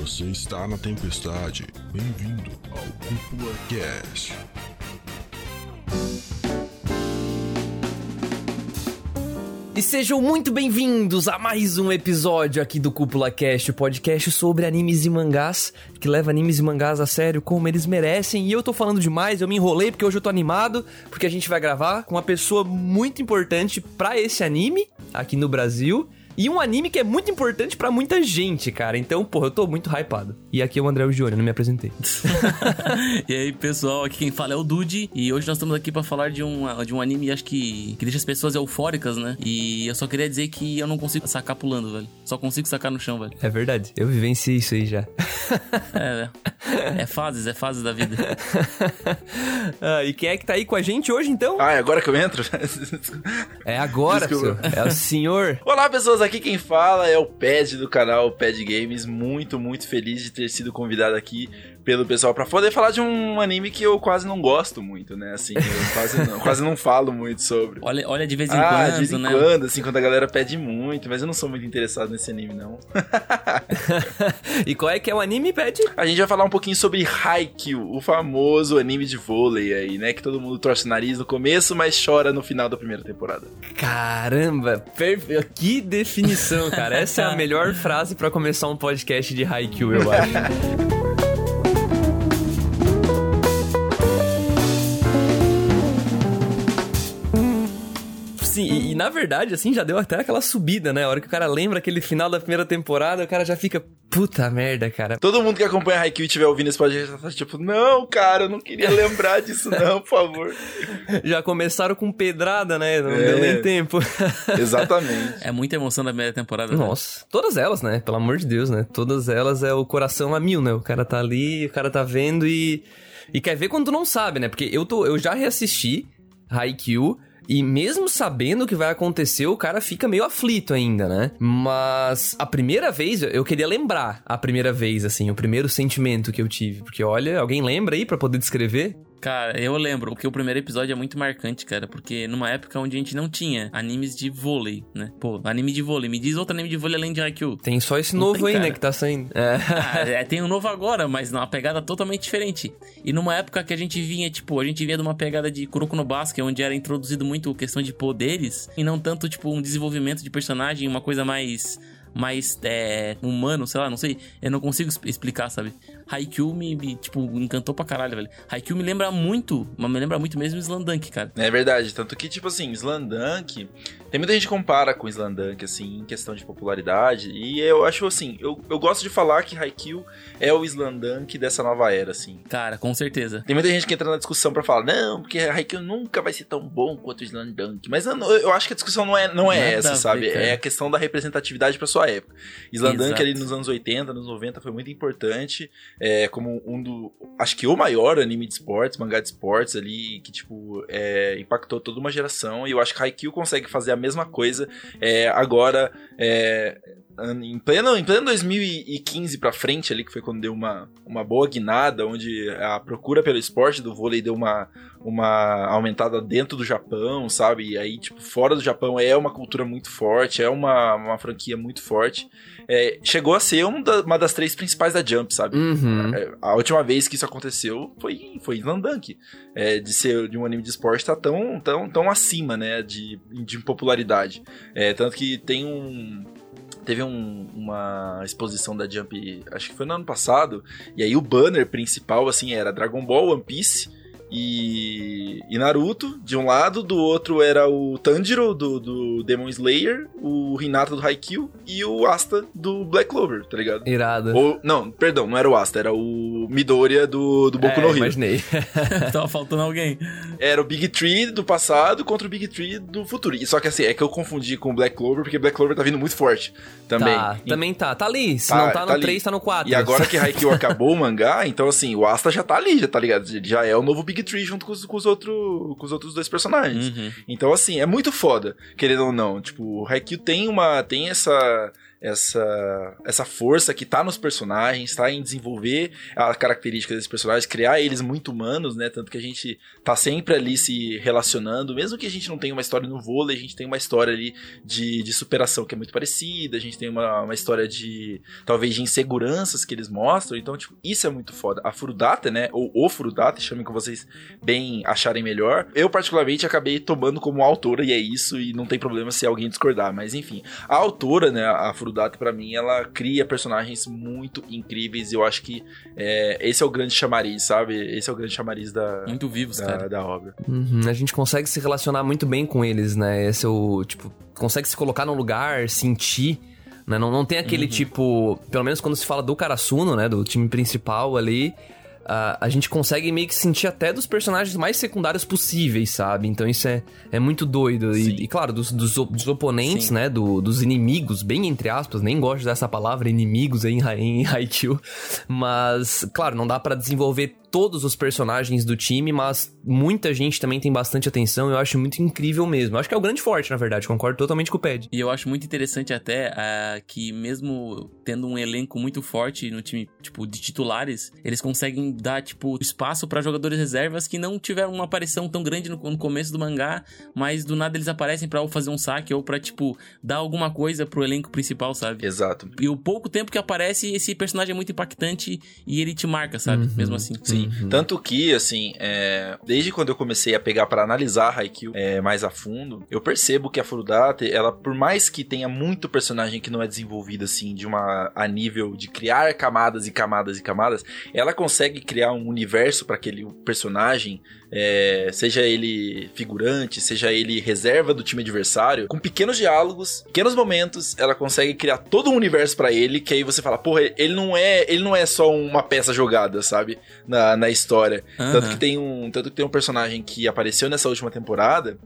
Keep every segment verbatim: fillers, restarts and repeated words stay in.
Você está na tempestade. Bem-vindo ao Cúpula Cast. E sejam muito bem-vindos a mais um episódio aqui do Cúpula Cast, o podcast sobre animes e mangás, que leva animes e mangás a sério como eles merecem. E eu tô falando demais, eu me enrolei porque hoje eu tô animado, porque a gente vai gravar com uma pessoa muito importante pra esse anime aqui no Brasil. E um anime que é muito importante pra muita gente, cara. Então, porra, eu tô muito hypado. E aqui é o André Gione, não me apresentei. E aí, pessoal, aqui quem fala é o Dude. E hoje nós estamos aqui pra falar de um, de um anime, acho que, que deixa as pessoas eufóricas, né? E eu só queria dizer que eu não consigo sacar pulando, velho. Só consigo sacar no chão, velho. É verdade, eu vivenciei isso aí já. É, é fases, é fases da vida. Ah, e quem é que tá aí com a gente hoje, então? Ah, é agora que eu entro? É agora, senhor. É o senhor. Olá, pessoas. Aqui quem fala é o Ped do canal Ped Games. Muito, muito feliz de ter sido convidado aqui pelo pessoal pra poder falar de um anime que eu quase não gosto muito, né? Assim, eu quase não, quase não falo muito sobre. Olha, olha de vez em ah, quando, de vez em né? quando, assim, quando a galera pede muito, mas eu não sou muito interessado nesse anime, não. E qual é que é o anime, Ped? A gente vai falar um pouquinho sobre Haikyuu, o famoso anime de vôlei aí, né? Que todo mundo torce o nariz no começo, mas chora no final da primeira temporada. Caramba, perfe... que definição, cara. Essa é a melhor frase pra começar um podcast de Haikyuu, eu acho. Sim, e, e na verdade, assim, já deu até aquela subida, né? A hora que o cara lembra aquele final da primeira temporada, o cara já fica, puta merda, cara. Todo mundo que acompanha Haikyuu e estiver ouvindo esse podcast tá tipo, não, cara, eu não queria lembrar disso não, por favor. Já começaram com pedrada, né? Não é, deu nem tempo. Exatamente. É muita emoção da primeira temporada. Nossa, né? Todas elas, né? Pelo amor de Deus, né? Todas elas é o coração a mil, né? O cara tá ali, o cara tá vendo e... E quer ver quando tu não sabe, né? Porque eu, tô, eu já reassisti Haikyuu. E mesmo sabendo o que vai acontecer, o cara fica meio aflito ainda, né? Mas a primeira vez, eu queria lembrar a primeira vez, assim, o primeiro sentimento que eu tive. Porque, olha, alguém lembra aí pra poder descrever? Cara, eu lembro, porque o primeiro episódio é muito marcante, cara, porque numa época onde a gente não tinha animes de vôlei, né? Pô, anime de vôlei, me diz outro anime de vôlei além de Haikyuu. Tem só esse não novo tem, aí, cara. né, que tá saindo. É. Ah, é, tem um novo agora, mas numa pegada totalmente diferente. E numa época que a gente vinha, tipo, a gente vinha de uma pegada de Kuroko no Basket, onde era introduzido muito questão de poderes, e não tanto, tipo, um desenvolvimento de personagem, uma coisa mais... mais é, humano, sei lá, não sei. Eu não consigo explicar, sabe? Haikyuu me, me, tipo, encantou pra caralho, velho. Haikyuu me lembra muito, mas me lembra muito mesmo Slandunk, cara. É verdade, tanto que, tipo assim, Slandunk... Tem muita gente que compara com Slandunk, assim, em questão de popularidade. E eu acho, assim, eu, eu gosto de falar que Haikyuu é o Slandunk dessa nova era, assim. Cara, com certeza. Tem muita gente que entra na discussão pra falar, não, porque Haikyuu nunca vai ser tão bom quanto o Slandunk. Mas eu, eu acho que a discussão não é, não é essa, ver, sabe? Cara. É a questão da representatividade pra sua época. Slandunk ali nos anos oitenta, nos noventa foi muito importante, é, como um do, acho que o maior anime de esportes, mangá de esportes ali, que tipo, é, impactou toda uma geração, e eu acho que Haikyuu consegue fazer a mesma coisa, é, agora, é, em pleno, em pleno dois mil e quinze pra frente ali, que foi quando deu uma, uma boa guinada, onde a procura pelo esporte do vôlei deu uma, uma aumentada dentro do Japão, sabe? E aí, tipo, fora do Japão é uma cultura muito forte, é uma, uma franquia muito forte. É, chegou a ser uma, da, uma das três principais da Jump, sabe? Uhum. A, a última vez que isso aconteceu foi, foi Slandunk. É, de ser de um anime de esporte tá tão, tão, tão acima, né? De, de popularidade. É, tanto que tem um... Teve um, uma exposição da Jump, acho que foi no ano passado, e aí o banner principal, assim, era Dragon Ball, One Piece e, e Naruto, de um lado, do outro era o Tanjiro, do, do Demon Slayer, o Hinata, do Haikyuu, e o Asta, do Black Clover, tá ligado? Irado. Ou, não, perdão, não era o Asta, era o Midoriya, do, do Boku é, no Hero. Imaginei. Tava faltando alguém. Era o Big Tree do passado contra o Big Tree do futuro. E só que assim, é que eu confundi com o Black Clover, porque Black Clover tá vindo muito forte também. Tá, e... também tá. Tá ali. Se tá, não tá no tá três, tá no quatro. E agora que Haikyuu acabou o mangá, então assim, o Asta já tá ali, já tá ligado? Ele já é o novo Big Tree junto com os, com os, outro, com os outros dois personagens. Uhum. Então assim, é muito foda, querendo ou não. Tipo, o Haikyuu tem uma... tem essa... essa, essa força que tá nos personagens, tá em desenvolver a característica desses personagens, criar eles muito humanos, né? Tanto que a gente tá sempre ali se relacionando, mesmo que a gente não tenha uma história no vôlei, a gente tem uma história ali de, de superação que é muito parecida, a gente tem uma, uma história de, talvez, de inseguranças que eles mostram, então, tipo, isso é muito foda. A Furudate, né? Ou o Furudate, chamem como vocês bem acharem melhor. Eu, particularmente, acabei tomando como autora, e é isso, e não tem problema se alguém discordar, mas enfim. A autora, né, a Furudate, pra mim, ela cria personagens muito incríveis e eu acho que é, esse é o grande chamariz, sabe? Esse é o grande chamariz da, muito vivos, da, cara. da obra. Uhum, a gente consegue se relacionar muito bem com eles, né? Esse é o, tipo, consegue se colocar no lugar, sentir, né? Não, não tem aquele uhum. tipo, pelo menos quando se fala do Karasuno, né? Do time principal ali, Uh, a gente consegue meio que sentir até dos personagens mais secundários possíveis, sabe? Então isso é, é muito doido. E, e claro, dos, dos, dos oponentes, Sim. né? Do, dos inimigos, bem entre aspas, nem gosto dessa palavra, inimigos aí em, em Haikyuu. Mas, claro, não dá pra desenvolver todos os personagens do time, mas muita gente também tem bastante atenção. Eu acho muito incrível mesmo. Eu acho que é o grande forte, na verdade. Concordo totalmente com o Ped. E eu acho muito interessante até uh, que mesmo tendo um elenco muito forte no time, tipo, de titulares, eles conseguem dar, tipo, espaço pra jogadores reservas que não tiveram uma aparição tão grande no, no começo do mangá, mas do nada eles aparecem pra ou fazer um saque ou pra, tipo, dar alguma coisa pro elenco principal, sabe? Exato. E o pouco tempo que aparece, esse personagem é muito impactante e ele te marca, sabe? Uhum. Mesmo assim. Sim. Uhum. Tanto que, assim, é... desde quando eu comecei a pegar pra analisar Haikyuu é, mais a fundo, eu percebo que a Furudate, ela, por mais que tenha muito personagem que não é desenvolvido, assim, de uma... a nível de criar camadas e camadas e camadas, ela consegue criar um universo pra aquele personagem, é... seja ele figurante, seja ele reserva do time adversário, com pequenos diálogos, pequenos momentos, ela consegue criar todo um universo pra ele, que aí você fala, porra, ele não é, ele não é só uma peça jogada, sabe? Na, na história. Uhum. Tanto que tem um, tanto que tem um personagem que apareceu nessa última temporada,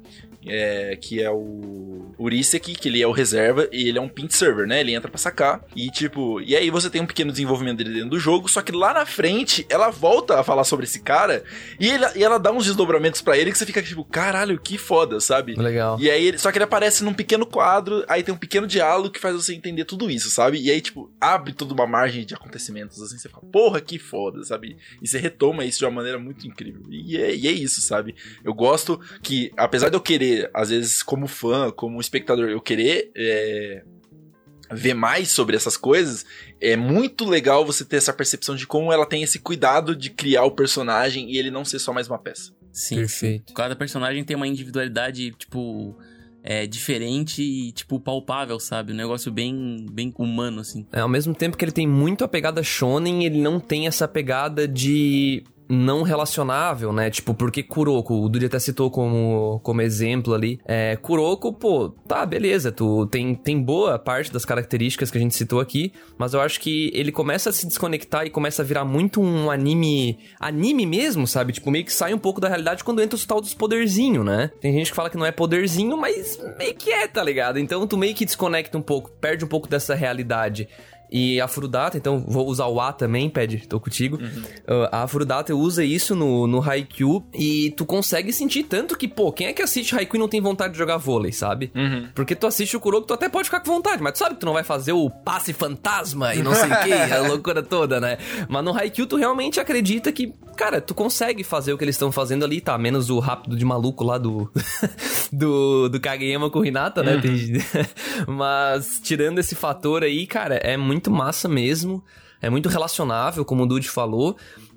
é, que é o Uriseki, que ele é o reserva, e ele é um pint server, né? Ele entra pra sacar, e tipo, e aí você tem um pequeno desenvolvimento dele dentro do jogo, só que lá na frente, ela volta a falar sobre esse cara, e, ele, e ela dá uns desdobramentos pra ele que você fica tipo, caralho, que foda, sabe? Legal. E aí, ele, só que ele aparece num pequeno quadro, aí tem um pequeno diálogo que faz você entender tudo isso, sabe? E aí, tipo, abre toda uma margem de acontecimentos, assim, você fala, porra, que foda, sabe? E você retoma isso de uma maneira muito incrível. E é, e é isso, sabe? Eu gosto que, apesar de eu querer, às vezes, como fã, como espectador, eu querer é, ver mais sobre essas coisas, é muito legal você ter essa percepção de como ela tem esse cuidado de criar o personagem e ele não ser só mais uma peça. Sim, perfeito. Sim. Cada personagem tem uma individualidade, tipo... é diferente e, tipo, palpável, sabe? Um negócio bem, bem humano, assim. É, ao mesmo tempo que ele tem muito a pegada shonen, ele não tem essa pegada de não relacionável, né? Tipo, porque Kuroko, o Dudy até citou como, como exemplo ali. É, Kuroko, pô, tá, beleza, tu tem, tem boa parte das características que a gente citou aqui, mas eu acho que ele começa a se desconectar e começa a virar muito um anime, anime mesmo, sabe? Tipo, meio que sai um pouco da realidade quando entra o tal dos poderzinhos, né? Tem gente que fala que não é poderzinho, mas meio que é, tá ligado? Então tu meio que desconecta um pouco, perde um pouco dessa realidade. E a Furudate, então vou usar o A também, Ped, tô contigo. Uhum. Uh, a Furudate usa isso no, no Haikyuu e tu consegue sentir tanto que, pô, quem é que assiste Haikyuu e não tem vontade de jogar vôlei, sabe? Uhum. Porque tu assiste o Kuroko, tu até pode ficar com vontade, mas tu sabe que tu não vai fazer o passe fantasma e não sei o que, a loucura toda, né? Mas no Haikyuu tu realmente acredita que, cara, tu consegue fazer o que eles estão fazendo ali, tá? Menos o rápido de maluco lá do do, do Kageyama com o Hinata, né? Uhum. Mas tirando esse fator aí, cara, é muito muito massa mesmo, é muito relacionável, como o Dudy falou,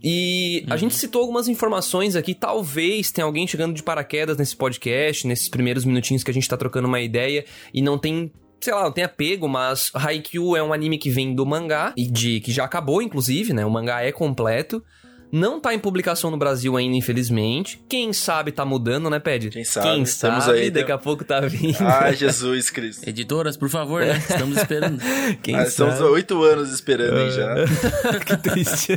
e uhum. a gente citou algumas informações aqui, talvez tenha alguém chegando de paraquedas nesse podcast, nesses primeiros minutinhos que a gente tá trocando uma ideia, e não tem, sei lá, não tem apego, mas Haikyuu é um anime que vem do mangá, e de que já acabou, inclusive, né, o mangá é completo. Não tá em publicação no Brasil ainda, infelizmente. Quem sabe tá mudando, né, Ped? Quem sabe? Quem Estamos sabe, aí, daqui né? a pouco tá vindo. Ai, Jesus Cristo. Editoras, por favor, né? Estamos esperando. Quem ah, sabe? Estamos há oito anos esperando aí já. Que triste.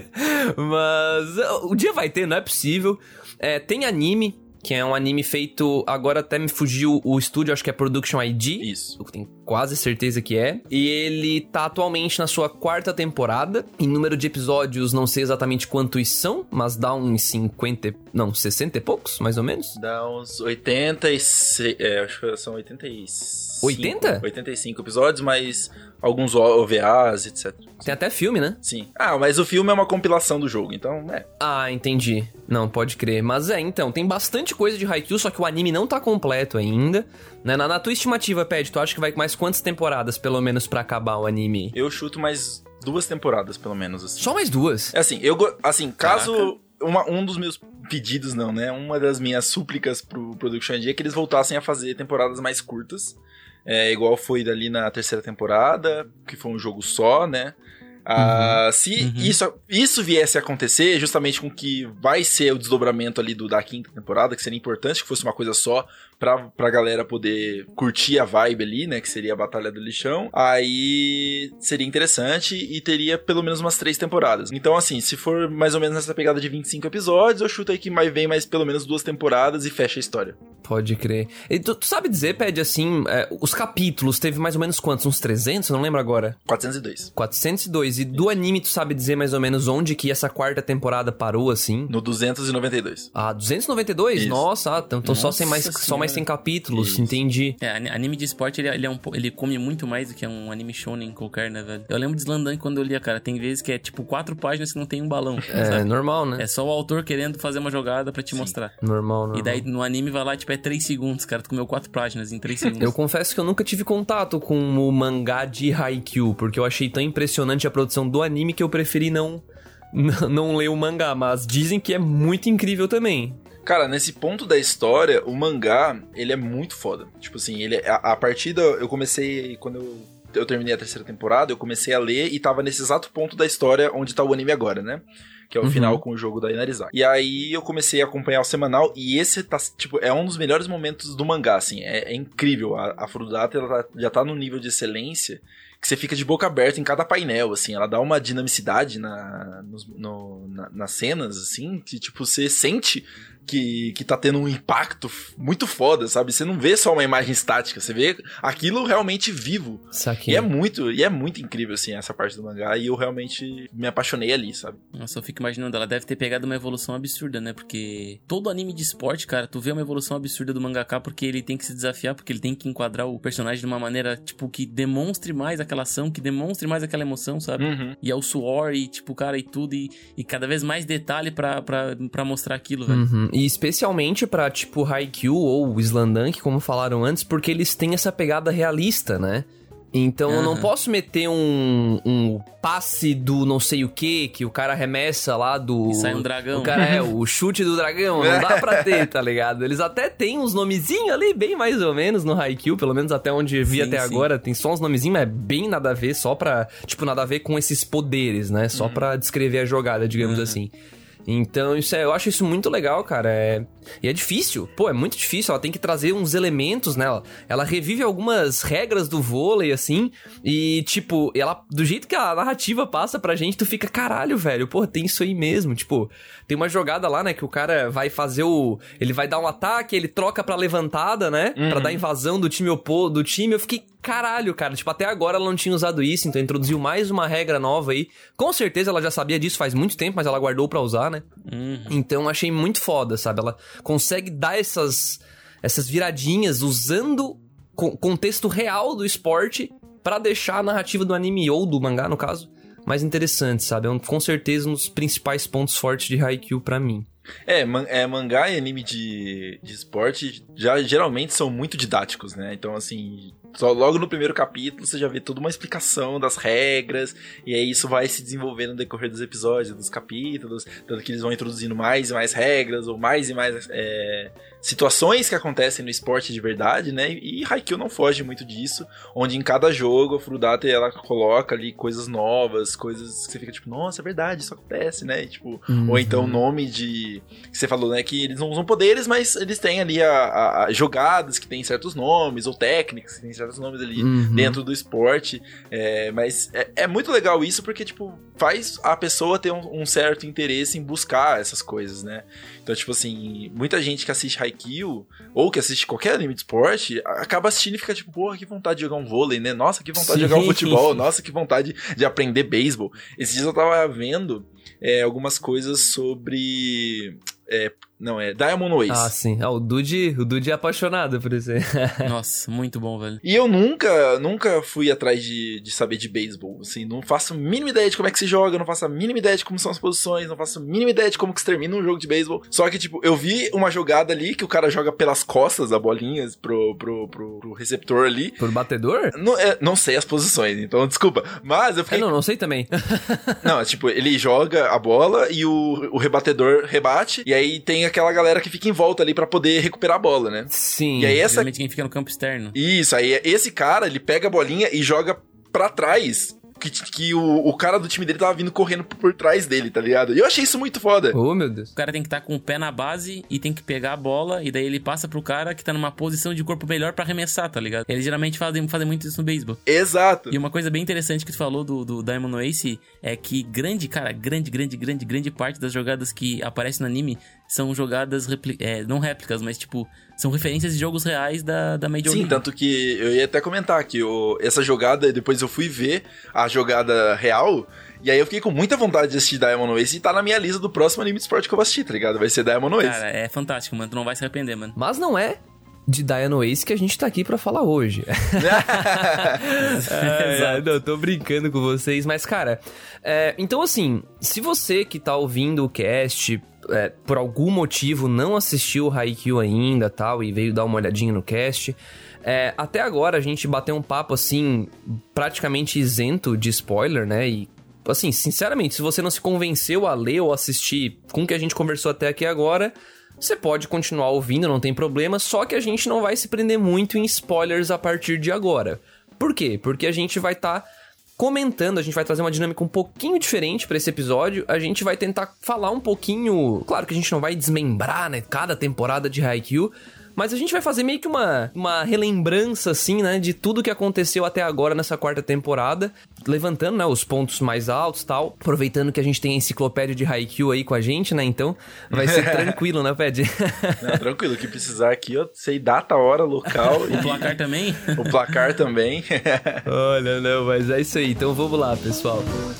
Mas o dia vai ter, não é possível. É, tem anime, que é um anime feito... Agora até me fugiu o estúdio, acho que é Production I D. Isso. Tem quase certeza que é. E ele tá atualmente na sua quarta temporada. Em número de episódios, não sei exatamente quantos são, mas dá uns cinquenta, não, sessenta e poucos, mais ou menos. Dá uns oitenta e seis, é, acho que são oitenta e cinco. oitenta? oitenta e cinco episódios, mas alguns O V As, etcétera. Tem até filme, né? Sim. Ah, mas o filme é uma compilação do jogo, então, é. Ah, entendi. Não, pode crer. Mas é, então, tem bastante coisa de Haikyuu, só que o anime não tá completo ainda. Né? Na, na tua estimativa, Ped, tu acha que vai mais quantas temporadas, pelo menos, pra acabar o anime? Eu chuto mais duas temporadas, pelo menos, assim. Só mais duas? É assim, eu, assim, caso... Uma, um dos meus pedidos, não, né? Uma das minhas súplicas pro Production I D é que eles voltassem a fazer temporadas mais curtas. É, igual foi dali na terceira temporada, que foi um jogo só, né? Ah, uhum, se uhum. Isso, isso viesse a acontecer, justamente com que vai ser o desdobramento ali do, da quinta temporada, que seria importante que fosse uma coisa só pra, pra galera poder curtir a vibe ali, né, que seria a Batalha do Lixão, aí seria interessante e teria pelo menos umas três temporadas. Então, assim, se for mais ou menos nessa pegada de vinte e cinco episódios, eu chuto aí que mais, vem mais pelo menos duas temporadas e fecha a história. Pode crer. E tu, tu sabe dizer, Pede, assim, é, os capítulos teve mais ou menos quantos? Uns trezentos? Eu não lembro agora. quatrocentos e dois. quatrocentos e dois. E do anime, tu sabe dizer mais ou menos onde que essa quarta temporada parou, assim? No duzentos e noventa e dois. Ah, duzentos e noventa e dois? Isso. Nossa, então ah, só, sem mais, só mais cem capítulos, Isso. entendi. É, anime de esporte, ele, ele, é um, ele come muito mais do que um anime shonen qualquer, né, velho? Eu lembro de Slandunk quando eu lia, cara, tem vezes que é tipo quatro páginas que não tem um balão. É, sabe? Normal, né? É só o autor querendo fazer uma jogada pra te Sim. mostrar. Normal, normal. E daí no anime vai lá, tipo, é três segundos, cara, tu comeu quatro páginas em três segundos. Eu confesso que eu nunca tive contato com o mangá de Haikyuu, porque eu achei tão impressionante a produção do anime que eu preferi não, não, não ler o mangá, mas dizem que é muito incrível também. Cara, nesse ponto da história, o mangá, ele é muito foda. Tipo assim, ele a, a partir da... Eu comecei, quando eu, eu terminei a terceira temporada, eu comecei a ler e tava nesse exato ponto da história onde tá o anime agora, né? Que é o uhum. final com o jogo da Inarizaki. E aí eu comecei a acompanhar o semanal e esse tá, tipo, é um dos melhores momentos do mangá, assim. É, é incrível. A, a Furudata, ela tá, já tá num nível de excelência que você fica de boca aberta em cada painel, assim. Ela dá uma dinamicidade na, no, no, na, nas cenas, assim, que, tipo, você sente que, que tá tendo um impacto muito foda, sabe? Você não vê só uma imagem estática, você vê aquilo realmente vivo. Saquei. E é muito, e é muito incrível, assim, essa parte do mangá, e eu realmente me apaixonei ali, sabe? Nossa, eu fico imaginando, ela deve ter pegado uma evolução absurda, né? Porque todo anime de esporte, cara, tu vê uma evolução absurda do mangaka porque ele tem que se desafiar, porque ele tem que enquadrar o personagem de uma maneira, tipo, que demonstre mais aquela ação, que demonstre mais aquela emoção, sabe? Uhum. E é o suor e, tipo, cara, e tudo, e, e cada vez mais detalhe pra, pra, pra mostrar aquilo, velho. Uhum. E especialmente pra, tipo, Haikyuu ou Slandunk, como falaram antes, porque eles têm essa pegada realista, né? Então uhum. eu não posso meter um, um passe do não sei o que, que o cara arremessa lá do... E sai um dragão. O cara é o chute do dragão, não dá pra ter, tá ligado? Eles até têm uns nomezinhos ali, bem mais ou menos, no Haikyuu, pelo menos até onde vi sim, até sim. agora, tem só uns nomezinhos, mas é bem nada a ver, só pra... Tipo, nada a ver com esses poderes, né? Só uhum. pra descrever a jogada, digamos uhum. assim. Então, isso é, eu acho isso muito legal, cara. É... E é difícil. Pô, é muito difícil. Ela tem que trazer uns elementos, né? Ela, ela revive algumas regras do vôlei, assim. E, tipo, ela, do jeito que a narrativa passa pra gente, tu fica, caralho, velho. Pô, tem isso aí mesmo. Tipo, tem uma jogada lá, né? Que o cara vai fazer o... Ele vai dar um ataque, ele troca pra levantada, né? Uhum. Pra dar invasão do time opô, do time. Eu fiquei, caralho, cara. Tipo, até agora ela não tinha usado isso. Então, introduziu mais uma regra nova aí. Com certeza ela já sabia disso faz muito tempo, mas ela guardou pra usar, né? Uhum. Então achei muito foda, sabe? Ela consegue dar essas, essas viradinhas usando o contexto real do esporte pra deixar a narrativa do anime, ou do mangá, no caso, mais interessante, sabe? É um, com certeza um dos principais pontos fortes de Haikyuu pra mim. É, man, é, mangá e anime de, de esporte já geralmente são muito didáticos, né? Então, assim, só logo no primeiro capítulo você já vê toda uma explicação das regras, e aí isso vai se desenvolvendo no decorrer dos episódios, dos capítulos, tanto que eles vão introduzindo mais e mais regras, ou mais e mais é, situações que acontecem no esporte de verdade, né? E Haikyuu não foge muito disso, onde em cada jogo a Furudata, ela coloca ali coisas novas, coisas que você fica tipo, nossa, é verdade, isso acontece, né? E, tipo, uhum. Ou então nome de de... que você falou, né? Que eles não usam poderes, mas eles têm ali a, a, a jogadas que tem certos nomes, ou técnicas que tem certos nomes ali uhum. dentro do esporte. É, mas é, é muito legal isso porque, tipo, faz a pessoa ter um, um certo interesse em buscar essas coisas, né? Então, tipo assim, muita gente que assiste Haikyuu, ou que assiste qualquer anime de esporte, acaba assistindo e fica tipo, porra, que vontade de jogar um vôlei, né? Nossa, que vontade Sim. de jogar um futebol. Nossa, que vontade de aprender beisebol. Esses dias eu tava vendo é, algumas coisas sobre... É, não, é Diamond Ways. Ah, sim. Ah, o Dude, o Dude é apaixonado por isso. Nossa, muito bom, velho. E eu nunca, nunca fui atrás de, de saber de beisebol, assim, não faço a mínima ideia de como é que se joga, não faço a mínima ideia de como são as posições, não faço a mínima ideia de como que se termina um jogo de beisebol. Só que, tipo, eu vi uma jogada ali que o cara joga pelas costas a bolinha pro, pro, pro, pro receptor ali. Pro batedor? Não, é, não sei as posições, então desculpa. Mas eu fiquei... É, não, não sei também. Não, tipo, ele joga a bola e o, o rebatedor rebate, e aí tem aquela galera que fica em volta ali pra poder recuperar a bola, né? Sim. E aí essa... Geralmente quem fica no campo externo. Isso, aí esse cara, ele pega a bolinha e joga pra trás, que, que o, o cara do time dele tava vindo correndo por trás dele, tá ligado? E eu achei isso muito foda. Oh, meu Deus. O cara tem que estar tá com o pé na base e tem que pegar a bola, e daí ele passa pro cara que tá numa posição de corpo melhor pra arremessar, tá ligado? Eles geralmente fazem, fazem muito isso no beisebol. Exato. E uma coisa bem interessante que tu falou do, do Diamond Ace é que grande, cara, grande, grande, grande, grande parte das jogadas que aparecem no anime são jogadas, repli- é, não réplicas, mas tipo, são referências de jogos reais da, da Major Sim, League. tanto que eu ia até comentar que o, essa jogada, depois eu fui ver a jogada real, e aí eu fiquei com muita vontade de assistir Diamond Ace e tá na minha lista do próximo anime de esporte que eu vou assistir, tá ligado? Vai ser Diamond Ace. Cara, é fantástico, mano, tu não vai se arrepender, mano. Mas não é de Diamond Ace que a gente tá aqui pra falar hoje. é, é, não, tô brincando com vocês, mas cara, é, então assim, se você que tá ouvindo o cast, é, por algum motivo não assistiu o Haikyuu ainda, tal, e veio dar uma olhadinha no cast, é, até agora a gente bateu um papo assim, praticamente isento de spoiler, né, e assim, sinceramente, se você não se convenceu a ler ou assistir com o que a gente conversou até aqui agora, você pode continuar ouvindo, não tem problema, só que a gente não vai se prender muito em spoilers a partir de agora. Por quê? Porque a gente vai estar tá comentando, a gente vai trazer uma dinâmica um pouquinho diferente pra esse episódio, a gente vai tentar falar um pouquinho... Claro que a gente não vai desmembrar, né, cada temporada de Haikyuu, mas a gente vai fazer meio que uma, uma relembrança, assim, né, de tudo que aconteceu até agora nessa quarta temporada, levantando, né, os pontos mais altos e tal, aproveitando que a gente tem a enciclopédia de Haikyuu aí com a gente, né, então vai ser tranquilo, né, Ped? Não, tranquilo, o que precisar aqui, eu sei data, hora, local. E o placar também? O placar também. Olha, não, mas é isso aí, então vamos lá, pessoal.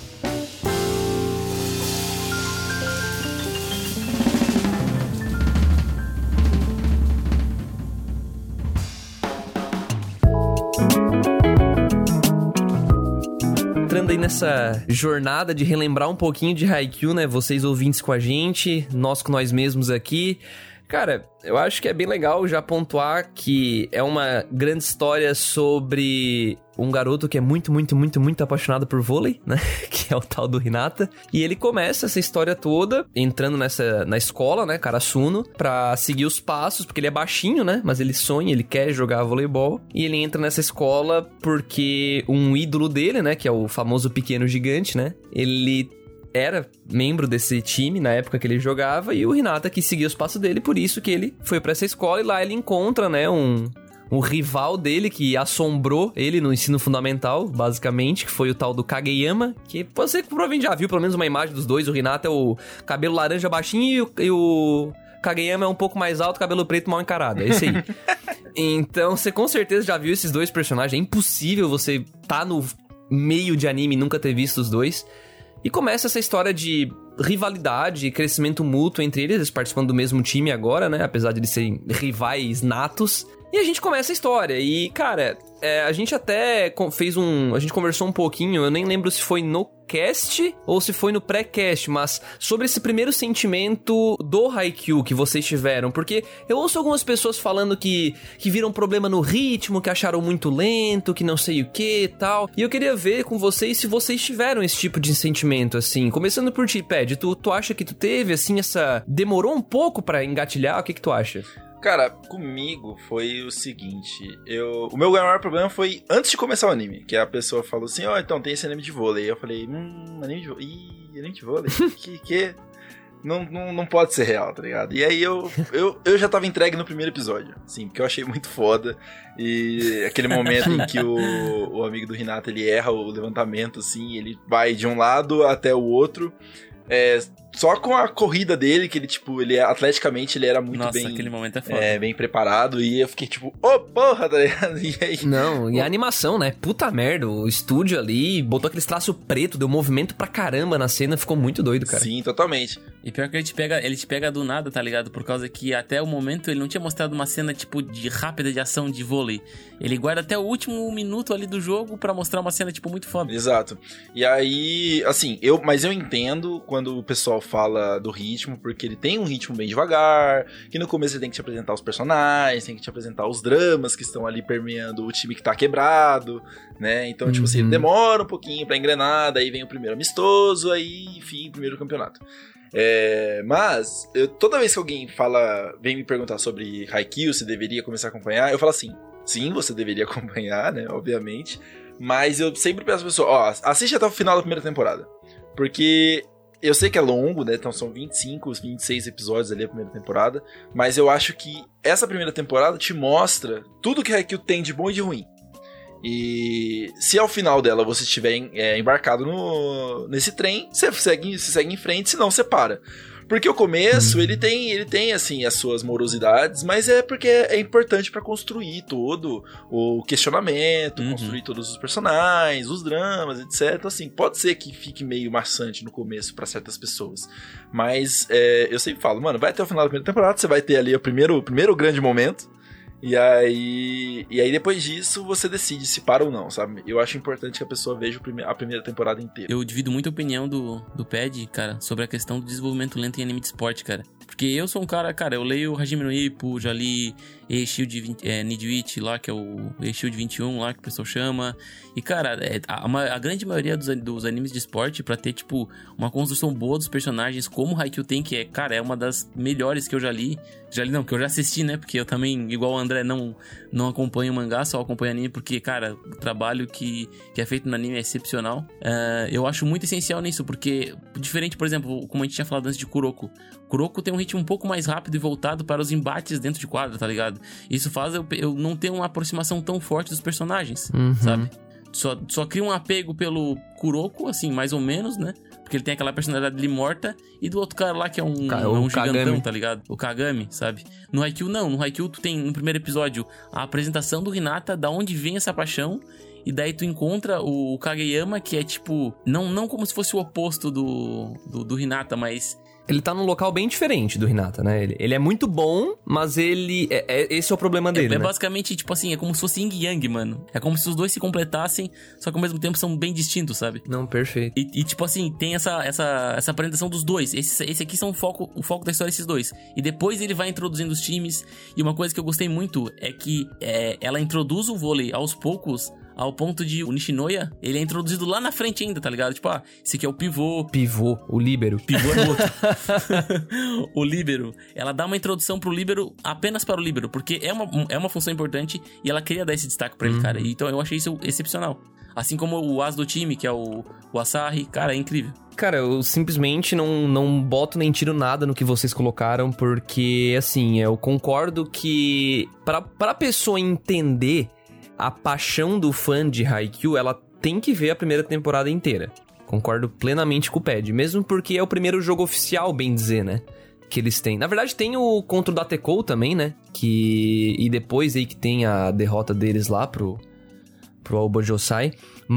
Entrando aí nessa jornada de relembrar um pouquinho de Haikyuu, né? Vocês ouvintes com a gente, nós com nós mesmos aqui. Cara, eu acho que é bem legal já pontuar que é uma grande história sobre um garoto que é muito, muito, muito, muito apaixonado por vôlei, né? Que é o tal do Hinata. E ele começa essa história toda entrando nessa, na escola, né? Karasuno, pra seguir os passos, porque ele é baixinho, né? Mas ele sonha, ele quer jogar voleibol. E ele entra nessa escola porque um ídolo dele, né? Que é o famoso Pequeno Gigante, né? Ele era membro desse time na época que ele jogava, e o Hinata que seguia os passos dele, por isso que ele foi pra essa escola, e lá ele encontra, né, um, um rival dele que assombrou ele no ensino fundamental, basicamente, que foi o tal do Kageyama, que você provavelmente já viu pelo menos uma imagem dos dois. O Hinata é o cabelo laranja baixinho e o, e o Kageyama é um pouco mais alto, cabelo preto mal encarado, é isso aí. Então você com certeza já viu esses dois personagens, é impossível você tá no meio de anime e nunca ter visto os dois. E começa essa história de rivalidade e crescimento mútuo entre eles, eles participando do mesmo time agora, né? Apesar de eles serem rivais natos. E a gente começa a história. E, cara, é, a gente até fez um... A gente conversou um pouquinho, eu nem lembro se foi no cast ou se foi no pré-cast, mas sobre esse primeiro sentimento do Haikyuu que vocês tiveram, porque eu ouço algumas pessoas falando que, que viram problema no ritmo, que acharam muito lento, que não sei o que e tal, e eu queria ver com vocês se vocês tiveram esse tipo de sentimento, assim, começando por ti, Ped, tu, tu acha que tu teve, assim, essa... demorou um pouco pra engatilhar, o que que tu acha? Cara, comigo foi o seguinte, eu... o meu maior problema foi antes de começar o anime, que a pessoa falou assim, ó, oh, então tem esse anime de vôlei. Eu falei, hum, anime de vôlei, ih, anime de vôlei, que, que... Não, não, não pode ser real, tá ligado? E aí eu, eu, eu já tava entregue no primeiro episódio, assim, porque eu achei muito foda. E aquele momento em que o, o amigo do Hinata, ele erra o levantamento, assim, ele vai de um lado até o outro, é, só com a corrida dele, que ele, tipo, ele atleticamente ele era muito Nossa, bem... aquele momento é foda. É, bem preparado, e eu fiquei tipo, ô, oh, porra, tá ligado? E aí... Não, e a animação, né? Puta merda, o estúdio ali botou aqueles traços preto, deu movimento pra caramba na cena, ficou muito doido, cara. Sim, totalmente. E pior que ele te pega, ele te pega do nada, tá ligado? Por causa que até o momento ele não tinha mostrado uma cena, tipo, de rápida de ação de vôlei. Ele guarda até o último minuto ali do jogo pra mostrar uma cena, tipo, muito foda. Exato. E aí, assim, eu, mas eu entendo quando o pessoal fala do ritmo, porque ele tem um ritmo bem devagar, que no começo ele tem que te apresentar os personagens, tem que te apresentar os dramas que estão ali permeando o time que tá quebrado, né? Então, tipo uhum. assim, ele demora um pouquinho pra engrenar, daí vem o primeiro amistoso, aí, enfim, primeiro campeonato. É, mas, eu, toda vez que alguém fala, vem me perguntar sobre Haikyuu, se deveria começar a acompanhar, eu falo assim, sim, você deveria acompanhar, né, obviamente, mas eu sempre peço às pessoas, ó, assiste até o final da primeira temporada, porque eu sei que é longo, né, então são vinte e cinco, vinte e seis episódios ali a primeira temporada, mas eu acho que essa primeira temporada te mostra tudo que Haikyuu tem de bom e de ruim. E se ao final dela você estiver é, embarcado no, nesse trem, você segue, você segue em frente, senão você para. Porque o começo, ele tem, ele tem assim, as suas morosidades, mas é porque é importante pra construir todo o questionamento, uhum. construir todos os personagens, os dramas, etcétera. Assim, pode ser que fique meio maçante no começo pra certas pessoas. Mas é, eu sempre falo, mano, vai até o final da primeira temporada, você vai ter ali o primeiro, o primeiro grande momento. E aí, e aí depois disso você decide se para ou não, sabe? Eu acho importante que a pessoa veja a primeira temporada inteira. Eu divido muito a opinião do, do Pad, cara, sobre a questão do desenvolvimento lento em anime de esporte, cara. Porque eu sou um cara, cara, eu leio Hajime no Ippo, já li E-Shield é, Nijiichi lá, que é o E-Shield vinte e um lá, que o pessoal chama. E, cara, é, a, a grande maioria dos, dos animes de esporte, pra ter, tipo, uma construção boa dos personagens, como o Haikyuu tem, que é, cara, é uma das melhores que eu já li. Já li, não, que eu já assisti, né? Porque eu também, igual o André, não, não acompanho o mangá, só acompanho anime, porque, cara, o trabalho que, que é feito no anime é excepcional. Uh, eu acho muito essencial nisso, porque, diferente, por exemplo, como a gente tinha falado antes de Kuroko, Kuroko tem um ritmo um pouco mais rápido e voltado para os embates dentro de quadra, tá ligado? Isso faz eu, eu não ter uma aproximação tão forte dos personagens, uhum. sabe? Só, só cria um apego pelo Kuroko, assim, mais ou menos, né? Porque ele tem aquela personalidade ali morta. E do outro cara lá que é um, Ka- é um gigantão, Kagami. Tá ligado? O Kagami, sabe? No Haikyuu não, no Haikyuu tu tem no primeiro episódio a apresentação do Hinata, da onde vem essa paixão. E daí tu encontra o Kageyama, que é tipo, não, não como se fosse o oposto do, do, do Hinata, mas... Ele tá num local bem diferente do Hinata, né? Ele, ele é muito bom, mas ele... É, é, esse é o problema dele, é, é né? basicamente, tipo assim, é como se fosse Yin e Yang, mano. É como se os dois se completassem, só que ao mesmo tempo são bem distintos, sabe? Não, perfeito. E, e tipo assim, tem essa, essa, essa apresentação dos dois. Esse, esse aqui são o foco, o foco da história, esses dois. E depois ele vai introduzindo os times. E uma coisa que eu gostei muito é que é, ela introduz o vôlei aos poucos... Ao ponto de o Nishinoya, ele é introduzido lá na frente ainda, tá ligado? Tipo, ah, esse aqui é o pivô. Pivô, o líbero. Pivô é o outro. O líbero. Ela dá uma introdução pro líbero apenas para o líbero, porque é uma, é uma função importante e ela queria dar esse destaque pra ele, uhum. cara. Então eu achei isso excepcional. Assim como o as do time, que é o, o Asahi, cara, é incrível. Cara, eu simplesmente não, não boto nem tiro nada no que vocês colocaram, porque, assim, eu concordo que pra, pra pessoa entender... A paixão do fã de Haikyuu, ela tem que ver a primeira temporada inteira. Concordo plenamente com o Pad. Mesmo porque é o primeiro jogo oficial, bem dizer, né? Que eles têm. Na verdade, tem o contra o Datekou também, né? Que... E depois aí que tem a derrota deles lá pro... Pro Aoba Josai.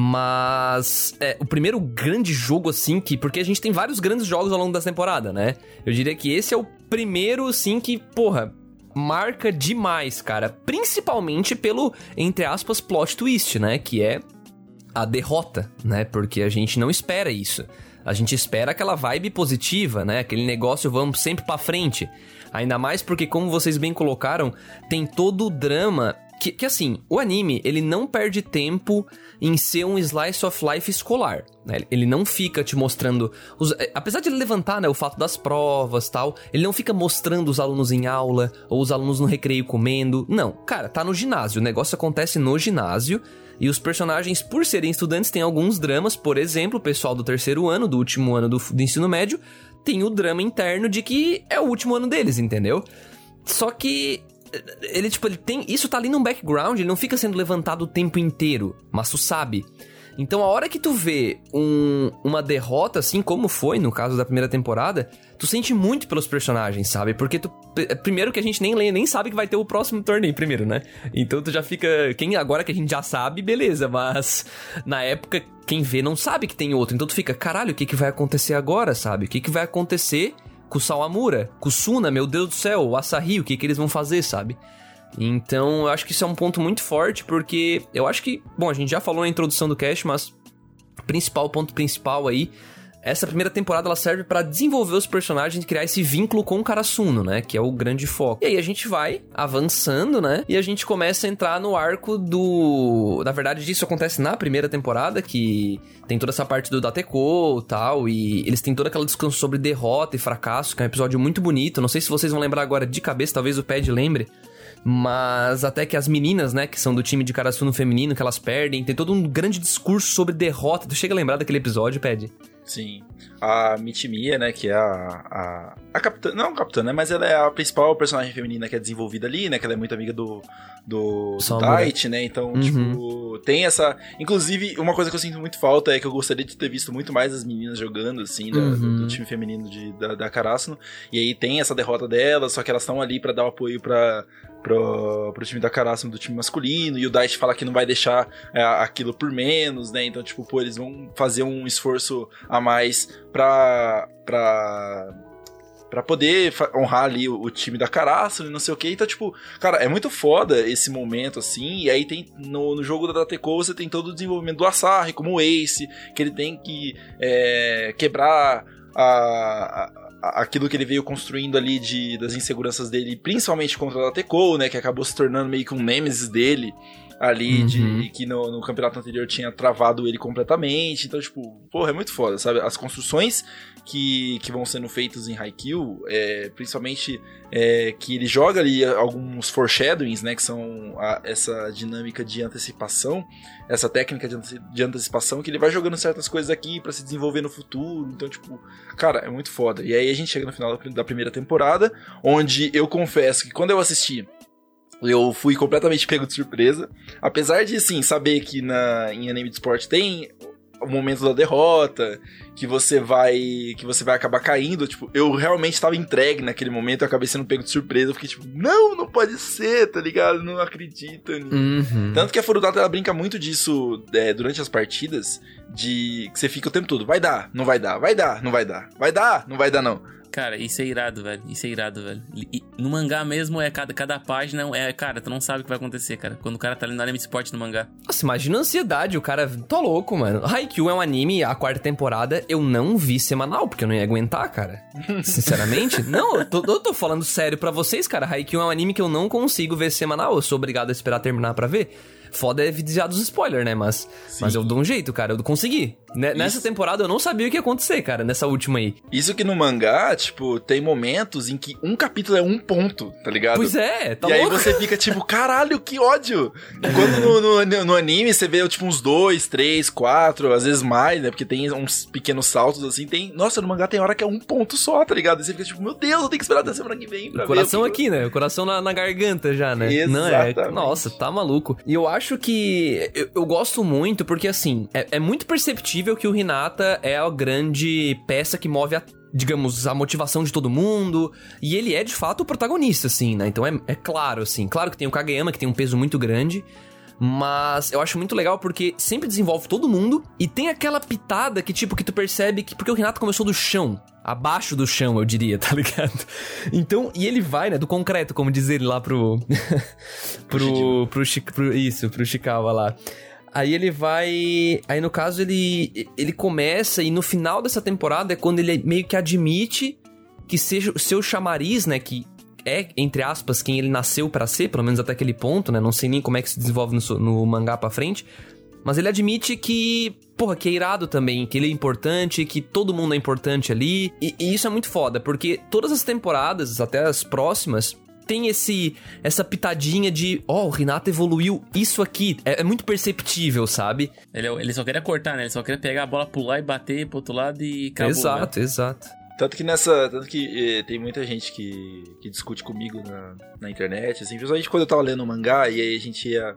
Mas... É, o primeiro grande jogo, assim, que... Porque a gente tem vários grandes jogos ao longo da temporada, né? Eu diria que esse é o primeiro, assim, que... Porra... marca demais, cara. Principalmente pelo, entre aspas, plot twist, né? Que é a derrota, né? Porque a gente não espera isso. A gente espera aquela vibe positiva, né? Aquele negócio, vamos sempre pra frente. Ainda mais porque, como vocês bem colocaram, tem todo o drama... Que, que assim, o anime, ele não perde tempo em ser um slice of life escolar, né? Ele não fica te mostrando... Os, apesar de ele levantar, né, o fato das provas e tal, ele não fica mostrando os alunos em aula, ou os alunos no recreio comendo. Não, cara, tá no ginásio, o negócio acontece no ginásio, e os personagens, por serem estudantes, têm alguns dramas. Por exemplo, o pessoal do terceiro ano, do último ano do, do ensino médio, tem o drama interno de que é o último ano deles, entendeu? Só que ele, tipo, ele tem... Isso tá ali no background, ele não fica sendo levantado o tempo inteiro, mas tu sabe. Então, a hora que tu vê um, uma derrota, assim como foi no caso da primeira temporada, tu sente muito pelos personagens, sabe? Porque tu... Primeiro que a gente nem, nem sabe que vai ter o próximo torneio primeiro, né? Então, tu já fica... Quem, agora que a gente já sabe, beleza. Mas, na época, quem vê não sabe que tem outro. Então, tu fica, caralho, o que, que vai acontecer agora, sabe? O que, que vai acontecer com o Sawamura? Com o Suna, meu Deus do céu, o Asahi, o que, que eles vão fazer, sabe? Então, eu acho que isso é um ponto muito forte, porque eu acho que... Bom, a gente já falou na introdução do cast, mas o principal, ponto principal aí, essa primeira temporada ela serve pra desenvolver os personagens e criar esse vínculo com o Karasuno, né? Que é o grande foco. E aí a gente vai avançando, né? E a gente começa a entrar no arco do... Na verdade, isso acontece na primeira temporada, que tem toda essa parte do Dateko e tal, e eles têm toda aquela discussão sobre derrota e fracasso, que é um episódio muito bonito. Não sei se vocês vão lembrar agora de cabeça, talvez o Pad lembre. Mas até que as meninas, né, que são do time de Karasuno feminino, que elas perdem, tem todo um grande discurso sobre derrota. Tu chega a lembrar daquele episódio, Pad? Sim. A Michimiya, né, que é a... A, a capitã... Não a capitã, né, mas ela é a principal personagem feminina que é desenvolvida ali, né, que ela é muito amiga do... Do, do Daichi, né, então, uhum. tipo, tem essa... Inclusive, uma coisa que eu sinto muito falta é que eu gostaria de ter visto muito mais as meninas jogando, assim, da, uhum. do, do time feminino de, da, da Karasuno. E aí tem essa derrota delas, só que elas estão ali pra dar o apoio pra... Pro, pro time da Karasuno do time masculino, e o Daichi fala que não vai deixar é, aquilo por menos, né, então tipo, pô, eles vão fazer um esforço a mais pra, pra, pra poder honrar ali o, o time da Karasuno e não sei o que, então tipo, cara, é muito foda esse momento assim, e aí tem no, no jogo da Dateko você tem todo o desenvolvimento do Asahi como o Ace, que ele tem que é, quebrar a, a aquilo que ele veio construindo ali de, das inseguranças dele, principalmente contra a Dateko, né, que acabou se tornando meio que um nêmesis dele ali, uhum. de, que no, no campeonato anterior tinha travado ele completamente, então tipo, porra, é muito foda, sabe, as construções que, que vão sendo feitas em Haikyuu, é, principalmente é, que ele joga ali alguns foreshadowings, né, que são a, essa dinâmica de antecipação, essa técnica de, ante, de antecipação, que ele vai jogando certas coisas aqui pra se desenvolver no futuro, então tipo, cara, é muito foda. E aí a gente chega no final da, da primeira temporada, onde eu confesso que quando eu assisti, eu fui completamente pego de surpresa, apesar de, assim, saber que na, em anime de esporte tem o momento da derrota, que você vai que você vai acabar caindo, tipo, eu realmente estava entregue naquele momento, eu acabei sendo pego de surpresa, eu fiquei tipo, não, não pode ser, tá ligado? Não acredito nisso. Uhum. Tanto que a Furudata, ela brinca muito disso é, durante as partidas, de que você fica o tempo todo, vai dar, não vai dar, vai dar, não vai dar, vai dar, não vai dar não. Cara, isso é irado, velho. Isso é irado, velho. E no mangá mesmo, é cada, cada página é... Cara, tu não sabe o que vai acontecer, cara. Quando o cara tá ali no anime de esporte no mangá. Nossa, imagina a ansiedade. O cara... Tô louco, mano. Haikyuu é um anime, a quarta temporada, eu não vi semanal, porque eu não ia aguentar, cara. Sinceramente. Não, eu tô, eu tô falando sério pra vocês, cara. Haikyuu é um anime que eu não consigo ver semanal. Eu sou obrigado a esperar terminar pra ver. Foda é desviar dos spoilers, né? Mas, mas eu dou um jeito, cara. Eu consegui. N- nessa temporada eu não sabia o que ia acontecer, cara. Nessa última aí. Isso que no mangá, tipo, tem momentos em que um capítulo é um ponto, tá ligado? Pois é, tá e louco. E aí você fica tipo, caralho, que ódio! Enquanto no, no, no anime você vê, tipo, uns dois, três, quatro, às vezes mais, né? Porque tem uns pequenos saltos assim. Tem... Nossa, no mangá tem hora que é um ponto só, tá ligado? E você fica tipo, meu Deus, eu tenho que esperar até semana que vem pra o coração ver. aqui, né? O coração na, na garganta já, né? Exatamente. Não é. Nossa, tá maluco. E eu acho que... Eu, eu gosto muito porque, assim, é, é muito perceptível que o Hinata é a grande peça que move a, digamos, a motivação de todo mundo. E ele é, de fato, o protagonista, assim, né? Então é, é claro, assim. Claro que tem o Kageyama, que tem um peso muito grande. Mas eu acho muito legal porque sempre desenvolve todo mundo. E tem aquela pitada que, tipo, que tu percebe que... Porque o Hinata começou do chão. Abaixo do chão, eu diria, tá ligado? Então, e ele vai, né, do concreto, como diz ele lá pro... pro, pro, pro, pro... Isso, pro Ishikawa lá. Aí ele vai... Aí, no caso, ele, ele começa e no final dessa temporada é quando ele meio que admite que seja o seu chamariz, né, que é, entre aspas, quem ele nasceu pra ser, pelo menos até aquele ponto, né? Não sei nem como é que se desenvolve no, no mangá pra frente. Mas ele admite que, porra, que é irado também, que ele é importante, que todo mundo é importante ali. E, e isso é muito foda, porque todas as temporadas, até as próximas, tem esse, essa pitadinha de, ó, oh, o Hinata evoluiu isso aqui. É, é muito perceptível, sabe? Ele, ele só queria cortar, né? Ele só queria pegar a bola, pular e bater pro outro lado e acabou. Exato, né? exato. Tanto que nessa. Tanto que eh, tem muita gente que, que discute comigo na, na internet, assim, principalmente quando eu tava lendo o mangá, e aí a gente ia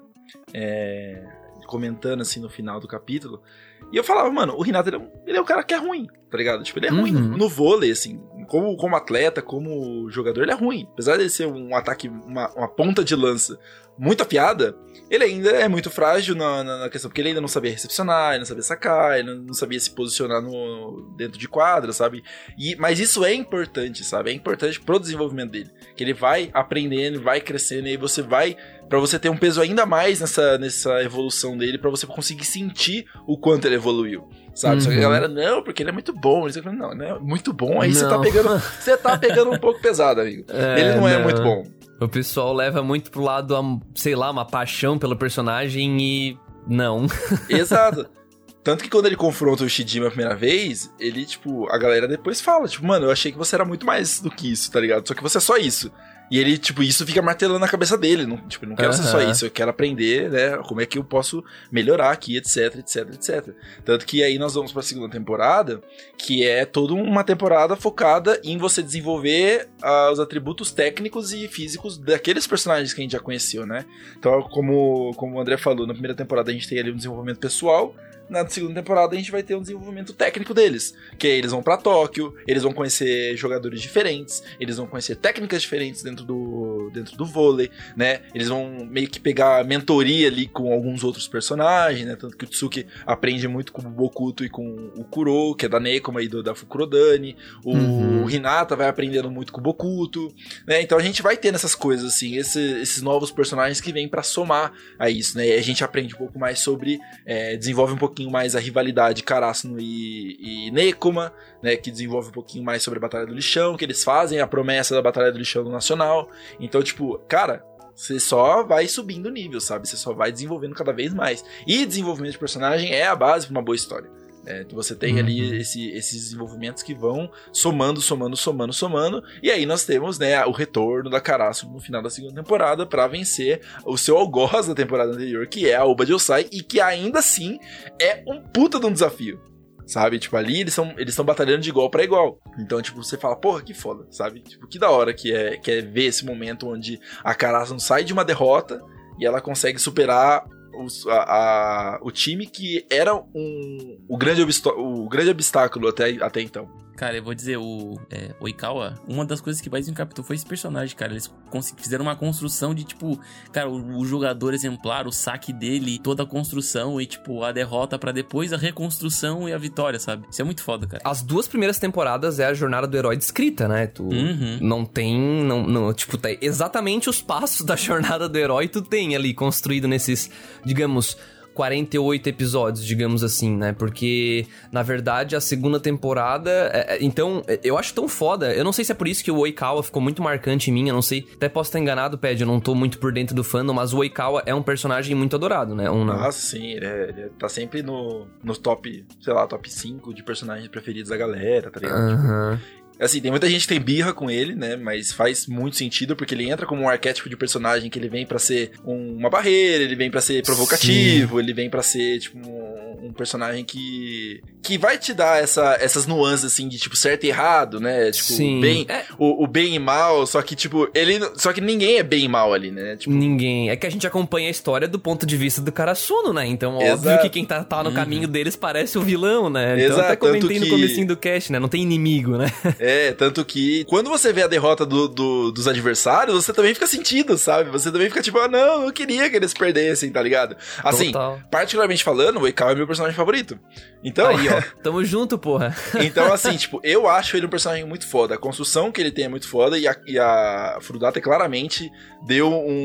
é, comentando assim no final do capítulo. E eu falava, mano, o Hinata ele é, um, ele é um cara que é ruim, tá ligado? Tipo, ele é ruim Uhum. no vôlei, assim. Como, como atleta, como jogador, ele é ruim. Apesar de ele ser um ataque, uma, uma ponta de lança muito afiada, ele ainda é muito frágil na, na, na questão, porque ele ainda não sabia recepcionar, ele não sabia sacar, ele não, não sabia se posicionar no, dentro de quadra, sabe? E, mas isso é importante, sabe? É importante pro desenvolvimento dele. Que ele vai aprendendo, vai crescendo, e aí você vai... Pra você ter um peso ainda mais nessa, nessa evolução dele, pra você conseguir sentir o quanto ele evoluiu, sabe? Uhum. Só que a galera, não, porque ele é muito bom. Eles falam, não, não é muito bom, aí não. você tá pegando você tá pegando um pouco pesado, amigo. É, ele não, não é muito bom. O pessoal leva muito pro lado, sei lá, uma paixão pelo personagem e... não. Exato. Tanto que quando ele confronta o Shijima a primeira vez, ele, tipo, a galera depois fala, tipo, mano, eu achei que você era muito mais do que isso, tá ligado? Só que você é só isso. E ele, tipo, isso fica martelando na cabeça dele. Não, tipo, não quero uhum. ser só isso, eu quero aprender, né? Como é que eu posso melhorar aqui, etc, etc, etcétera. Tanto que aí nós vamos pra segunda temporada, que é toda uma temporada focada em você desenvolver uh, os atributos técnicos e físicos daqueles personagens que a gente já conheceu, né? Então, como, como o André falou, na primeira temporada a gente tem ali um desenvolvimento pessoal. Na segunda temporada a gente vai ter um desenvolvimento técnico deles, que aí eles vão pra Tóquio, eles vão conhecer jogadores diferentes, eles vão conhecer técnicas diferentes dentro do, dentro do vôlei, né? Eles vão meio que pegar mentoria ali com alguns outros personagens, né? Tanto que o Tsuki aprende muito com o Bokuto e com o Kuro, que é da Nekoma e do, da Fukurodani. O uhum. Hinata vai aprendendo muito com o Bokuto, né? Então a gente vai tendo essas coisas, assim, esse, esses novos personagens que vêm pra somar a isso, né? E a gente aprende um pouco mais sobre, é, desenvolve um pouquinho mais a rivalidade Karasuno e, e Nekoma, né, que desenvolve um pouquinho mais sobre a Batalha do Lixão, que eles fazem a promessa da Batalha do Lixão no Nacional. Então, tipo, cara, você só vai subindo o nível, sabe? Você só vai desenvolvendo cada vez mais. E desenvolvimento de personagem é a base para uma boa história. É, você tem uhum. ali esse, esses desenvolvimentos que vão somando, somando, somando, somando. E aí nós temos, né, o retorno da Karasuno no final da segunda temporada pra vencer o seu algoz da temporada anterior, que é a Oba Josai, e que ainda assim é um puta de um desafio, sabe? Tipo, ali eles estão eles batalhando de igual pra igual. Então, tipo, você fala, porra, que foda, sabe? Tipo, que da hora que é, que é ver esse momento onde a Karasuno sai de uma derrota e ela consegue superar O, a, a, o time que era um, o, grande obstó- o grande obstáculo até, até então. Cara, eu vou dizer, o é, Oikawa, uma das coisas que mais me captou foi esse personagem, cara. Eles cons- fizeram uma construção de, tipo, cara, o, o jogador exemplar, o saque dele, toda a construção e, tipo, a derrota pra depois a reconstrução e a vitória, sabe? Isso é muito foda, cara. As duas primeiras temporadas é a jornada do herói descrita, né? Tu uhum. não tem, não, não, tipo, tá exatamente os passos da jornada do herói tu tem ali construído nesses, digamos, quarenta e oito episódios, digamos assim, né? Porque, na verdade, a segunda temporada... É, então, eu acho tão foda. Eu não sei se é por isso que o Oikawa ficou muito marcante em mim. Eu não sei... Até posso estar enganado, Ped. Eu não tô muito por dentro do fandom, mas o Oikawa é um personagem muito adorado, né? Um, Nossa, sim. Ele, é, ele tá sempre no, no top, sei lá, top cinco de personagens preferidos da galera, tá ligado? Aham. Uh-huh. Tipo, assim, tem muita gente que tem birra com ele, né? Mas faz muito sentido, porque ele entra como um arquétipo de personagem que ele vem pra ser um, uma barreira, ele vem pra ser provocativo, Sim. ele vem pra ser, tipo, um, um personagem que que vai te dar essa, essas nuances, assim, de, tipo, certo e errado, né? Tipo, Sim. Bem, é. o, o bem e mal, só que, tipo, ele... Só que ninguém é bem e mal ali, né? Tipo, ninguém. É que a gente acompanha a história do ponto de vista do Karasuno, né? Então, Exato. óbvio que quem tá, tá no uhum. caminho deles parece o vilão, né? Então, Exato. até comentei Tanto no que... comecinho do cast, né? Não tem inimigo, né? É, tanto que quando você vê a derrota do, do, dos adversários, você também fica sentido, sabe? Você também fica tipo, ah, não, eu queria que eles perdessem, tá ligado? Assim, Total. Particularmente falando, o Oikawa é meu personagem favorito. Então... Aí, ó, tamo junto, porra. Então, assim, tipo, eu acho ele um personagem muito foda. A construção que ele tem é muito foda e a, e a Furudata claramente deu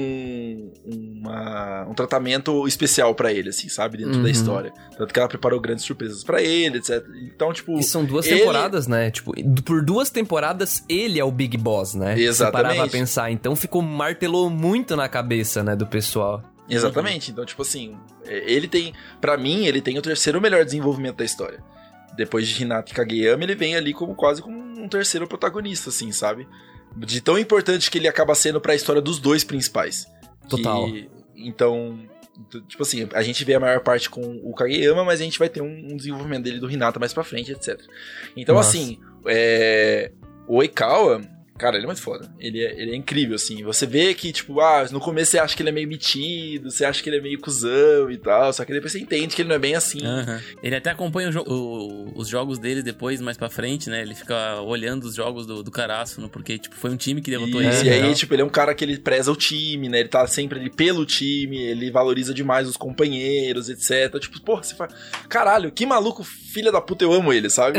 um, uma, um tratamento especial pra ele, assim, sabe? Dentro uhum. da história. Tanto que ela preparou grandes surpresas pra ele, etcétera. Então, tipo... E são duas ele... temporadas, né? Tipo, por duas temporadas ele é o Big Boss, né? Exatamente. Se parar pra pensar. Então ficou, martelou muito na cabeça, né, do pessoal. Exatamente. Então, tipo assim, ele tem... Pra mim, ele tem o terceiro melhor desenvolvimento da história. Depois de Hinata e Kageyama, ele vem ali como quase como um terceiro protagonista, assim, sabe? De tão importante que ele acaba sendo pra história dos dois principais. Total. Que, então, tipo assim, a gente vê a maior parte com o Kageyama, mas a gente vai ter um, um desenvolvimento dele do Hinata mais pra frente, etcétera. Então, Nossa. assim, é... o Oikawa... Cara, ele é muito foda. Ele é, ele é incrível, assim. Você vê que, tipo, ah, no começo você acha que ele é meio metido, você acha que ele é meio cuzão e tal, só que depois você entende que ele não é bem assim. Uhum. Ele até acompanha o jo- o, os jogos dele depois, mais pra frente, né? Ele fica olhando os jogos do, do Caraço, porque, tipo, foi um time que derrotou Isso, ele. E aí, tipo, ele é um cara que ele preza o time, né? Ele tá sempre ali pelo time, ele valoriza demais os companheiros, etcétera. Tipo, porra, você fala, caralho, que maluco, filha da puta, eu amo ele, sabe?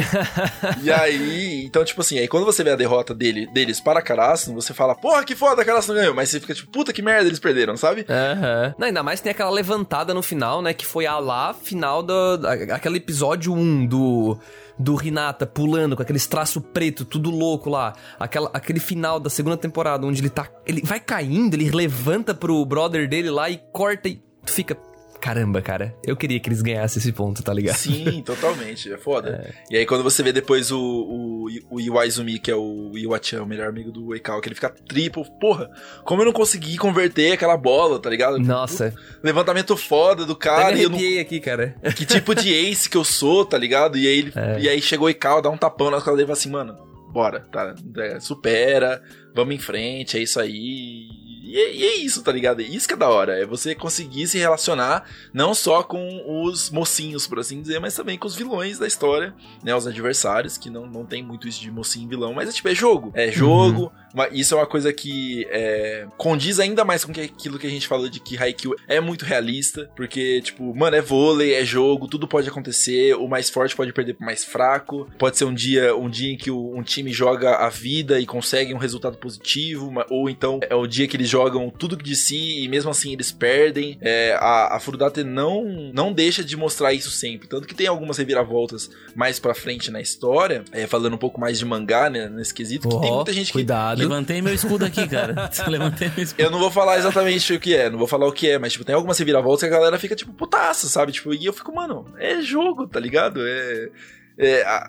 E aí, então, tipo assim, aí quando você vê a derrota dele, deles para Caraço, você fala, porra, que foda, Caraço não ganhou. Mas você fica tipo, puta que merda, eles perderam, sabe? Aham. Uhum. Ainda mais tem aquela levantada no final, né? Que foi a lá final do... Aquele episódio um do... Do Hinata pulando com aquele traço preto, tudo louco lá. Aquela, aquele final da segunda temporada, onde ele tá... Ele vai caindo, ele levanta pro brother dele lá e corta e fica... Caramba, cara, eu queria que eles ganhassem esse ponto, tá ligado? Sim, totalmente, é foda. É. E aí quando você vê depois o, o, o Iwaizumi, que é o Iwachan, o melhor amigo do Oikawa, que ele fica triplo, porra, como eu não consegui converter aquela bola, tá ligado? Nossa. Levantamento foda do cara. Até me arrepiei e eu não... aqui, cara. Que tipo de ace que eu sou, tá ligado? E aí, ele... é. e aí chegou o Oikawa, dá um tapão nas costas dele e fala assim, mano, bora, tá, supera, vamos em frente, é isso aí... E é, e é isso, tá ligado? É isso que é da hora. É você conseguir se relacionar não só com os mocinhos, por assim dizer, mas também com os vilões da história, né? Os adversários, que não, não tem muito isso de mocinho e vilão, mas é tipo, é jogo. É jogo. Uhum. Uma, isso é uma coisa que é, condiz ainda mais com que, aquilo que a gente falou de que Haikyuu é muito realista, porque, tipo, mano, é vôlei, é jogo, tudo pode acontecer, o mais forte pode perder pro mais fraco, pode ser um dia, um dia em que o, um time joga a vida e consegue um resultado positivo, ou então é o dia que eles jogam jogam tudo de si e mesmo assim eles perdem. É, a, a Furudate não, não deixa de mostrar isso sempre. Tanto que tem algumas reviravoltas mais pra frente na história, é, falando um pouco mais de mangá, né, nesse quesito, oh, que tem muita gente cuidado. que... Levantei meu escudo aqui, cara. Levantei meu escudo. Eu não vou falar exatamente o que é, não vou falar o que é, mas tipo, tem algumas reviravoltas que a galera fica tipo, putaça, sabe? Tipo, e eu fico, mano, é jogo, tá ligado? É... É, a,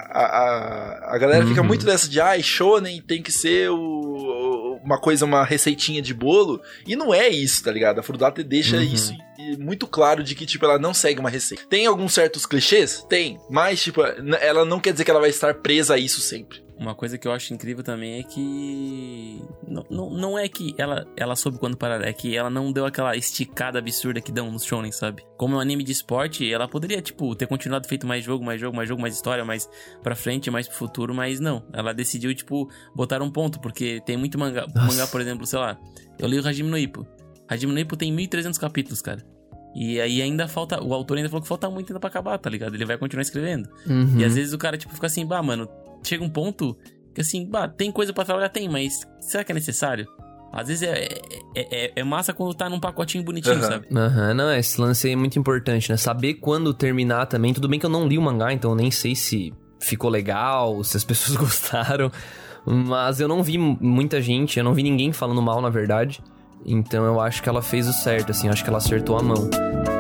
a, a galera uhum. fica muito dessa de, ai, ah, shonen tem que ser o, uma coisa, uma receitinha de bolo, e não é isso, tá ligado? A Furudate deixa uhum. isso muito claro de que, tipo, ela não segue uma receita. Tem alguns certos clichês? Tem, mas, tipo, ela não quer dizer que ela vai estar presa a isso sempre. Uma coisa que eu acho incrível também é que... Não, não, não é que ela, ela soube quando parar, é que ela não deu aquela esticada absurda que dão nos shonen, sabe? Como é um anime de esporte, ela poderia, tipo, ter continuado feito mais jogo, mais jogo, mais jogo, mais história, mais pra frente, mais pro futuro, mas não. Ela decidiu, tipo, botar um ponto, porque tem muito mangá, mangá, por exemplo, sei lá, eu li o Hajime no Ippo. Hajime no Ippo tem mil e trezentos capítulos, cara. E aí ainda falta... O autor ainda falou que falta muito ainda pra acabar, tá ligado? Ele vai continuar escrevendo. Uhum. E às vezes o cara, tipo, fica assim, bah, mano... Chega um ponto que assim, bah, tem coisa pra trabalhar? Tem, mas será que é necessário? Às vezes é, é, é, é massa quando tá num pacotinho bonitinho, uhum. sabe? Aham, uhum, não, esse lance aí é muito importante, né? Saber quando terminar também. Tudo bem que eu não li o mangá, então eu nem sei se ficou legal, se as pessoas gostaram. Mas eu não vi muita gente, eu não vi ninguém falando mal, na verdade. Então eu acho que ela fez o certo, assim, eu acho que ela acertou a mão.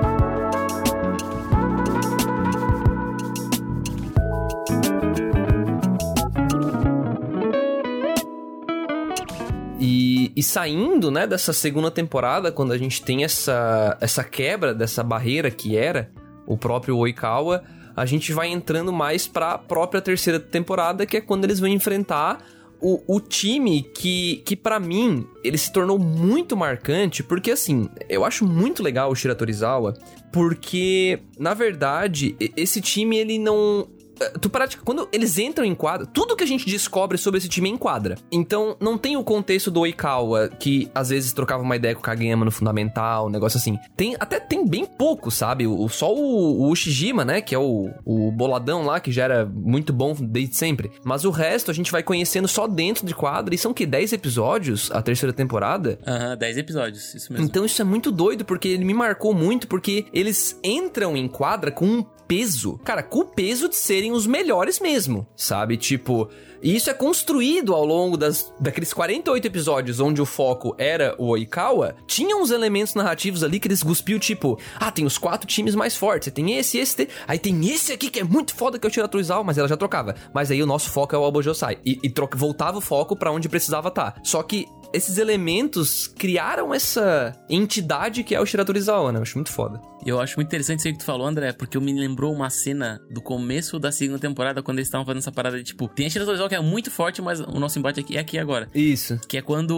E, e saindo, né, dessa segunda temporada, quando a gente tem essa, essa quebra dessa barreira que era o próprio Oikawa, a gente vai entrando mais pra própria terceira temporada, que é quando eles vão enfrentar o, o time que, que pra mim, ele se tornou muito marcante, porque assim, eu acho muito legal o Shira Torizawa, porque, na verdade, esse time, ele não... Tu pratica, quando eles entram em quadra, tudo que a gente descobre sobre esse time é em quadra. Então, não tem o contexto do Oikawa, que às vezes trocava uma ideia com o Kageyama no fundamental, um negócio assim. Tem, até tem bem pouco, sabe? O, só o, o Ushijima, né? Que é o, o boladão lá, que já era muito bom desde sempre. Mas o resto a gente vai conhecendo só dentro de quadra. E são o quê? dez episódios a terceira temporada? Aham, uhum, dez episódios, isso mesmo. Então isso é muito doido, porque ele me marcou muito, porque eles entram em quadra com um peso, cara, com o peso de serem os melhores mesmo, sabe? Tipo, e isso é construído ao longo das, daqueles quarenta e oito episódios onde o foco era o Oikawa. Tinha uns elementos narrativos ali que eles cuspiam, tipo, ah, tem os quatro times mais fortes, tem esse, esse, esse, aí tem esse aqui que é muito foda que eu tiro a Torizawa, mas ela já trocava. Mas aí o nosso foco é o Abojosai. E, e troca, voltava o foco pra onde precisava estar. Tá. Só que esses elementos criaram essa entidade que é o Shira Torizawa, né? Eu acho muito foda. Eu acho muito interessante isso aí que tu falou, André, porque me lembrou uma cena do começo da segunda temporada, quando eles estavam fazendo essa parada de, tipo, tem a Shira Torizawa que é muito forte, mas o nosso embate aqui é aqui agora. Isso. Que é quando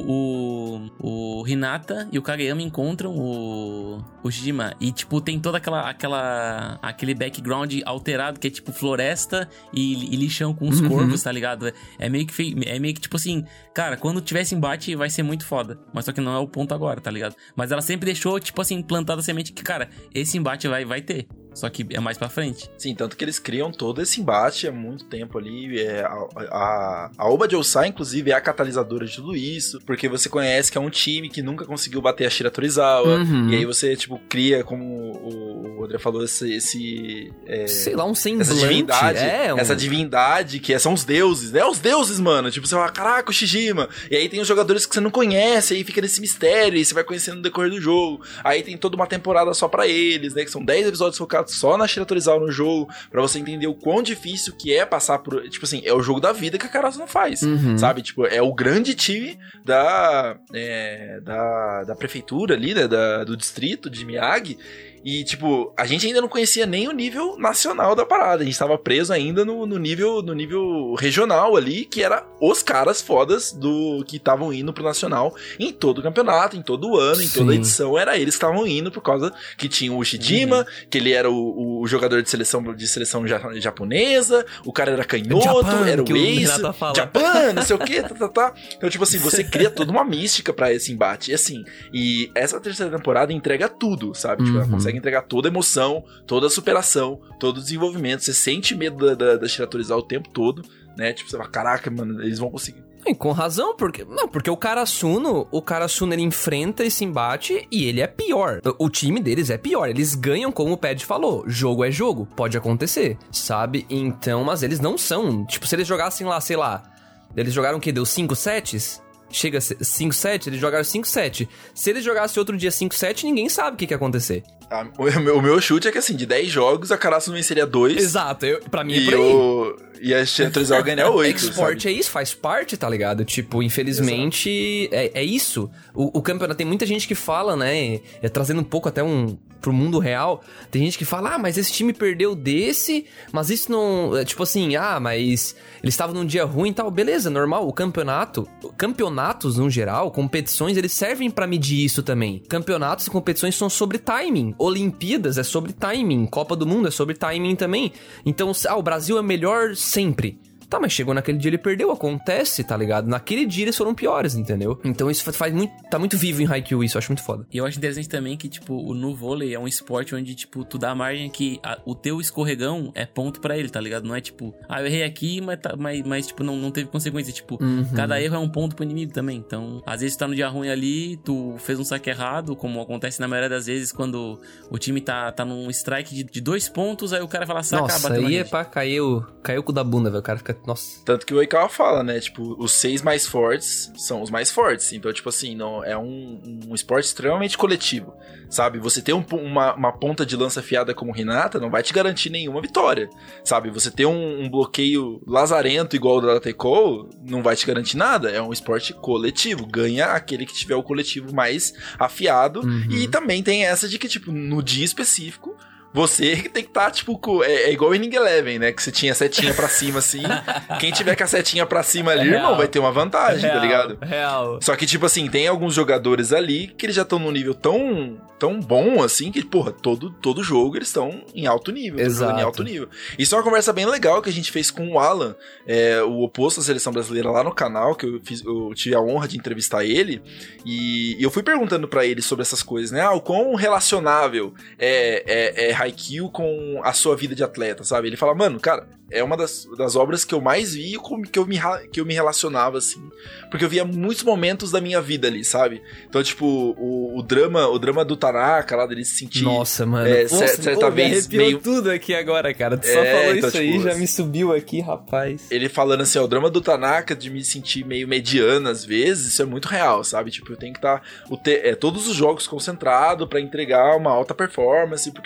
o, o, o Hinata e o Kageyama encontram o, o Shijima. E, tipo, tem toda aquela, aquela aquele background alterado, que é, tipo, floresta e, e lixão com os uhum. corvos, tá ligado? É meio que, fei, é meio que, tipo assim, cara, quando tiver esse embate vai ser muito foda. Mas só que não é o ponto agora, tá ligado? Mas ela sempre deixou, tipo assim, plantada a semente que, cara, esse embate vai, vai ter. Só que é mais pra frente. Sim, tanto que eles criam todo esse embate há muito tempo ali. É, a, a, a Oba Jousai, inclusive, é a catalisadora de tudo isso. Porque você conhece que é um time que nunca conseguiu bater a Shira Torizawa. Uhum. E aí você, tipo, cria, como o, o André falou, esse... esse é, sei lá, um semblante. Essa divindade. É, um... Essa divindade que são os deuses, né? Os deuses, mano. Tipo, você fala, caraca, o Shijima. E aí tem os jogadores que você não conhece. Aí fica nesse mistério. E você vai conhecendo no decorrer do jogo. Aí tem toda uma temporada só pra eles, né? Que são dez episódios focados só na Shira Torizawa no jogo, pra você entender o quão difícil que é passar por... Tipo assim, é o jogo da vida que a Karasu não faz, uhum. sabe? Tipo, é o grande time da, é, da, da prefeitura ali, né? Da, do distrito de Miyagi. E, tipo, a gente ainda não conhecia nem o nível nacional da parada. A gente tava preso ainda no, no, nível, no nível regional ali, que era os caras fodas do que estavam indo pro nacional em todo o campeonato, em todo o ano, em toda a edição. Era eles que estavam indo por causa que tinha o Shijima, uhum. que ele era o, o jogador de seleção, de seleção japonesa, o cara era canhoto, Japan, era o Ace, Japan, não sei o que, tá, tá, tá. Então, tipo assim, você cria toda uma mística pra esse embate. E assim, e essa terceira temporada entrega tudo, sabe? Tipo, uhum. ela consegue entregar toda a emoção, toda a superação, todo o desenvolvimento. Você sente medo da, da, da Shira Torizawa o tempo todo, né? Tipo, você fala, caraca, mano, eles vão conseguir. E com razão, porque... Não, porque o Karasuno, o Karasuno, ele enfrenta esse embate e ele é pior. O time deles é pior. Eles ganham, como o Pad falou. Jogo é jogo. Pode acontecer, sabe? Então, mas eles não são... Tipo, se eles jogassem lá, sei lá... Eles jogaram o quê? Deu cinco sets? Chega a cinco sete? Eles jogaram cinco sete. Se eles jogassem outro dia cinco sete, ninguém sabe o que, que ia acontecer. Ah, o, meu, o meu chute é que, assim, de dez jogos, a Karasuno venceria dois. Exato, eu, pra mim é e por aí. O, e a Shira Torizawa ganha oito. Export é isso, faz parte, tá ligado? Tipo, infelizmente, é, é isso. O, o campeonato, tem muita gente que fala, né, é, trazendo um pouco até um... pro mundo real, tem gente que fala, ah, mas esse time perdeu desse, mas isso não... É, tipo assim, ah, mas eles estavam num dia ruim e tal. Beleza, normal, o campeonato... Campeonatos, no geral, competições, eles servem pra medir isso também. Campeonatos e competições são sobre timing. Olimpíadas é sobre timing. Copa do Mundo é sobre timing também. Então, ah, o Brasil é melhor sempre. Tá, mas chegou naquele dia ele perdeu, acontece, tá ligado? Naquele dia eles foram piores, entendeu? Então isso faz muito... Tá muito vivo em Haikyuu isso, eu acho muito foda. E eu acho interessante também que, tipo, o no vôlei é um esporte onde, tipo, tu dá a margem que a, o teu escorregão é ponto pra ele, tá ligado? Não é tipo, ah, eu errei aqui, mas, tá, mas, mas tipo, não, não teve consequência. Tipo, uhum. cada erro é um ponto pro inimigo também. Então, às vezes tu tá no dia ruim ali, tu fez um saque errado, como acontece na maioria das vezes quando o time tá, tá num strike de, de dois pontos, aí o cara fala, saca, nossa, aí é pra cair o, cair o cu da bunda, velho. O cara fica, nossa... Tanto que o Oikawa fala, né? Tipo, os seis mais fortes são os mais fortes. Então, tipo assim, não, é um, um esporte extremamente coletivo, sabe? Você ter um, uma, uma ponta de lança afiada como Hinata não vai te garantir nenhuma vitória, sabe? Você ter um, um bloqueio lazarento igual o da Teiko não vai te garantir nada. É um esporte coletivo. Ganha aquele que tiver o coletivo mais afiado. Uhum. E também tem essa de que, tipo, no dia específico, você tem que estar, tá, tipo, é, é igual o Inning Eleven, né? Que você tinha a setinha pra cima, assim. Quem tiver com a setinha pra cima ali, é irmão, vai ter uma vantagem, real, tá ligado? Real. Só que, tipo assim, tem alguns jogadores ali que eles já estão num nível tão, tão bom, assim, que, porra, todo, todo jogo eles estão em alto nível. Exato. Em alto nível. Isso é uma conversa bem legal que a gente fez com o Alan, é, o oposto da seleção brasileira, lá no canal, que eu, fiz, eu tive a honra de entrevistar ele. E, e eu fui perguntando pra ele sobre essas coisas, né? Ah, o quão relacionável é, é, é Haikyuu com a sua vida de atleta, sabe? Ele fala, mano, cara, é uma das, das obras que eu mais vi que eu, me, que eu me relacionava, assim, porque eu via muitos momentos da minha vida ali, sabe? Então, tipo, o, o drama o drama do Tanaka, lá dele se sentir... Nossa, mano. É, Nossa, certa pô, vez... Me meio... tudo aqui agora, cara. Tu só é, falou então, isso tipo, aí, já me subiu aqui, rapaz. Ele falando assim, ó, o drama do Tanaka de me sentir meio mediano às vezes, isso é muito real, sabe? Tipo, eu tenho que estar... Tá, é, todos os jogos concentrados pra entregar uma alta performance, porque eu não posso deixar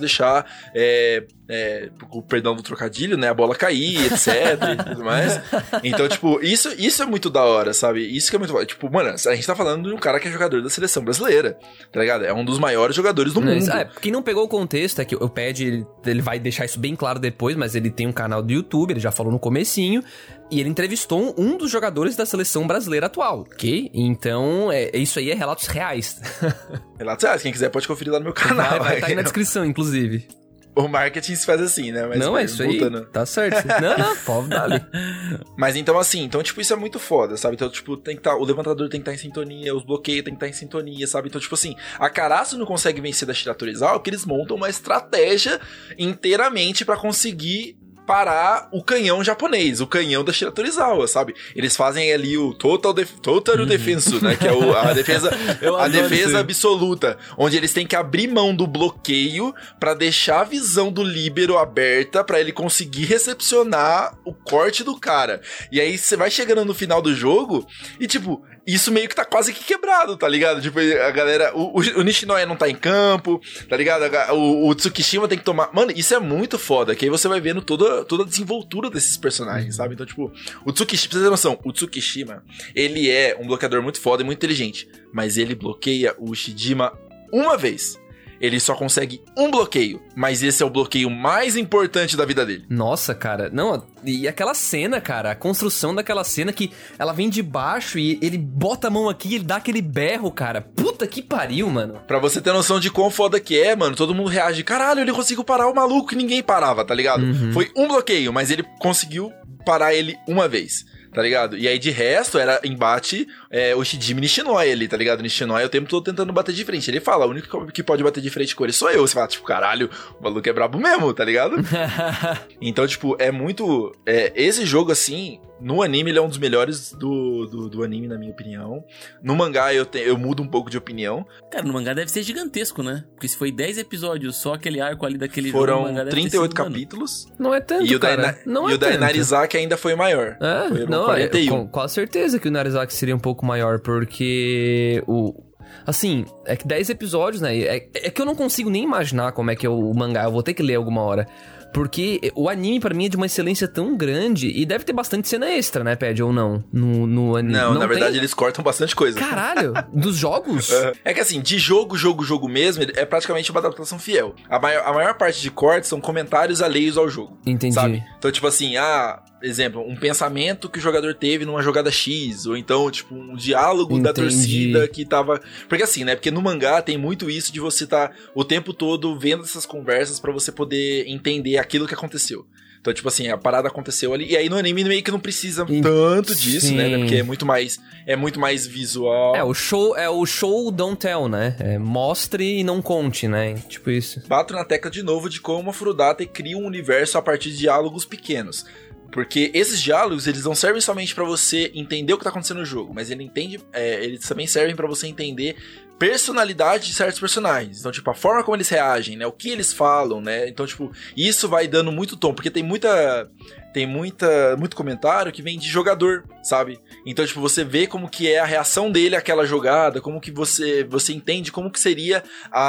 deixar, é, é, o perdão do trocadilho, né, a bola cair, etcétera e tudo mais. Então, tipo, isso, isso é muito da hora, sabe? Isso que é muito foda. Tipo, mano, a gente tá falando de um cara que é jogador da seleção brasileira, tá ligado? É um dos maiores jogadores do mas, mundo. É, quem não pegou o contexto é que o Pad, ele, ele vai deixar isso bem claro depois, mas ele tem um canal do YouTube, ele já falou no comecinho, e ele entrevistou um dos jogadores da seleção brasileira atual, ok? Então, é, isso aí é relatos reais. Relatos reais, quem quiser pode conferir lá no meu canal. Vai, vai estar tá aí na descrição, inclusive. O marketing se faz assim, né? Mas, não, é isso aí, tá certo. Não, não, pode dar ali. Mas então, assim, então, tipo, isso é muito foda, sabe? Então, tipo, tem que tá, o levantador tem que estar tá em sintonia, os bloqueios tem que estar tá em sintonia, sabe? Então, tipo assim, a Caraço não consegue vencer da Shira Torizawa porque eles montam uma estratégia inteiramente pra conseguir parar o canhão japonês, o canhão da Shira Torizawa, sabe? Eles fazem ali o total, def total uhum. defenso, né? Que é o, a defesa, a defesa absoluta, onde eles têm que abrir mão do bloqueio pra deixar a visão do líbero aberta pra ele conseguir recepcionar o corte do cara. E aí você vai chegando no final do jogo e, tipo, isso meio que tá quase que quebrado, tá ligado? Tipo, a galera... O, o, o Nishinoya não tá em campo, tá ligado? O, o Tsukishima tem que tomar... Mano, isso é muito foda, que aí você vai vendo toda, toda a desenvoltura desses personagens, sabe? Então, tipo, o Tsukishima... Pra você ter noção, o Tsukishima, ele é um bloqueador muito foda e muito inteligente, mas ele bloqueia o Ushijima uma vez. Ele só consegue um bloqueio, mas esse é o bloqueio mais importante da vida dele. Nossa, cara. Não, e aquela cena, cara, a construção daquela cena que ela vem de baixo e ele bota a mão aqui e ele dá aquele berro, cara. Puta que pariu, mano. Pra você ter noção de quão foda que é, mano, todo mundo reage. Caralho, ele conseguiu parar o maluco que ninguém parava, tá ligado? Uhum. Foi um bloqueio, mas ele conseguiu parar ele uma vez. Tá ligado? E aí, de resto, era embate é, o Shijimi Nishinoya ali, tá ligado? Nishinoya o tempo todo tentando bater de frente. Ele fala, o único que pode bater de frente com ele sou eu. Você fala, tipo, caralho, o maluco é brabo mesmo, tá ligado? Então, tipo, é muito... É, esse jogo, assim, no anime, ele é um dos melhores do, do, do anime, na minha opinião. No mangá, eu, te, eu mudo um pouco de opinião. Cara, no mangá deve ser gigantesco, né? Porque se foi dez episódios, só aquele arco ali daquele Foram jogo, Foram trinta e oito capítulos. Não é tanto, e o cara. Da, não e é o da Inarizaki ainda foi maior. É? Foi não, quarenta e um. É, com, com certeza que o Inarizaki seria um pouco maior, porque o... Assim, é que dez episódios, né? É, é que eu não consigo nem imaginar como é que é o mangá. Eu vou ter que ler alguma hora. Porque o anime, pra mim, é de uma excelência tão grande. E deve ter bastante cena extra, né, Pad? Ou não? No, no anime. Não, não na verdade, tem? eles cortam bastante coisa. Caralho! Dos jogos? É. é que assim, de jogo, jogo, jogo mesmo, é praticamente uma adaptação fiel. A maior, a maior parte de cortes são comentários alheios ao jogo. Entendi. Sabe? Então, tipo assim, ah... Exemplo, um pensamento que o jogador teve numa jogada X, ou então, tipo, um diálogo Entendi. da torcida que tava... Porque assim, né? Porque no mangá tem muito isso de você tá o tempo todo vendo essas conversas pra você poder entender aquilo que aconteceu. Então, tipo assim, a parada aconteceu ali. E aí no anime meio que não precisa e... tanto disso, né? Porque é muito mais é muito mais visual. É, o show é o show don't tell, né? É, mostre e não conte, né? Tipo isso. Bato na tecla de novo de como a Furudate cria um universo a partir de diálogos pequenos. Porque esses diálogos, eles não servem somente pra você entender o que tá acontecendo no jogo, mas ele entende, é, eles também servem pra você entender personalidade de certos personagens. Então, tipo, a forma como eles reagem, né? O que eles falam, né? Então, tipo, isso vai dando muito tom, porque tem muita... Tem muita, muito comentário que vem de jogador, sabe? Então, tipo, você vê como que é a reação dele àquela jogada, como que você, você entende como que seria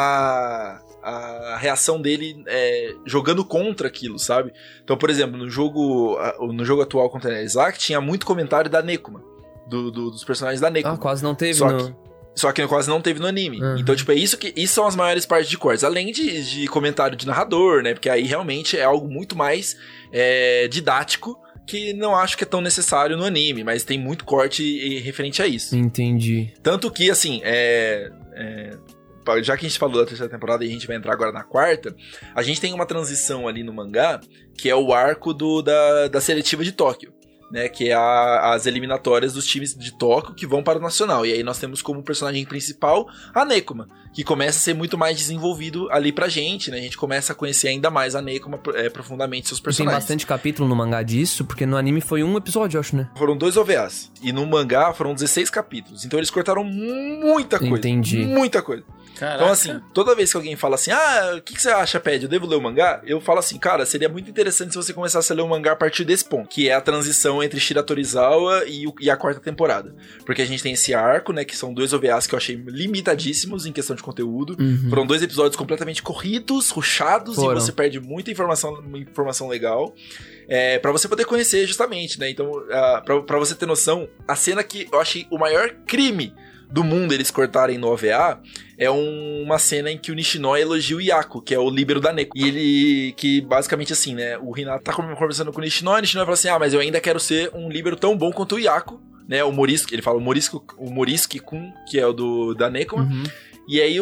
a... a reação dele é, jogando contra aquilo, sabe? Então, por exemplo, no jogo no jogo atual contra a Isaac, tinha muito comentário da Nekoma, do, do, dos personagens da Nekoma. Ah, quase não teve só no... Que, só que quase não teve no anime. Uhum. Então, tipo, é isso que isso são as maiores partes de cortes. Além de, de comentário de narrador, né? Porque aí realmente é algo muito mais é, didático, que não acho que é tão necessário no anime, mas tem muito corte referente a isso. Entendi. Tanto que, assim, é... é já que a gente falou da terceira temporada e a gente vai entrar agora na quarta, a gente tem uma transição ali no mangá, que é o arco do, da, da seletiva de Tóquio, né? Que é a, as eliminatórias dos times de Tóquio que vão para o Nacional. E aí nós temos como personagem principal a Nekoma, que começa a ser muito mais desenvolvido ali pra gente, né? A gente começa a conhecer ainda mais a Nekoma é, profundamente, seus personagens. Tem bastante capítulo no mangá disso, porque no anime foi um episódio, eu acho, né? Foram dois O V As. E no mangá foram dezesseis capítulos. Então eles cortaram muita coisa. Entendi. Muita coisa. Caraca. Então, assim, toda vez que alguém fala assim, ah, o que, que você acha, Ped? Eu devo ler o mangá? Eu falo assim, cara, seria muito interessante se você começasse a ler o mangá a partir desse ponto, que é a transição transição entre Shira Torizawa e, o, e a quarta temporada. Porque a gente tem esse arco, né, que são dois O V As que eu achei limitadíssimos em questão de conteúdo. Uhum. Foram dois episódios completamente corridos, rushados, Foram. e você perde muita informação, informação legal. É, pra você poder conhecer justamente, né? Então, uh, pra, pra você ter noção, a cena que eu achei o maior crime do mundo eles cortarem no O V A é um, uma cena em que o Nishinoya elogia o Yaku, que é o líbero da Neko. E ele, que basicamente assim, né, o Hinata tá conversando com o Nishinoya, o Nishinoya fala assim, ah, mas eu ainda quero ser um líbero tão bom quanto o Yaku, né, o Moriski, ele fala o Moriski, o Moriski-kun, que é o do, da Neko. Uhum. E aí o,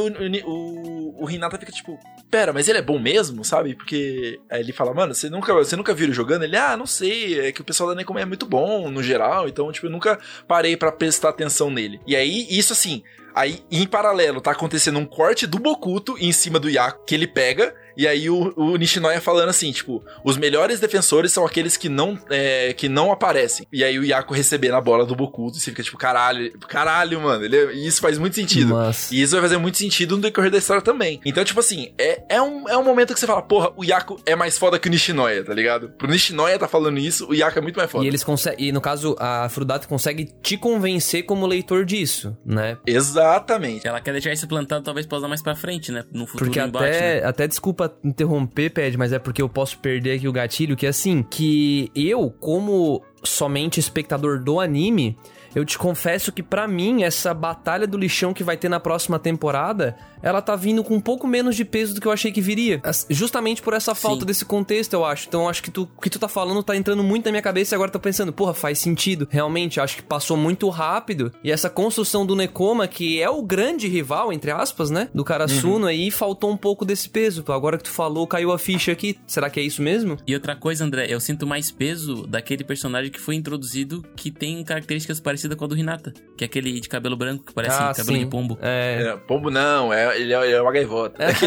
o, o Hinata fica tipo, pera, mas ele é bom mesmo, sabe? Porque aí ele fala, mano, você nunca, você nunca viu ele jogando? Ele, ah, não sei, é que o pessoal da Nekoma é muito bom no geral, então, tipo, eu nunca parei pra prestar atenção nele. E aí, isso assim, aí em paralelo tá acontecendo um corte do Bokuto em cima do Yaku, que ele pega, e aí o, o Nishinoya falando assim, tipo, os melhores defensores são aqueles que não, é, que não aparecem. E aí o Yaku recebendo a bola do Bokuto, e você fica tipo, caralho, caralho, mano, ele, e isso faz muito sentido. Nossa. E isso vai fazer muito sentido no decorrer da história também. Então, tipo assim, é, é, um, é um momento que você fala, porra, o Yaku é mais foda que o Nishinoya, tá ligado? Pro Nishinoya tá falando isso, o Yaku é muito mais foda. E eles conseguem, e no caso, a Furudata consegue te convencer como leitor disso, né? Exatamente. Ela quer deixar isso plantado talvez pra usar mais pra frente, né? No futuro porque embate, até, né? até desculpa interromper, Ped, mas é porque eu posso perder aqui o gatilho, que é assim, que eu, como somente espectador do anime, eu te confesso que pra mim, essa batalha do lixão que vai ter na próxima temporada, ela tá vindo com um pouco menos de peso do que eu achei que viria. Justamente por essa falta Sim. desse contexto, eu acho. Então, eu acho que tu, o que tu tá falando tá entrando muito na minha cabeça e agora tô pensando, porra, faz sentido. Realmente, acho que passou muito rápido. E essa construção do Nekoma, que é o grande rival, entre aspas, né? Do Karasuno, uhum. aí faltou um pouco desse peso. Agora que tu falou, caiu a ficha aqui. Será que é isso mesmo? E outra coisa, André, eu sinto mais peso daquele personagem que foi introduzido que tem características parecidas com a do Hinata, que é aquele de cabelo branco que parece ah, cabelo sim. de pombo. É... é... Pombo não, é, ele, é, ele é uma gaivota. É.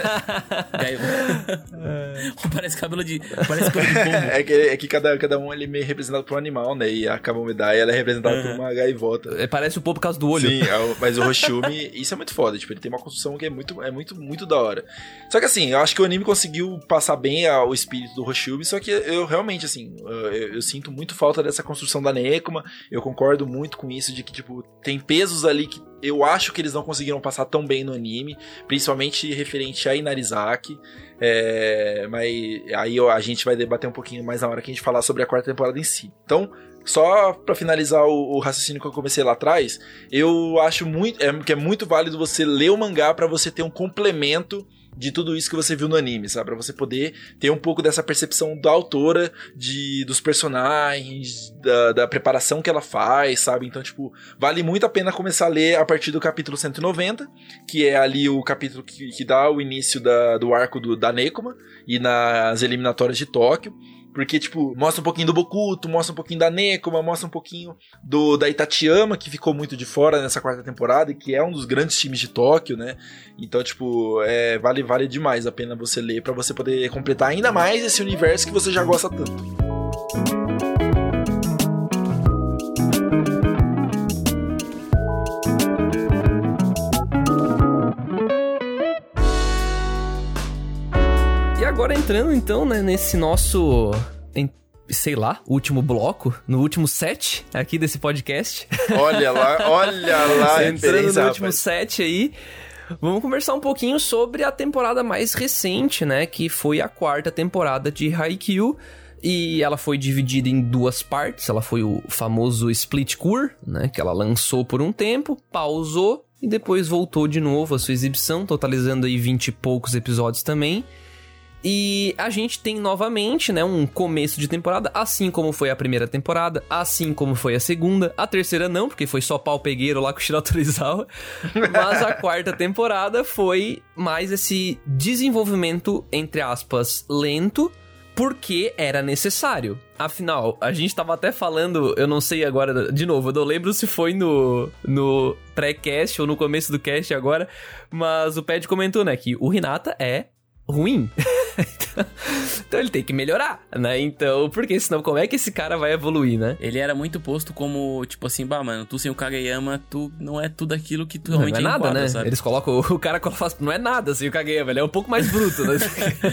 Gaivota. É. Parece cabelo de parece cabelo de pombo. É que, é que cada, cada um ele é meio representado por um animal, né? E a Kamomedaia ela é representada uhum. por uma gaivota. É, parece o pombo por causa do olho. Sim, é, mas o Hoshumi, isso é muito foda. Tipo, ele tem uma construção que é muito, é muito, muito da hora. Só que assim, eu acho que o anime conseguiu passar bem a, o espírito do Hoshumi, só que eu realmente, assim, eu, eu sinto muito falta dessa construção da Nekoma. Eu concordo muito com isso, de que, tipo, tem pesos ali que eu acho que eles não conseguiram passar tão bem no anime, principalmente referente a Inarizaki, é, mas aí a gente vai debater um pouquinho mais na hora que a gente falar sobre a quarta temporada em si. Então, só pra finalizar o, o raciocínio que eu comecei lá atrás, eu acho muito, é, que é muito válido você ler o mangá pra você ter um complemento de tudo isso que você viu no anime, sabe? Pra você poder ter um pouco dessa percepção da autora, de, dos personagens, da, da preparação que ela faz, sabe? Então, tipo, vale muito a pena começar a ler a partir do capítulo cento e noventa, que é ali o capítulo que, que dá o início da, do arco do, da Nekoma e nas eliminatórias de Tóquio. Porque, tipo, mostra um pouquinho do Bokuto, mostra um pouquinho da Nekoma, mostra um pouquinho do, da Itachiyama, que ficou muito de fora nessa quarta temporada, e que é um dos grandes times de Tóquio, né? Então, tipo, é, vale, vale demais a pena você ler pra você poder completar ainda mais esse universo que você já gosta tanto. Agora entrando então, né, nesse nosso, em, sei lá, último bloco, no último set aqui desse podcast. Olha lá, olha lá. Entrando no último set aí, vamos conversar um pouquinho sobre a temporada mais recente, né, que foi a quarta temporada de Haikyuu. E ela foi dividida em duas partes, ela foi o famoso Split Cour, né, que ela lançou por um tempo, pausou e depois voltou de novo a sua exibição, totalizando aí vinte e poucos episódios também. E a gente tem novamente, né, um começo de temporada, assim como foi a primeira temporada, assim como foi a segunda. A terceira não, porque foi só pau pegueiro lá com o Shira Torizawa. Mas a quarta temporada foi mais esse desenvolvimento, entre aspas, lento, porque era necessário. Afinal, a gente tava até falando, eu não sei agora, de novo, eu não lembro se foi no, no pré-cast ou no começo do cast agora, mas o Ped comentou, né, que o Hinata é ruim. Então ele tem que melhorar, né? Então, porque senão como é que esse cara vai evoluir, né? Ele era muito posto como, tipo assim, bah, mano, tu sem o Kageyama, tu não é tudo aquilo que tu realmente não, não é nada, enquadra, né? Sabe? Eles colocam, o cara fala, não é nada sem o Kageyama, ele é um pouco mais bruto, né?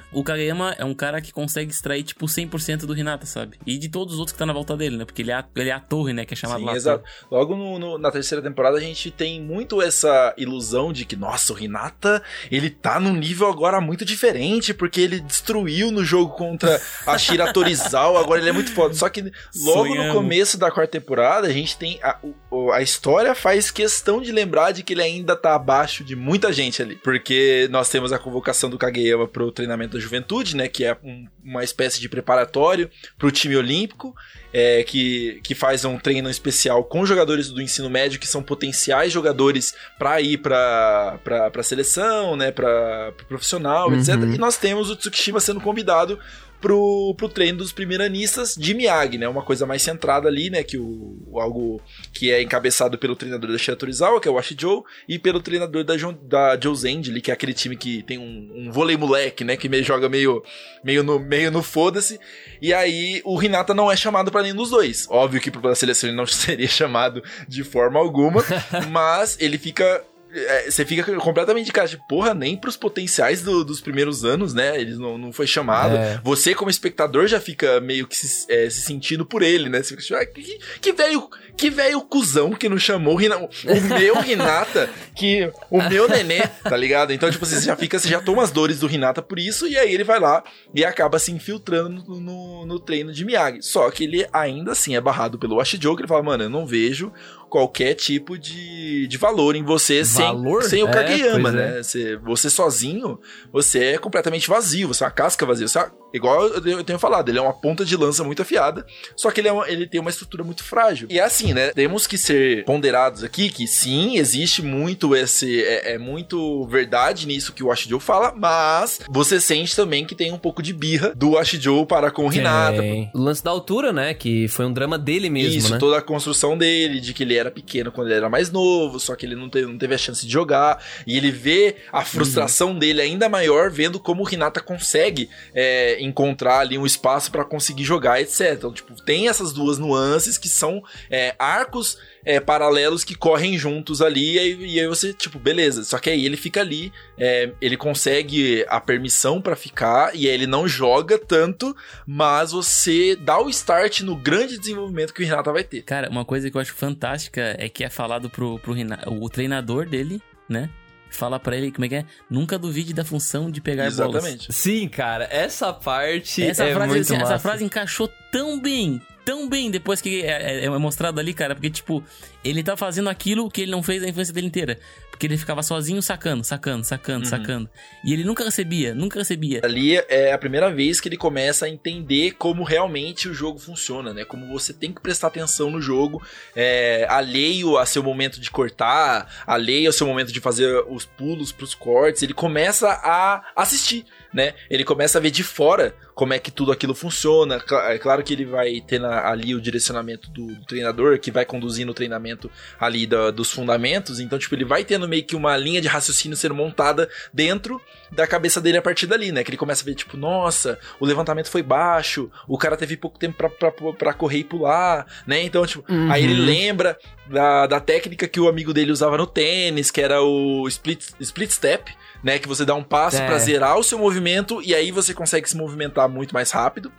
o Kageyama é um cara que consegue extrair, tipo, cem por cento do Hinata, sabe? E de todos os outros que tá na volta dele, né? Porque ele é a, ele é a torre, né? Que é chamado Sim, lá. Exato. Logo no, no, na terceira temporada a gente tem muito essa ilusão de que, nossa, o Hinata, ele tá num nível agora muito diferente, porque ele destruiu no jogo contra a Shira Torizawa, agora ele é muito foda. Só que logo Sonhamos. no começo da quarta temporada, a gente tem... A, a história faz questão de lembrar de que ele ainda tá abaixo de muita gente ali. Porque nós temos a convocação do Kageyama pro treinamento da juventude, né? Que é um, uma espécie de preparatório pro time olímpico, é, que, que faz um treino especial com jogadores do ensino médio, que são potenciais jogadores pra ir pra, pra, pra seleção, né? Pra, pro profissional, uhum. etcétera. E nós temos o Tsukishima sendo convidado Pro, pro treino dos primeiranistas de Miyagi, né? Uma coisa mais centrada ali, né? Que o, o algo que é encabeçado pelo treinador da Shira Torizawa, que é o Ashijou, e pelo treinador da, jo, da Jouzend, que é aquele time que tem um, um vôlei moleque, né? Que meio, joga meio, meio no, meio no foda-se. E aí o Hinata não é chamado pra nenhum dos dois. Óbvio que pra seleção ele não seria chamado de forma alguma, mas ele fica... É, você fica completamente de cara, tipo, porra, nem pros potenciais do, dos primeiros anos, né? Ele não, não foi chamado. É. Você, como espectador, já fica meio que se, é, se sentindo por ele, né? Você fica tipo, ah, que, que velho que velho cuzão que não chamou o, Hina, o meu Hinata, que o meu nenê, tá ligado? Então, tipo, você já fica, você já toma as dores do Hinata por isso, e aí ele vai lá e acaba se infiltrando no, no, no treino de Miyagi. Só que ele ainda assim é barrado pelo Ashijou, que ele fala, mano, eu não vejo qualquer tipo de, de valor em você valor? sem, sem o é, Kageyama, né? É. Você, você sozinho, você é completamente vazio, você é uma casca vazia. Você é, igual eu tenho falado, ele é uma ponta de lança muito afiada, só que ele, é uma, ele tem uma estrutura muito frágil. E é assim, né? Temos que ser ponderados aqui que sim, existe muito esse... É, é muito verdade nisso que o Ashijou fala, mas você sente também que tem um pouco de birra do Ashijou para com o Hinata. O lance da altura, né? Que foi um drama dele mesmo, Isso, né? toda a construção dele, de que ele era pequeno quando ele era mais novo, só que ele não teve, não teve a chance de jogar, e ele vê a frustração uhum. dele ainda maior, vendo como o Hinata consegue é, encontrar ali um espaço pra conseguir jogar, etcétera. Então, tipo, tem essas duas nuances que são é, arcos É, paralelos que correm juntos ali, e aí, e aí você, tipo, beleza, só que aí ele fica ali, é, ele consegue a permissão pra ficar, e aí ele não joga tanto, mas você dá o start no grande desenvolvimento que o Hinata vai ter. Cara, uma coisa que eu acho fantástica é que é falado pro, pro Hinata, o treinador dele, né? Fala pra ele, como é que é? Nunca duvide da função de pegar Exatamente. bolas. Sim, cara, essa parte essa é frase, muito assim, massa. Essa frase encaixou tão bem, tão bem depois que é, é, é mostrado ali, cara. Porque, tipo, ele tá fazendo aquilo que ele não fez a infância dele inteira. Porque ele ficava sozinho sacando, sacando, sacando, uhum. sacando. E ele nunca recebia, nunca recebia. Ali é a primeira vez que ele começa a entender como realmente o jogo funciona, né? Como você tem que prestar atenção no jogo, é, alheio a seu momento de cortar, alheio ao seu momento de fazer os pulos pros cortes. Ele começa a assistir, né? Ele começa a ver de fora como é que tudo aquilo funciona. É claro que ele vai ter na, ali o direcionamento do, do treinador, que vai conduzindo o treinamento ali da, dos fundamentos. Então, tipo, ele vai tendo meio que uma linha de raciocínio sendo montada dentro da cabeça dele a partir dali, né? Que ele começa a ver, tipo, nossa, o levantamento foi baixo, o cara teve pouco tempo pra, pra, pra correr e pular, né? Então, tipo, uhum. aí ele lembra da, da técnica que o amigo dele usava no tênis, que era o split, split step, né, que você dá um passo é. pra zerar o seu movimento, e aí você consegue se movimentar muito mais rápido.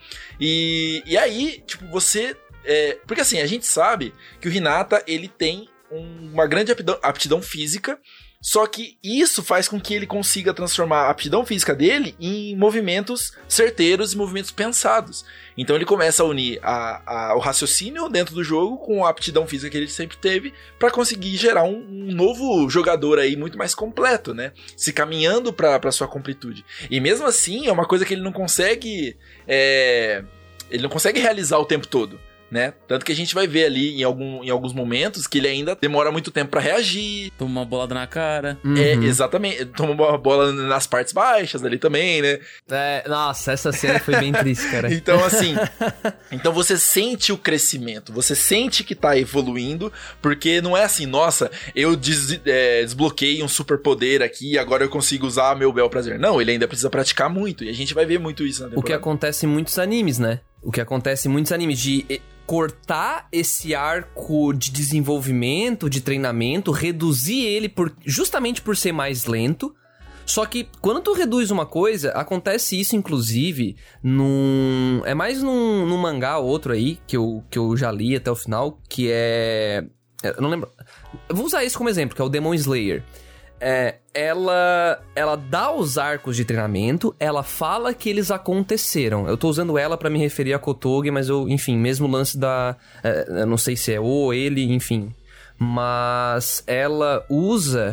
E, e aí, tipo, você... É, porque assim, a gente sabe que o Hinata, ele tem um, uma grande aptidão, aptidão física, só que isso faz com que ele consiga transformar a aptidão física dele em movimentos certeiros e movimentos pensados. Então ele começa a unir a, a, o raciocínio dentro do jogo com a aptidão física que ele sempre teve para conseguir gerar um, um novo jogador aí muito mais completo, né? Se caminhando para sua completude. E mesmo assim é uma coisa que ele não consegue é, ele não consegue realizar o tempo todo, né? Tanto que a gente vai ver ali em, algum, em alguns momentos que ele ainda demora muito tempo pra reagir. Toma uma bolada na cara. Uhum. É, exatamente. Toma uma bola nas partes baixas ali também, né? É, nossa, essa cena foi bem triste, cara. Então, assim... então você sente o crescimento, você sente que tá evoluindo, porque não é assim, nossa, eu des, é, desbloqueei um superpoder aqui e agora eu consigo usar meu bel prazer. Não, ele ainda precisa praticar muito, e a gente vai ver muito isso na temporada. O que acontece em muitos animes, né? O que acontece em muitos animes, de cortar esse arco de desenvolvimento, de treinamento, reduzir ele por, justamente por ser mais lento, Só que quando tu reduz uma coisa, acontece isso inclusive num... É mais num, num mangá outro aí, que eu, que eu já li até o final, que é... Eu não lembro... Eu vou usar esse como exemplo, que é o Demon Slayer. É, ela, ela dá os arcos de treinamento, ela fala que eles aconteceram. Eu tô usando ela pra me referir a Kotoge, mas eu, enfim, mesmo o lance da... É, eu não sei se é o, ele, enfim. Mas ela usa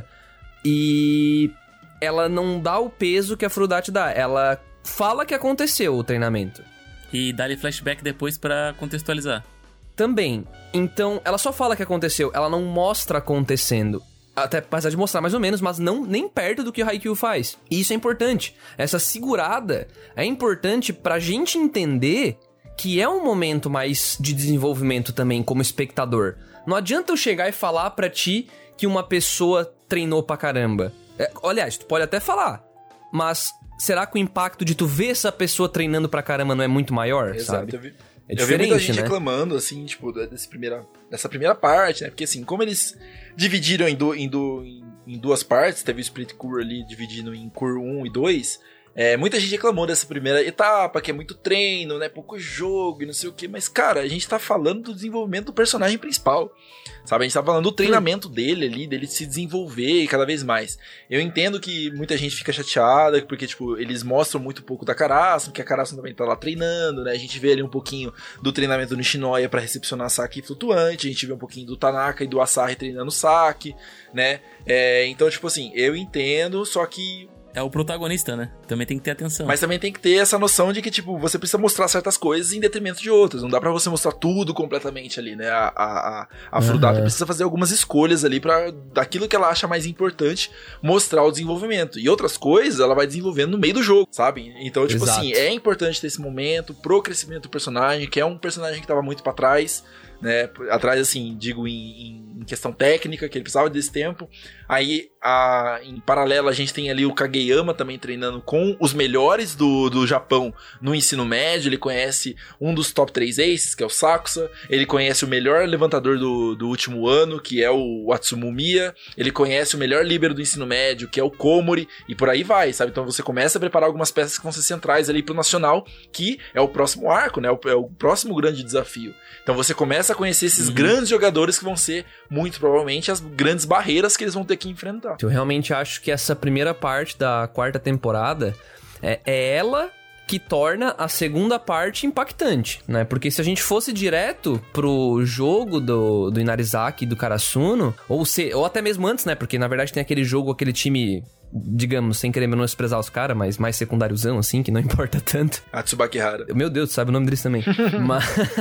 e ela não dá o peso que a Furudate dá. Ela fala que aconteceu o treinamento. E dá-lhe flashback depois pra contextualizar. Também. Então, ela só fala que aconteceu, ela não mostra acontecendo. Até apesar de mostrar mais ou menos, mas não nem perto do que o Haikyuu faz. E isso é importante. Essa segurada é importante pra gente entender que é um momento mais de desenvolvimento também como espectador. Não adianta eu chegar e falar pra ti que uma pessoa treinou pra caramba. É, aliás, tu pode até falar, mas será que o impacto de tu ver essa pessoa treinando pra caramba não é muito maior, Exato, sabe? Eu vi, é eu vi muita gente né? reclamando, assim, tipo, desse primeira, dessa primeira parte, né? Porque, assim, como eles dividiram em, do, em, do, em duas partes, teve o Split Core ali dividindo em Core um e dois... É, muita gente reclamou dessa primeira etapa, que é muito treino, né, pouco jogo e não sei o que, mas, cara, a gente tá falando do desenvolvimento do personagem principal, sabe? A gente tá falando do treinamento dele ali, dele se desenvolver cada vez mais. Eu entendo que muita gente fica chateada, porque, tipo, eles mostram muito pouco da Karasuno, que a Karasuno também tá lá treinando, né? A gente vê ali um pouquinho do treinamento do Nishinoya pra recepcionar saque flutuante, a gente vê um pouquinho do Tanaka e do Asahi treinando saque, né? É, então, tipo assim, eu entendo, só que... É o protagonista, né? Também tem que ter atenção. Mas também tem que ter essa noção de que, tipo, você precisa mostrar certas coisas em detrimento de outras. Não dá pra você mostrar tudo completamente ali, né? A, a, a, a Furudate uhum. precisa fazer algumas escolhas ali pra, daquilo que ela acha mais importante, mostrar o desenvolvimento. E outras coisas ela vai desenvolvendo no meio do jogo, sabe? Então, tipo Exato. assim, é importante ter esse momento pro crescimento do personagem, que é um personagem que tava muito pra trás, né? Atrás, assim, digo, em, em questão técnica, que ele precisava desse tempo. Aí, a, em paralelo, a gente tem ali o Kageyama também treinando com os melhores do, do Japão no ensino médio. Ele conhece um dos top três aces, que é o Sakusa. Ele conhece o melhor levantador do, do último ano, que é o Watsumomiya. Ele conhece o melhor líbero do ensino médio, que é o Komori. E por aí vai, sabe? Então você começa a preparar algumas peças que vão ser centrais ali pro Nacional, que é o próximo arco, né? É o próximo grande desafio. Então você começa a conhecer esses uhum. grandes jogadores que vão ser, muito provavelmente, as grandes barreiras que eles vão ter que enfrentar. Eu realmente acho que essa primeira parte da quarta temporada é, é ela que torna a segunda parte impactante, né? Porque se a gente fosse direto pro jogo do, do Inarizaki e do Karasuno, ou, se, ou até mesmo antes, né? Porque na verdade tem aquele jogo, aquele time... digamos, sem querer menosprezar os caras, mas mais secundáriozão, assim, que não importa tanto. A Tsubaki Hara. Meu Deus, sabe o nome deles também. mas,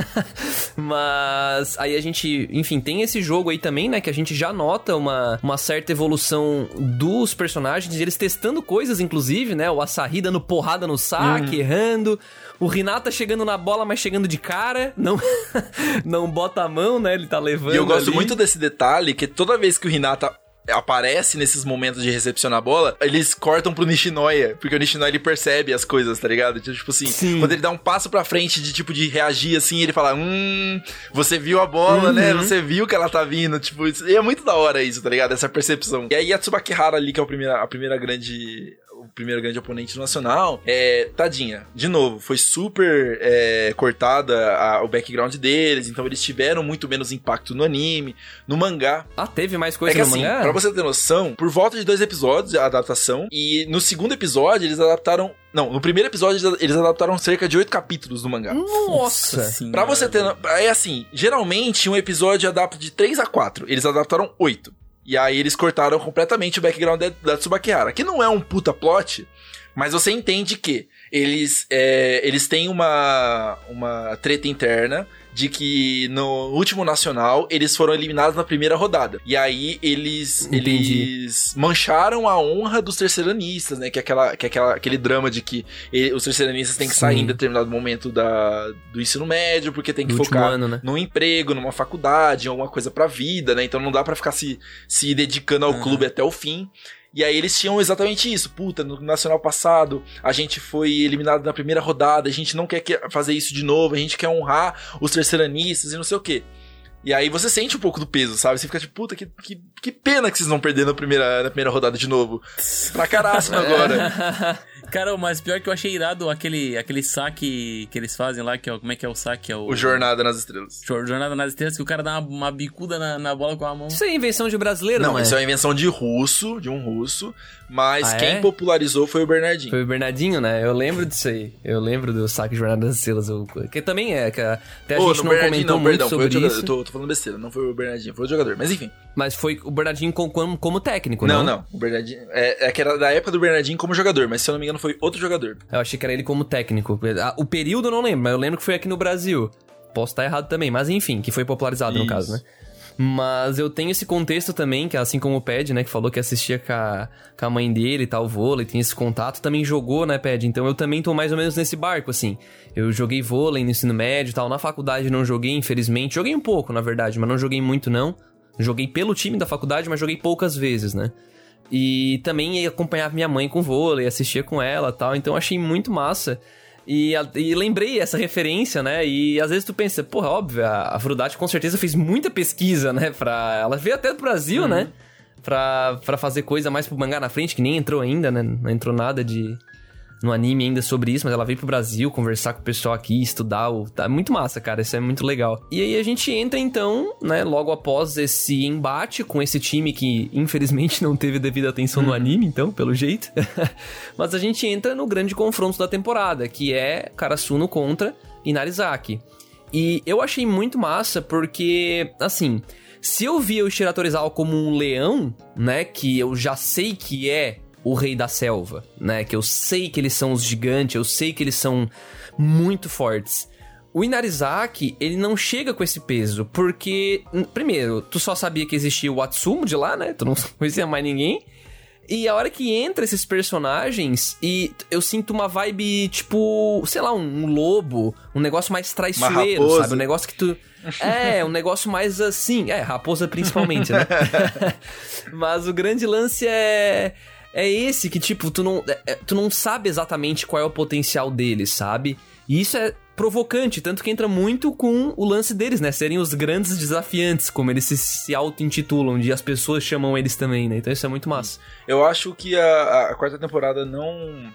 mas aí a gente, enfim, tem esse jogo aí também, né, que a gente já nota uma, uma certa evolução dos personagens, eles testando coisas, inclusive, né, o Asahi dando porrada no saque, uhum. errando, o Hinata chegando na bola, mas chegando de cara, não, não bota a mão, né, ele tá levando E eu gosto ali. muito desse detalhe, que toda vez que o Hinata aparece nesses momentos de recepcionar a bola, eles cortam pro Nishinoya, porque o Nishinoya ele percebe as coisas, tá ligado? Tipo assim, Sim. quando ele dá um passo pra frente de tipo de reagir assim, ele fala, hum, você viu a bola, uhum. né? Você viu que ela tá vindo, tipo, isso, e é muito da hora isso, tá ligado? Essa percepção. E aí a Tsubaki Hara ali, que é a primeira, a primeira grande... o primeiro grande oponente do Nacional, é, tadinha, de novo, foi super é, cortada a, o background deles, então eles tiveram muito menos impacto no anime, no mangá. Ah, teve mais coisa é que, no assim, mangá? Pra você ter noção, por volta de dois episódios a adaptação, e no segundo episódio eles adaptaram... Não, no primeiro episódio eles adaptaram cerca de oito capítulos do mangá. Nossa! Senhora. Pra você ter... É assim, geralmente um episódio adapta de três a quatro, eles adaptaram oito. E aí eles cortaram completamente o background da, da Tsubaki Hara, que não é um puta plot, mas você entende que eles, é, eles têm uma, uma treta interna de que no último Nacional eles foram eliminados na primeira rodada. E aí eles, eles mancharam a honra dos terceiranistas, né? Que é, aquela, que é aquela, aquele drama de que ele, os terceiranistas têm que Sim. sair em determinado momento da, do ensino médio, porque tem que no focar ano, né? num emprego, numa faculdade, em alguma coisa pra vida, né? Então não dá pra ficar se, se dedicando ao uhum. clube até o fim. E aí eles tinham exatamente isso. Puta, no Nacional passado, a gente foi eliminado na primeira rodada, a gente não quer fazer isso de novo, a gente quer honrar os terceiranistas e não sei o quê. E aí você sente um pouco do peso, sabe? Você fica tipo, puta, que, que, que pena que vocês vão perder na primeira, na primeira rodada de novo. Pra caralho agora. Cara, mas pior que eu achei irado aquele, aquele saque que eles fazem lá, que é, como é que é o saque? É o, o Jornada nas Estrelas. Jornada nas Estrelas, que o cara dá uma, uma bicuda na, na bola com a mão. Isso é invenção de brasileiro, não, não é? Isso é uma invenção de russo, de um russo, mas ah, quem é? popularizou foi o Bernardinho. Foi o Bernardinho, né? Eu lembro disso aí. Eu lembro do saque de Jornada nas Estrelas, que também é, que até a oh, gente não comentou não, muito perdão, sobre foi o isso. Eu tô, tô falando besteira, não foi o Bernardinho, foi o jogador, mas enfim. Mas foi o Bernardinho como, como técnico, não? Não, não, o Bernardinho, é, é que era da época do Bernardinho como jogador, mas se eu não me engano foi outro jogador. Eu achei que era ele como técnico. O período eu não lembro, mas eu lembro que foi aqui no Brasil. Posso estar errado também, mas enfim, que foi popularizado Isso. no caso, né? Mas eu tenho esse contexto também, que assim como o Ped, né, que falou que assistia com a, com a mãe dele e tal, vôlei, tem esse contato, também jogou, né, Ped? Então eu também tô mais ou menos nesse barco, assim. Eu joguei vôlei no ensino médio e tal, na faculdade não joguei, infelizmente. Joguei um pouco, na verdade, mas não joguei muito, não. Joguei pelo time da faculdade, mas joguei poucas vezes, né? E também acompanhava minha mãe com vôlei, assistia com ela e tal, então achei muito massa. E, e lembrei essa referência, né? E às vezes tu pensa, porra, óbvio, a, a Frudate com certeza fez muita pesquisa, né? Pra, ela veio até do Brasil, uhum. né? Pra, pra fazer coisa mais pro mangá na frente, que nem entrou ainda, né? Não entrou nada de... no anime ainda sobre isso, mas ela veio pro Brasil conversar com o pessoal aqui, estudar. O... Tá muito massa, cara, isso é muito legal. E aí a gente entra então, né, logo após esse embate com esse time que infelizmente não teve devida atenção no anime, então, pelo jeito. Mas a gente entra no grande confronto da temporada, que é Karasuno contra Inarizaki. E eu achei muito massa porque, assim, se eu via o Ishiro Torizawa como um leão, né, que eu já sei que é o rei da selva, né? Que eu sei que eles são os gigantes, eu sei que eles são muito fortes. O Inarizaki, ele não chega com esse peso, porque, primeiro, tu só sabia que existia o Atsumo de lá, né? Tu não conhecia mais ninguém. E a hora que entra esses personagens, e eu sinto uma vibe, tipo, sei lá, um, um lobo, um negócio mais traiçoeiro, sabe? Um negócio que tu... É, um negócio mais assim... É, raposa principalmente, né? Mas o grande lance é... É esse que, tipo, tu não, é, tu não sabe exatamente qual é o potencial deles, sabe? E isso é provocante, tanto que entra muito com o lance deles, né? Serem os grandes desafiantes, como eles se, se auto-intitulam, e as pessoas chamam eles também, né? Então isso é muito massa. Eu acho que a, a quarta temporada não,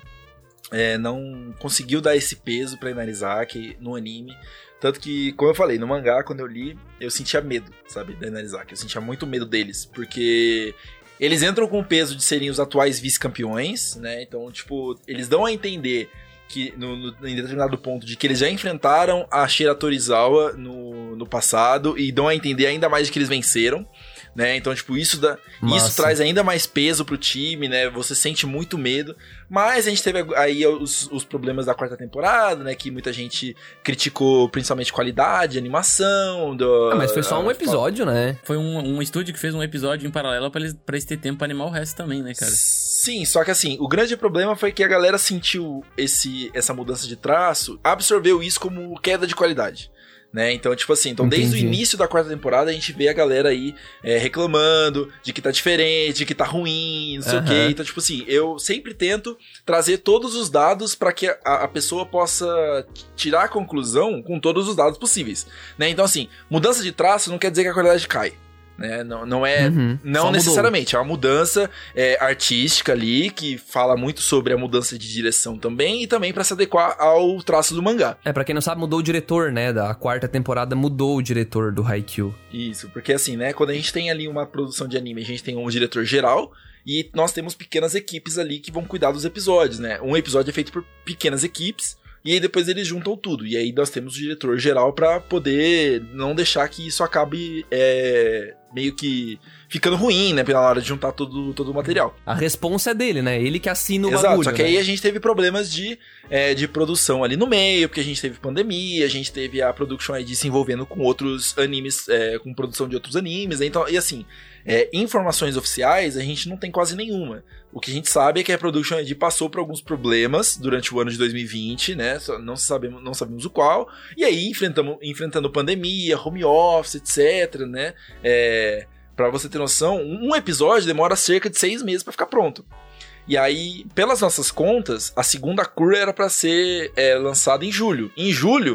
é, não conseguiu dar esse peso pra Inarizaki no anime. Tanto que, como eu falei, no mangá, quando eu li, eu sentia medo, sabe, da Inarizaki. Eu sentia muito medo deles, porque... Eles entram com o peso de serem os atuais vice-campeões, né? Então, tipo, eles dão a entender que, no, no, em determinado ponto, de que eles já enfrentaram a Shira Torizawa no, no passado e dão a entender ainda mais de que eles venceram, né? Então, tipo, isso, dá, isso traz ainda mais peso pro time, né? Você sente muito medo. Mas a gente teve aí os, os problemas da quarta temporada, né? Que muita gente criticou, principalmente qualidade, animação. Do, ah, mas foi só um episódio, né? Foi um, um estúdio que fez um episódio em paralelo pra eles, pra eles ter tempo pra animar o resto também, né, cara? Sim, só que assim, o grande problema foi que a galera sentiu esse, essa mudança de traço, absorveu isso como queda de qualidade. Né? Então, tipo assim, então desde Entendi. o início da quarta temporada a gente vê a galera aí é, reclamando de que tá diferente, de que tá ruim, não sei uhum. o quê. Então, tipo assim, eu sempre tento trazer todos os dados pra que a, a pessoa possa tirar a conclusão com todos os dados possíveis, né? Então, assim, mudança de traço não quer dizer que a qualidade cai. Né? Não, não é uhum, não necessariamente, mudou. É uma mudança é, artística ali, que fala muito sobre a mudança de direção também, e também pra se adequar ao traço do mangá. É, pra quem não sabe, mudou o diretor, né, da quarta temporada, mudou o diretor do Haikyuu. Isso, porque assim, né, quando a gente tem ali uma produção de anime, a gente tem um diretor geral, e nós temos pequenas equipes ali que vão cuidar dos episódios, né, um episódio é feito por pequenas equipes, e aí depois eles juntam tudo. E aí nós temos o diretor geral pra poder não deixar que isso acabe é, meio que ficando ruim, né? Na hora de juntar todo, todo o material. A responsa é dele, né? Ele que assina o Exato, bagulho. Só que né? aí a gente teve problemas de, é, de produção ali no meio, porque a gente teve pandemia, a gente teve a Production I D se envolvendo com outros animes, é, com produção de outros animes, né? Então, e assim... É, informações oficiais a gente não tem quase nenhuma. O que a gente sabe é que a Production I D passou por alguns problemas durante o ano de dois mil e vinte, né? Não sabemos, não sabemos o qual. E aí, enfrentamos, enfrentando pandemia, home office, etc, né? É, pra você ter noção, um episódio demora cerca de seis meses pra ficar pronto. E aí, pelas nossas contas, a segunda cura era pra ser é, lançada em julho. Em julho,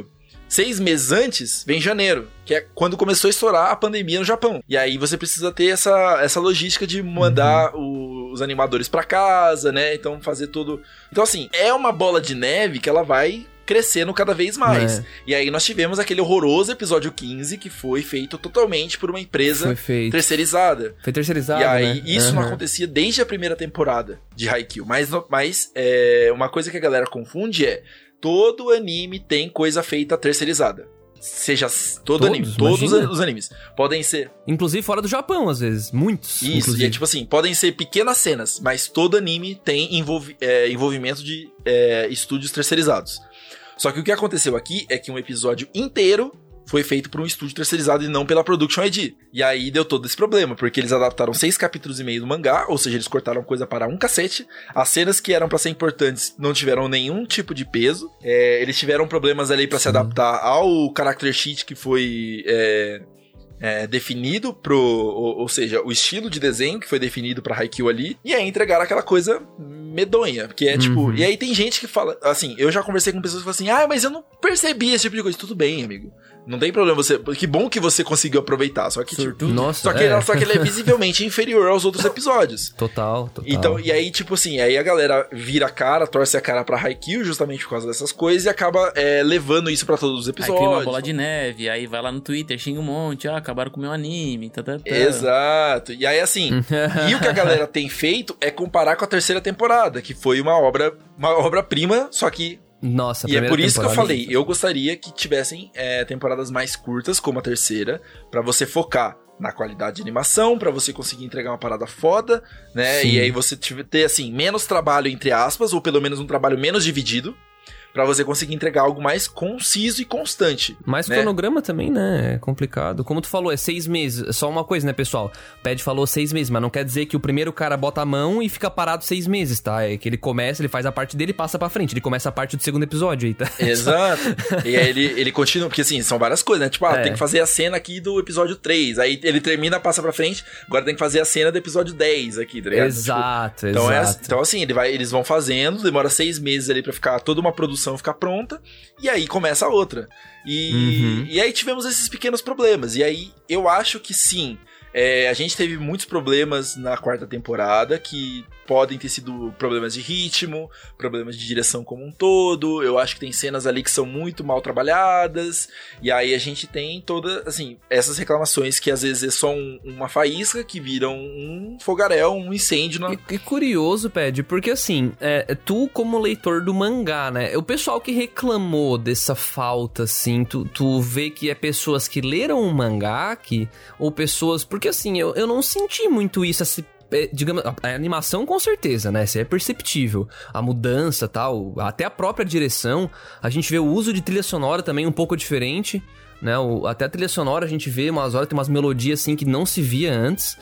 Seis meses antes, vem janeiro, que é quando começou a estourar a pandemia no Japão. E aí você precisa ter essa, essa logística de mandar uhum. os animadores pra casa, né? Então fazer tudo... Então assim, é uma bola de neve que ela vai crescendo cada vez mais. É. E aí nós tivemos aquele horroroso episódio quinze, que foi feito totalmente por uma empresa terceirizada. Foi terceirizado, E aí né? isso uhum. não acontecia desde a primeira temporada de Haikyuu. Mas, mas é, uma coisa que a galera confunde é... Todo anime tem coisa feita terceirizada. Seja todo todos, anime, todos imagina. Os animes. Podem ser... Inclusive fora do Japão, às vezes. Muitos. Isso, inclusive. e é tipo assim, podem ser pequenas cenas, mas todo anime tem envolvi- é, envolvimento de é, estúdios terceirizados. Só que o que aconteceu aqui é que um episódio inteiro foi feito por um estúdio terceirizado e não pela Production I D. E aí deu todo esse problema, porque eles adaptaram seis capítulos e meio do mangá, ou seja, eles cortaram coisa para um cacete. As cenas que eram pra ser importantes não tiveram nenhum tipo de peso. É, eles tiveram problemas ali pra Sim. se adaptar ao character sheet que foi... É, É, definido pro... Ou, ou seja, o estilo de desenho que foi definido pra Haikyuu ali. E aí entregaram aquela coisa medonha. Que é uhum. tipo... E aí tem gente que fala... Assim, eu já conversei com pessoas que falam assim... Ah, mas eu não percebi esse tipo de coisa. Tudo bem, amigo. Não tem problema você... Que bom que você conseguiu aproveitar. Só que, tipo, Nossa, só, que é. só que ele é visivelmente inferior aos outros episódios. Total, total. Então, e aí, tipo assim... Aí a galera vira a cara, torce a cara pra Haikyuu justamente por causa dessas coisas. E acaba é, levando isso pra todos os episódios. Aí cria uma bola de neve. Aí vai lá no Twitter, xinga um monte. Ah, acabaram com o meu anime. Tá, tá, tá. Exato. E aí, assim... e o que a galera tem feito é comparar com a terceira temporada. Que foi uma obra... Uma obra-prima, só que... Nossa, e é por isso que eu falei, eu gostaria que tivessem é, temporadas mais curtas, como a terceira, pra você focar na qualidade de animação, pra você conseguir entregar uma parada foda, né? Sim. E aí você ter, assim, menos trabalho, entre aspas, ou pelo menos um trabalho menos dividido, pra você conseguir entregar algo mais conciso e constante. Mais né? cronograma também, né? É complicado. Como tu falou, é seis meses. É só uma coisa, né, pessoal? O Ped falou seis meses, mas não quer dizer que o primeiro cara bota a mão e fica parado seis meses, tá? É que ele começa, ele faz a parte dele e passa pra frente. Ele começa a parte do segundo episódio aí, tá? Exato. E aí ele, ele continua, porque assim, são várias coisas, né? Tipo, ah, é. tem que fazer a cena aqui do episódio três. Aí ele termina, passa pra frente, agora tem que fazer a cena do episódio dez aqui, tá ligado? Exato, tipo, então exato. É, então assim, ele vai, eles vão fazendo, demora seis meses ali pra ficar toda uma produção ficar pronta. E aí começa a outra. E, uhum. e aí tivemos esses pequenos problemas. E aí eu acho que sim, é, a gente teve muitos problemas na quarta temporada que podem ter sido problemas de ritmo, problemas de direção como um todo. Eu acho que tem cenas ali que são muito mal trabalhadas. E aí a gente tem todas, assim, essas reclamações que às vezes é só um, uma faísca que viram um fogaréu, um incêndio. Na... E, e curioso, Ped, porque assim, é, tu como leitor do mangá, né? O pessoal que reclamou dessa falta, assim, tu, tu vê que é pessoas que leram o mangá, que, ou pessoas... Porque assim, eu, eu não senti muito isso, assim, É, digamos, a, a animação com certeza, né? Isso é perceptível. A mudança, tal, até a própria direção. A gente vê o uso de trilha sonora também um pouco diferente, né? O, até a trilha sonora a gente vê umas horas, tem umas melodias assim que não se via antes.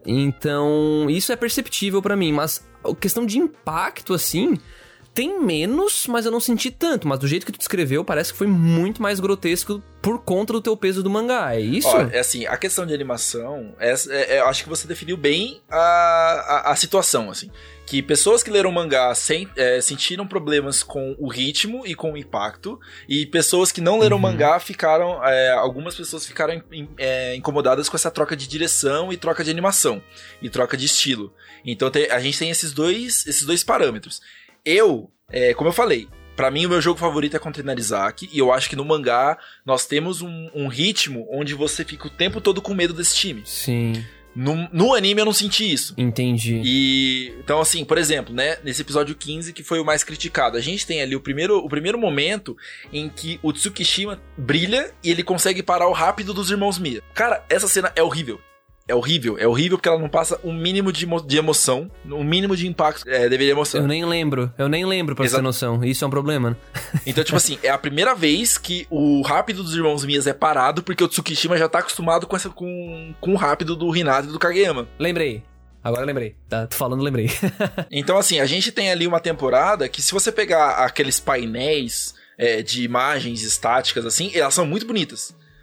Então, isso é perceptível pra mim. Mas a questão de impacto, assim... Tem menos, mas eu não senti tanto. Mas do jeito que tu descreveu, parece que foi muito mais grotesco por conta do teu peso do mangá. É isso? Ó, é assim, a questão de animação, é, é, é, eu acho que você definiu bem a, a, a situação, assim. Que pessoas que leram o mangá sem, é, sentiram problemas com o ritmo e com o impacto. E pessoas que não leram o uhum. mangá ficaram... É, algumas pessoas ficaram in, é, incomodadas com essa troca de direção e troca de animação. E troca de estilo. Então tem, a gente tem esses dois, esses dois parâmetros. Eu, é, como eu falei, pra mim o meu jogo favorito é contra Inarizaki, e eu acho que no mangá nós temos um, um ritmo onde você fica o tempo todo com medo desse time. Sim. No, no anime eu não senti isso. Entendi. E então assim, por exemplo, né, nesse episódio quinze que foi o mais criticado, a gente tem ali o primeiro, o primeiro momento em que o Tsukishima brilha e ele consegue parar o rápido dos irmãos Mia. Cara, essa cena é horrível. É horrível, é horrível porque ela não passa um mínimo de, emo- de emoção, um mínimo de impacto é, deveria mostrar. Eu nem lembro, eu nem lembro pra Exato. ter noção, isso é um problema, né? Então, tipo assim, é a primeira vez que o rápido dos irmãos Mias é parado porque o Tsukishima já tá acostumado com, essa, com, com o rápido do Hinata e do Kageyama. Lembrei. Agora lembrei, tá? Tô falando, lembrei. Então, assim, a gente tem ali uma temporada que se você pegar aqueles painéis é, de imagens estáticas, assim, elas são muito bonitas.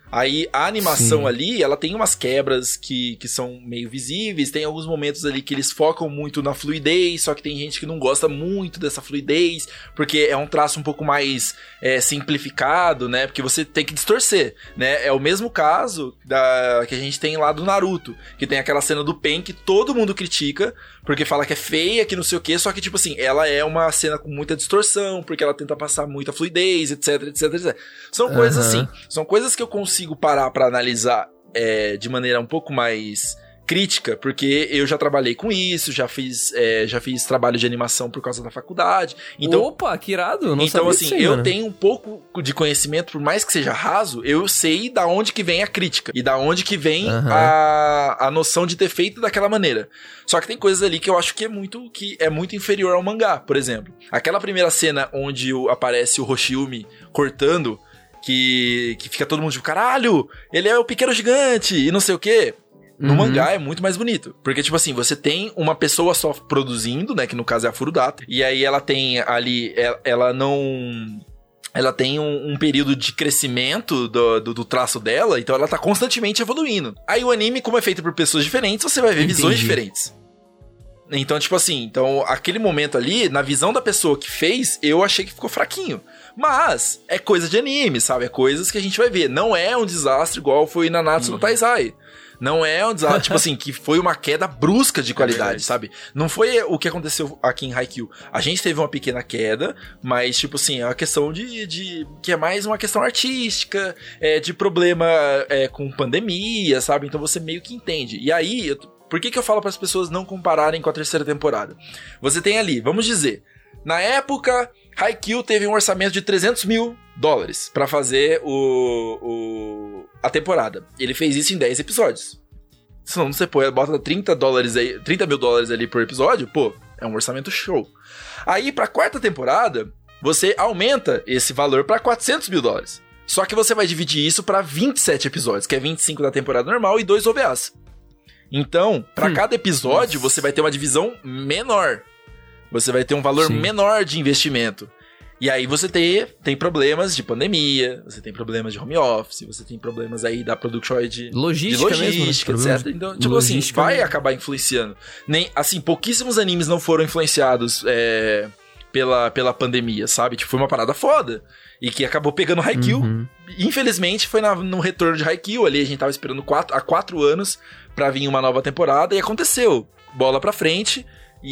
Aí a animação Sim. ali, ela tem umas quebras que, que são meio visíveis, tem alguns momentos ali que eles focam muito na fluidez, só que tem gente que não gosta muito dessa fluidez, porque é um traço um pouco mais é, simplificado, né? Porque você tem que distorcer, né? É o mesmo caso da, que a gente tem lá do Naruto, que tem aquela cena do Pen que todo mundo critica, porque fala que é feia, que não sei o que, só que, tipo assim, ela é uma cena com muita distorção, porque ela tenta passar muita fluidez, etc, etc, etcétera. São uhum. coisas assim, são coisas que eu consigo parar pra analisar é, de maneira um pouco mais crítica, porque eu já trabalhei com isso, já fiz, é, já fiz trabalho de animação por causa da faculdade. Então, opa, que irado! Não então, sabia assim, disso aí, eu mano. tenho um pouco de conhecimento, por mais que seja raso, eu sei da onde que vem a crítica e da onde que vem uhum. a, a noção de ter feito daquela maneira. Só que tem coisas ali que eu acho que é muito, que é muito inferior ao mangá, por exemplo. Aquela primeira cena onde o, aparece o Hoshiumi cortando, que, que fica todo mundo tipo, caralho, ele é o pequeno gigante e não sei o quê. No uhum. mangá é muito mais bonito. Porque, tipo assim, você tem uma pessoa só produzindo, né? Que no caso é a Furudata. E aí ela tem ali... Ela, ela não... Ela tem um, um período de crescimento do, do, do traço dela. Então ela tá constantemente evoluindo. Aí o anime, como é feito por pessoas diferentes, você vai ver Entendi. visões diferentes. Então, tipo assim... Então, aquele momento ali, na visão da pessoa que fez, eu achei que ficou fraquinho. Mas é coisa de anime, sabe? É coisas que a gente vai ver. Não é um desastre igual foi Nanatsu uhum. no Taizai. Não é um desastre, tipo assim, que foi uma queda brusca de qualidade, é sabe? Não foi o que aconteceu aqui em Haikyuu. A gente teve uma pequena queda, mas, tipo assim, é uma questão de... de que é mais uma questão artística, é, de problema é, com pandemia, sabe? Então você meio que entende. E aí, eu, por que que eu falo para as pessoas não compararem com a terceira temporada? Você tem ali, vamos dizer, na época, Haikyuu teve um orçamento de trezentos mil dólares pra fazer o, o, a temporada. Ele fez isso em dez episódios. Senão você põe, bota trinta dólares aí, trinta mil dólares ali por episódio, pô, é um orçamento show. Aí, pra quarta temporada, você aumenta esse valor pra quatrocentos mil dólares. Só que você vai dividir isso pra vinte e sete episódios, que é vinte e cinco da temporada normal e dois O V As. Então, pra hum. cada episódio, Nossa. você vai ter uma divisão menor. Você vai ter um valor Sim. menor de investimento. E aí você tem, tem problemas de pandemia, você tem problemas de home office, você tem problemas aí da production de logística, de logística mesmo, né? etcétera. Então, tipo assim, vai mesmo. acabar influenciando. Nem, assim, pouquíssimos animes não foram influenciados é, pela, pela pandemia, sabe? Tipo, foi uma parada foda. E que acabou pegando Haikyuu. Uhum. Infelizmente, foi na, no retorno de Haikyuu ali. A gente tava esperando quatro, há quatro anos pra vir uma nova temporada. E aconteceu. Bola pra frente.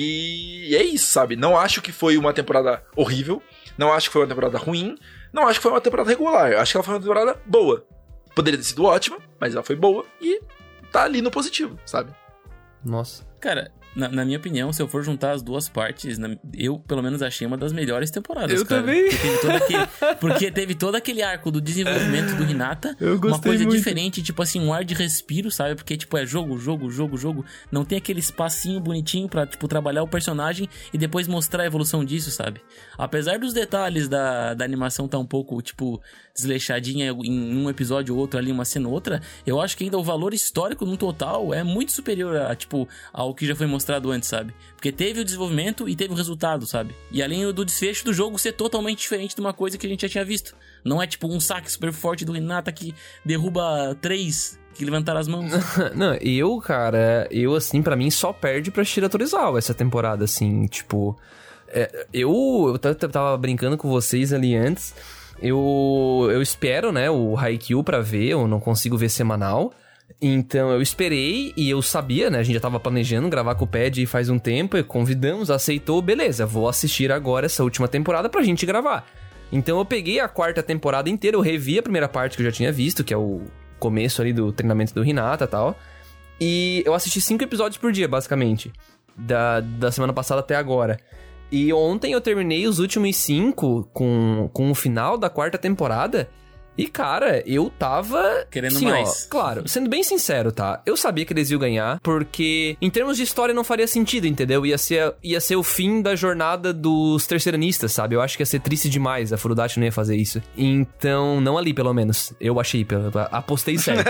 E é isso, sabe? Não acho que foi uma temporada horrível. Não acho que foi uma temporada ruim. Não acho que foi uma temporada regular. Acho que ela foi uma temporada boa. Poderia ter sido ótima, mas ela foi boa. E tá ali no positivo, sabe? Nossa. Cara, na, na minha opinião, se eu for juntar as duas partes, na, eu, pelo menos, achei uma das melhores temporadas, eu cara. também. Porque teve, todo aquele, porque teve todo aquele arco do desenvolvimento do Hinata. Eu gostei uma coisa muito. diferente, tipo assim, um ar de respiro, sabe? Porque, tipo, é jogo, jogo, jogo, jogo. Não tem aquele espacinho bonitinho pra, tipo, trabalhar o personagem e depois mostrar a evolução disso, sabe? Apesar dos detalhes da, da animação tá um pouco, tipo, desleixadinha em um episódio ou outro ali, uma cena ou outra, eu acho que ainda o valor histórico no total é muito superior a, tipo, ao que já foi mostrado antes, sabe? Porque teve o desenvolvimento e teve o resultado, sabe? E além do desfecho do jogo ser totalmente diferente de uma coisa que a gente já tinha visto. Não é tipo um saque super forte do Hinata que derruba três que levantaram as mãos. Não, eu, cara, eu assim, pra mim só perde pra Shira Torizawa essa temporada, assim, tipo... É, eu, eu tava brincando com vocês ali antes, eu, eu espero, né, o Haikyuu pra ver, eu não consigo ver semanal. Então eu esperei e eu sabia, né? A gente já tava planejando gravar com o Pad faz um tempo, e convidamos, aceitou, beleza, vou assistir agora essa última temporada pra gente gravar. Então eu peguei a quarta temporada inteira, eu revi a primeira parte que eu já tinha visto, que é o começo ali do treinamento do Hinata e tal. E eu assisti cinco episódios por dia, basicamente, da, da semana passada até agora. E ontem eu terminei os últimos cinco com, com o final da quarta temporada. E, cara, eu tava... Querendo assim, mais. Ó, claro, sendo bem sincero, tá? Eu sabia que eles iam ganhar, porque em termos de história não faria sentido, entendeu? Ia ser, ia ser o fim da jornada dos terceiranistas, sabe? Eu acho que ia ser triste demais, a Furudate não ia fazer isso. Então, não ali, pelo menos. Eu achei, apostei certo.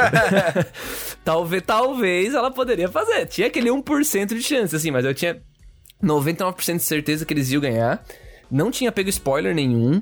talvez, talvez ela poderia fazer. Tinha aquele um por cento de chance, assim, mas eu tinha noventa e nove por cento de certeza que eles iam ganhar. Não tinha pego spoiler nenhum.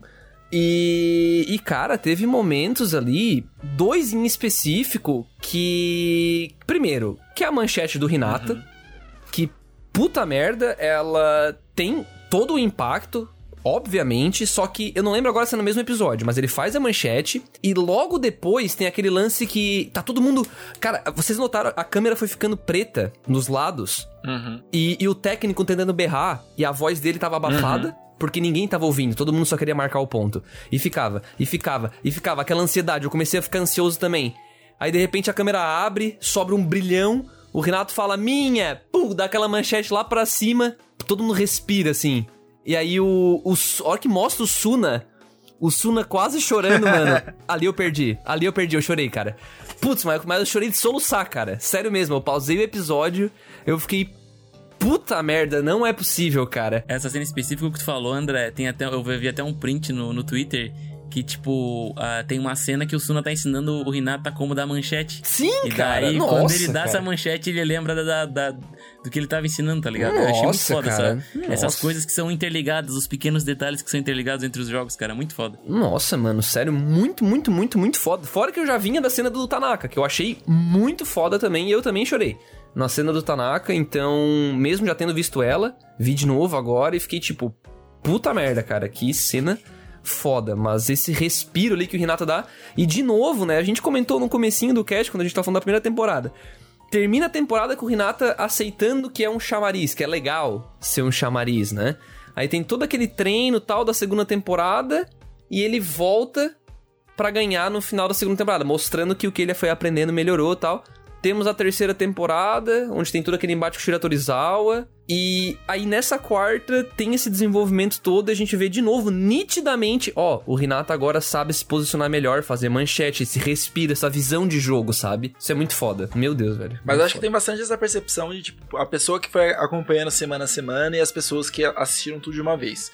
E, e, cara, teve momentos ali, dois em específico, que... Primeiro, que é a manchete do Hinata, uhum. que, puta merda, ela tem todo o impacto, obviamente, só que eu não lembro agora se é no mesmo episódio, mas ele faz a manchete e logo depois tem aquele lance que tá todo mundo... Cara, vocês notaram, a câmera foi ficando preta nos lados uhum. e, e o técnico tentando berrar e a voz dele tava abafada. Uhum. Porque ninguém tava ouvindo, todo mundo só queria marcar o ponto. E ficava, e ficava, e ficava. Aquela ansiedade, eu comecei a ficar ansioso também. Aí, de repente, a câmera abre, sobra um brilhão, o Renato fala, minha! Pum, dá aquela manchete lá pra cima, todo mundo respira, assim. E aí, o, o, a hora que mostra o Suna, o Suna quase chorando, mano. Ali eu perdi, ali eu perdi, eu chorei, cara. Putz, mas, mas eu chorei de soluçar, cara. Sério mesmo, eu pausei o episódio, eu fiquei... Puta merda, não é possível, cara. Essa cena específica que tu falou, André, tem até, eu vi até um print no, no Twitter que, tipo, uh, tem uma cena que o Suna tá ensinando o Hinata como dar manchete. Sim, e cara. daí, Nossa, quando ele dá cara. essa manchete, ele lembra da, da, da, do que ele tava ensinando, tá ligado? Nossa, eu achei muito foda cara. essa, essas coisas que são interligadas, os pequenos detalhes que são interligados entre os jogos, cara. Muito foda. Nossa, mano, sério, muito, muito, muito, muito foda. Fora que eu já vinha da cena do Tanaka, que eu achei muito foda também, e eu também chorei na cena do Tanaka, então, mesmo já tendo visto ela, vi de novo agora e fiquei tipo, puta merda, cara, que cena foda, mas esse respiro ali que o Hinata dá, e de novo, né, a gente comentou no comecinho do cast, quando a gente tá falando da primeira temporada, termina a temporada com o Hinata aceitando que é um chamariz, que é legal ser um chamariz, né, aí tem todo aquele treino tal da segunda temporada, e ele volta pra ganhar no final da segunda temporada, mostrando que o que ele foi aprendendo melhorou e tal. Temos a terceira temporada, onde tem todo aquele embate com o Shira Torizawa. E aí nessa quarta tem esse desenvolvimento todo e a gente vê de novo, nitidamente, ó, o Hinata agora sabe se posicionar melhor, fazer manchete, se respira, essa visão de jogo, sabe? Isso é muito foda. Meu Deus, velho. Mas eu acho foda. Que tem bastante essa percepção de, tipo, a pessoa que foi acompanhando semana a semana e as pessoas que assistiram tudo de uma vez.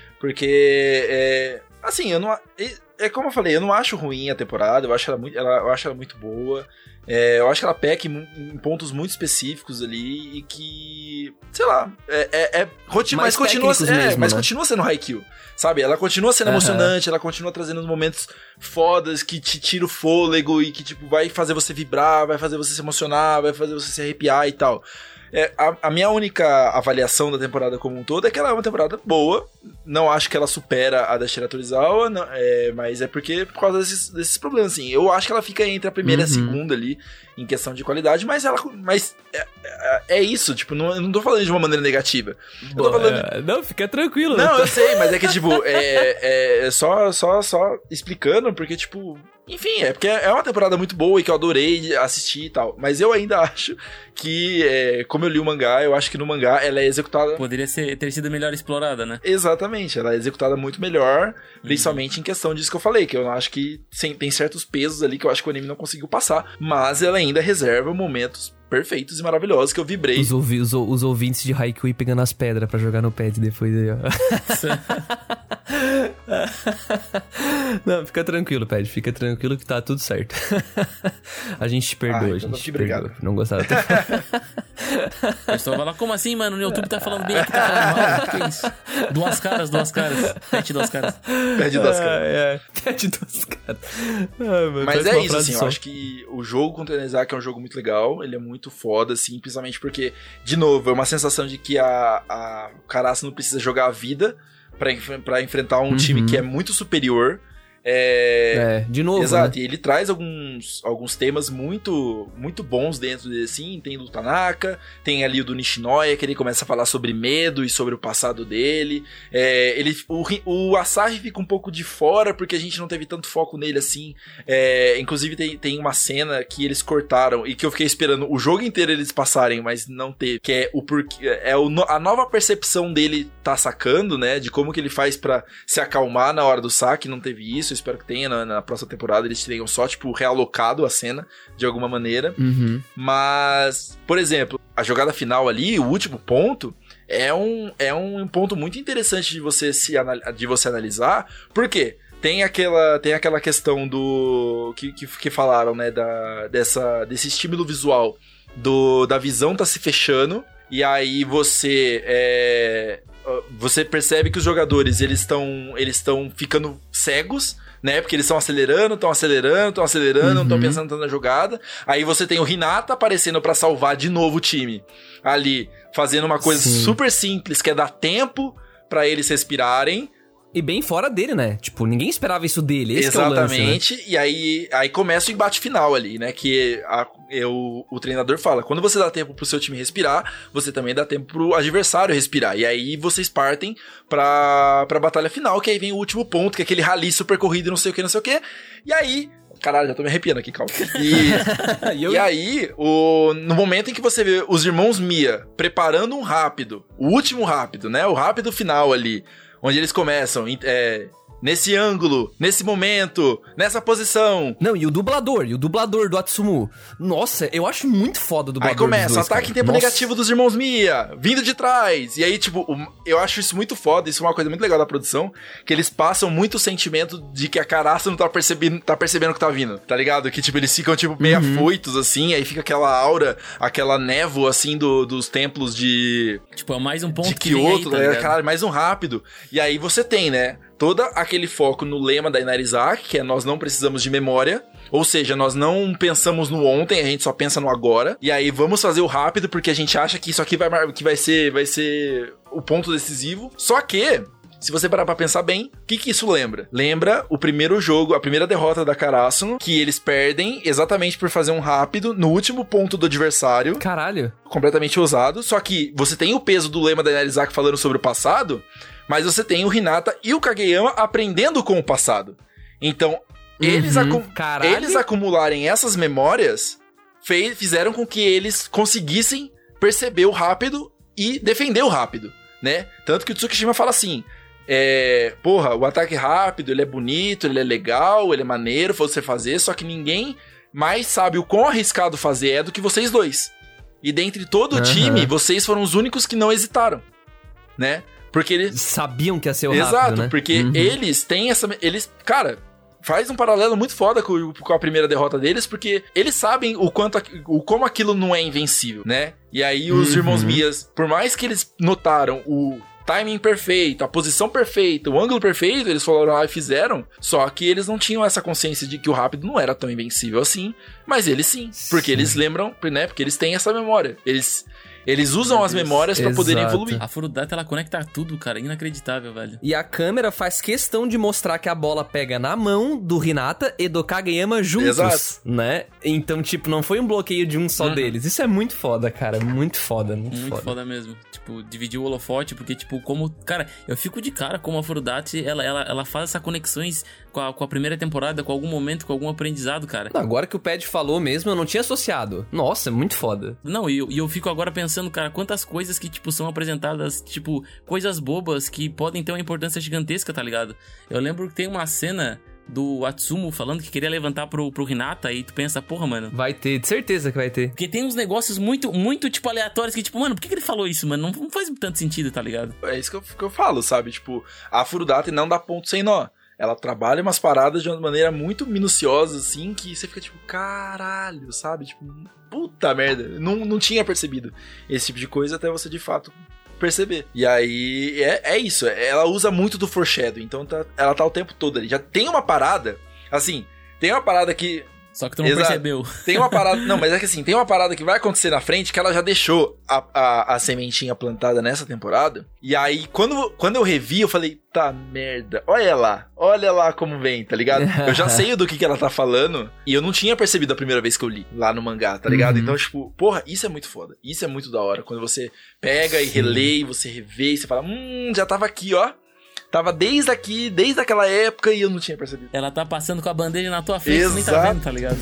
Porque, é, assim, eu não... É, é como eu falei, eu não acho ruim a temporada, eu acho ela muito, ela, eu acho ela muito boa. É, eu acho que ela peca em, em pontos muito específicos ali e que, sei lá, é, é, é rotina, mas, continua, é, mesmo, mas né? continua sendo Haikyuu, sabe? Ela continua sendo uhum. emocionante, ela continua trazendo uns momentos fodas que te tira o fôlego e que, tipo, vai fazer você vibrar, vai fazer você se emocionar, vai fazer você se arrepiar e tal. É, a, a minha única avaliação da temporada como um todo é que ela é uma temporada boa. Não acho que ela supera a da Shira Torizawa, não, é, mas é porque por causa desses, desses problemas, assim. Eu acho que ela fica entre a primeira uhum. e a segunda ali, em questão de qualidade, mas ela mas é, é, é isso, tipo, não, eu não tô falando de uma maneira negativa. Eu tô falando... é, não, fica tranquilo. Não, eu sei, mas é que, tipo, é, é só, só, só explicando, porque, tipo... Enfim, é porque é uma temporada muito boa e que eu adorei assistir e tal. Mas eu ainda acho que, é, como eu li o mangá, eu acho que no mangá ela é executada... Poderia ser, ter sido melhor explorada, né? Exatamente, ela é executada muito melhor, principalmente uhum. em questão disso que eu falei, que eu acho que tem certos pesos ali que eu acho que o anime não conseguiu passar, mas ela ainda reserva momentos perfeitos e maravilhosos que eu vibrei. Os, ouvi, os, os ouvintes de Haikyuu pegando as pedras pra jogar no pad depois aí, ó. Não, fica tranquilo, Pad, fica tranquilo que tá tudo certo. A gente te perdoa, ah, a gente te perdoa. Não gostava. O pessoal vai lá, como assim, mano? No YouTube tá falando bem, aqui tá falando mal. O que é isso? Duas caras, duas caras. Pet duas caras. Pet duas caras. É, é. Pet duas caras. Ah, mano, mas é isso, assim, só. Eu acho que o jogo contra o Nezaki é um jogo muito legal, ele é muito foda, assim, principalmente porque, de novo, é uma sensação de que a, a o Karasuno não precisa jogar a vida pra, pra enfrentar um uhum. time que é muito superior. É, é, de novo. Exato, né? E ele traz alguns, alguns temas muito, muito bons dentro dele, assim. Tem do Tanaka, tem ali o do Nishinoya, que ele começa a falar sobre medo e sobre o passado dele. É, ele, o, o Asahi fica um pouco de fora, porque a gente não teve tanto foco nele assim. É, inclusive, tem, tem uma cena que eles cortaram e que eu fiquei esperando o jogo inteiro eles passarem, mas não teve. Que é, o porquê, é o, a nova percepção dele tá sacando, né? De como que ele faz pra se acalmar na hora do saque, não teve isso. Espero que tenha na, na próxima temporada, eles tenham só, tipo, realocado a cena de alguma maneira. Uhum. Mas, por exemplo, a jogada final ali, o último ponto, é um, é um ponto muito interessante de você, se, de você analisar. Por quê? Tem aquela, tem aquela questão do... Que, que, que falaram, né? Da, dessa, desse estímulo visual do, da visão tá se fechando. E aí você... É, você percebe que os jogadores, eles estão eles estão ficando cegos, né? Porque eles estão acelerando, estão acelerando, estão acelerando, não estão pensando tanto na jogada. Aí você tem o Hinata aparecendo pra salvar de novo o time. Ali, fazendo uma coisa Sim. super simples, que é dar tempo pra eles respirarem. E bem fora dele, né? Tipo, ninguém esperava isso dele. Esse Exatamente. Que é o lance, né? E aí, aí começa o embate final ali, né? Que a, eu, o treinador fala, quando você dá tempo pro seu time respirar, você também dá tempo pro adversário respirar. E aí vocês partem pra, pra batalha final, que aí vem o último ponto, que é aquele rally super corrido, não sei o que, não sei o que. E aí... Caralho, já tô me arrepiando aqui, calma. E, eu... e aí, o, no momento em que você vê os irmãos Mia preparando um rápido, o último rápido, né? O rápido final ali, onde eles começam, é, nesse ângulo, nesse momento, nessa posição. Não, e o dublador, e o dublador do Atsumu. Nossa, eu acho muito foda o dublador. Aí começa, dois, ataque cara. em tempo Nossa. negativo dos irmãos Mia, vindo de trás. E aí, tipo, eu acho isso muito foda, isso é uma coisa muito legal da produção, que eles passam muito o sentimento de que a Karasuno não tá percebendo, tá percebendo que tá vindo, tá ligado? Que, tipo, eles ficam, tipo, meio uhum. afoitos, assim, aí fica aquela aura, aquela névoa, assim, do, dos templos de... Tipo, é mais um ponto de que Kyoto, vem aí, tá né? Caralho, mais um rápido. E aí você tem, né, todo aquele foco no lema da Inarizaki, que é nós não precisamos de memória, ou seja, nós não pensamos no ontem, a gente só pensa no agora, e aí vamos fazer o rápido porque a gente acha que isso aqui vai, que vai, ser, vai ser o ponto decisivo. Só que, se você parar pra pensar bem, o que que isso lembra? Lembra o primeiro jogo, a primeira derrota da Karasuno, que eles perdem exatamente por fazer um rápido no último ponto do adversário. Caralho. Completamente ousado, só que você tem o peso do lema da Inarizaki falando sobre o passado, mas você tem o Hinata e o Kageyama aprendendo com o passado. Então, eles, uhum, acu- eles acumularem essas memórias fez, fizeram com que eles conseguissem perceber o rápido e defender o rápido, né? Tanto que o Tsukishima fala assim, é, porra, o ataque rápido, ele é bonito, ele é legal, ele é maneiro pra você fazer, só que ninguém mais sabe o quão arriscado fazer é do que vocês dois. E dentre todo o uhum. time, vocês foram os únicos que não hesitaram, né? Porque eles... sabiam que ia ser o Exato, rápido, né? porque uhum. eles têm essa... Eles, cara, faz um paralelo muito foda com, com a primeira derrota deles, porque eles sabem o quanto... O, como aquilo não é invencível, né? E aí os uhum. irmãos Mias, por mais que eles notaram o timing perfeito, a posição perfeita, o ângulo perfeito, eles foram lá e fizeram, só que eles não tinham essa consciência de que o rápido não era tão invencível assim, mas eles sim, porque sim. eles lembram, né? Porque eles têm essa memória. Eles... Eles usam as memórias pra poderem evoluir. A Furudata, ela conecta tudo, cara. Inacreditável, velho. E a câmera faz questão de mostrar que a bola pega na mão do Hinata e do Kageyama juntos. Exato. Né? Então, tipo, não foi um bloqueio de um só uhum. deles. Isso é muito foda, cara. Muito foda, muito, muito foda. foda mesmo. Tipo, dividir o holofote, porque, tipo, como... Cara, eu fico de cara como a Furudata, ela, ela, ela faz essas conexões com a, com a primeira temporada, com algum momento, com algum aprendizado, cara. Agora que o Pad falou mesmo, eu não tinha associado. Nossa, muito foda. Não, e eu, e eu fico agora pensando, cara, quantas coisas que, tipo, são apresentadas, tipo, coisas bobas que podem ter uma importância gigantesca, tá ligado? Eu lembro que tem uma cena do Atsumu falando que queria levantar pro, pro Hinata e tu pensa, porra, mano... Vai ter, de certeza que vai ter. Porque tem uns negócios muito, muito, tipo, aleatórios que, tipo, mano, por que, que ele falou isso, mano? Não, não faz tanto sentido, tá ligado? É isso que eu, que eu falo, sabe? Tipo, a Furudata não dá ponto sem nó. Ela trabalha umas paradas de uma maneira muito minuciosa, assim, que você fica tipo, caralho, sabe? Tipo, puta merda. Não, não tinha percebido esse tipo de coisa até você, de fato, perceber. E aí, é, é isso. Ela usa muito do foreshadow, então tá, ela tá o tempo todo ali. Já tem uma parada, assim, tem uma parada que... Só que tu não Exato. percebeu. Tem uma parada... Não, mas é que assim, tem uma parada que vai acontecer na frente que ela já deixou a, a, a sementinha plantada nessa temporada. E aí, quando, quando eu revi, eu falei, tá merda, olha lá, olha lá como vem, tá ligado? Eu já sei do que, que ela tá falando e eu não tinha percebido a primeira vez que eu li lá no mangá, tá ligado? Uhum. Então, tipo, porra, isso é muito foda. Isso é muito da hora. Quando você pega e relê, você revê e você fala, hum, já tava aqui, ó. Tava desde aqui, desde aquela época e eu não tinha percebido. Ela tá passando com a bandeja na tua frente, Exato. Você nem tá vendo, tá ligado?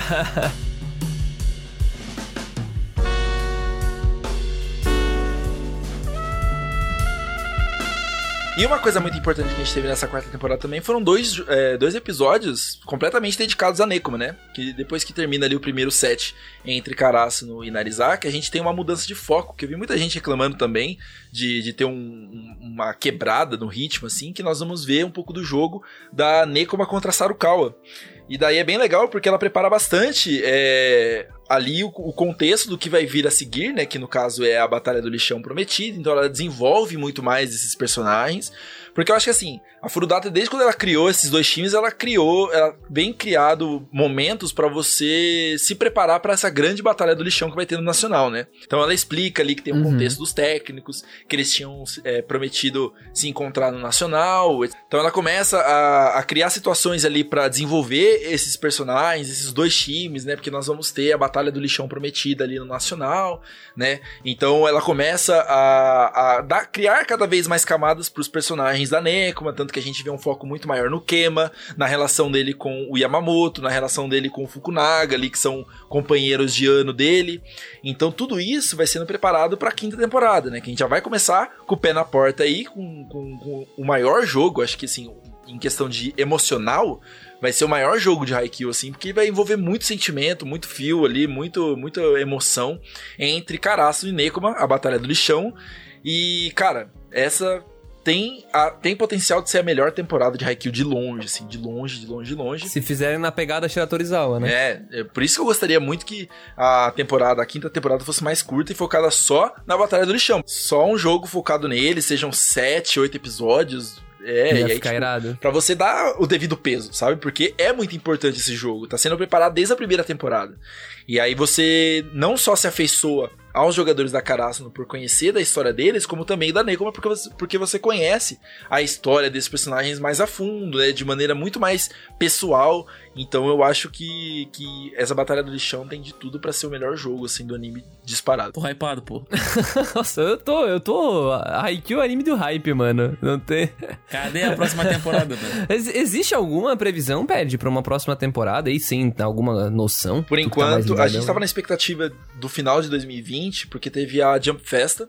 E uma coisa muito importante que a gente teve nessa quarta temporada também foram dois, é, dois episódios completamente dedicados a Nekoma, né? Que depois que termina ali o primeiro set entre Karasuno e Inarizaki, a gente tem uma mudança de foco, que eu vi muita gente reclamando também de, de ter um, uma quebrada no ritmo, assim, que nós vamos ver um pouco do jogo da Nekoma contra a Sarukawa. E daí é bem legal porque ela prepara bastante é, ali o, o contexto do que vai vir a seguir, né? Que no caso é a Batalha do Lixão Prometido. Então ela desenvolve muito mais esses personagens. Porque eu acho que assim, a Furudata, desde quando ela criou esses dois times, ela criou, ela vem criado momentos pra você se preparar pra essa grande Batalha do Lixão que vai ter no Nacional, né? Então ela explica ali que tem um uhum. contexto dos técnicos, que eles tinham é, prometido se encontrar no Nacional. Então ela começa a, a criar situações ali pra desenvolver esses personagens, esses dois times, né? Porque nós vamos ter a Batalha do Lixão Prometida ali no Nacional, né? Então ela começa a, a dar, criar cada vez mais camadas pros personagens da Nekoma, tanto que a gente vê um foco muito maior no Kema, na relação dele com o Yamamoto, na relação dele com o Fukunaga ali, que são companheiros de ano dele. Então tudo isso vai sendo preparado para a quinta temporada, né? Que a gente já vai começar com o pé na porta aí, com, com, com o maior jogo, acho que assim, em questão de emocional, vai ser o maior jogo de Haikyuu, assim, porque vai envolver muito sentimento, muito fio ali, muito, muita emoção entre Karasu e Nekoma, a Batalha do Lixão. E, cara, essa tem, a, tem potencial de ser a melhor temporada de Haikyuu de longe, assim, de longe, de longe, de longe. Se fizerem na pegada Shira Torizawa, né? É, é, por isso que eu gostaria muito que a temporada, a quinta temporada fosse mais curta e focada só na Batalha do Lixão. Só um jogo focado nele, sejam sete, oito episódios. É, ia e aí, ficar tipo, irado. Pra você dar o devido peso, sabe? Porque é muito importante esse jogo. Tá sendo preparado desde a primeira temporada. E aí você não só se afeiçoa aos jogadores da Karasuno por conhecer da história deles, como também da Nekoma porque você, porque você conhece a história desses personagens mais a fundo, né? De maneira muito mais pessoal. Então eu acho que, que essa Batalha do Lixão tem de tudo pra ser o melhor jogo, assim, do anime disparado. Tô hypado, pô. Nossa, eu tô, eu tô... Haikyuu é anime do hype, mano. Não tem... Cadê a próxima temporada, mano? Ex- existe alguma previsão, Ped, pra uma próxima temporada aí, sem alguma noção? Por enquanto, tá a gente tava na expectativa do final de dois mil e vinte, porque teve a Jump Festa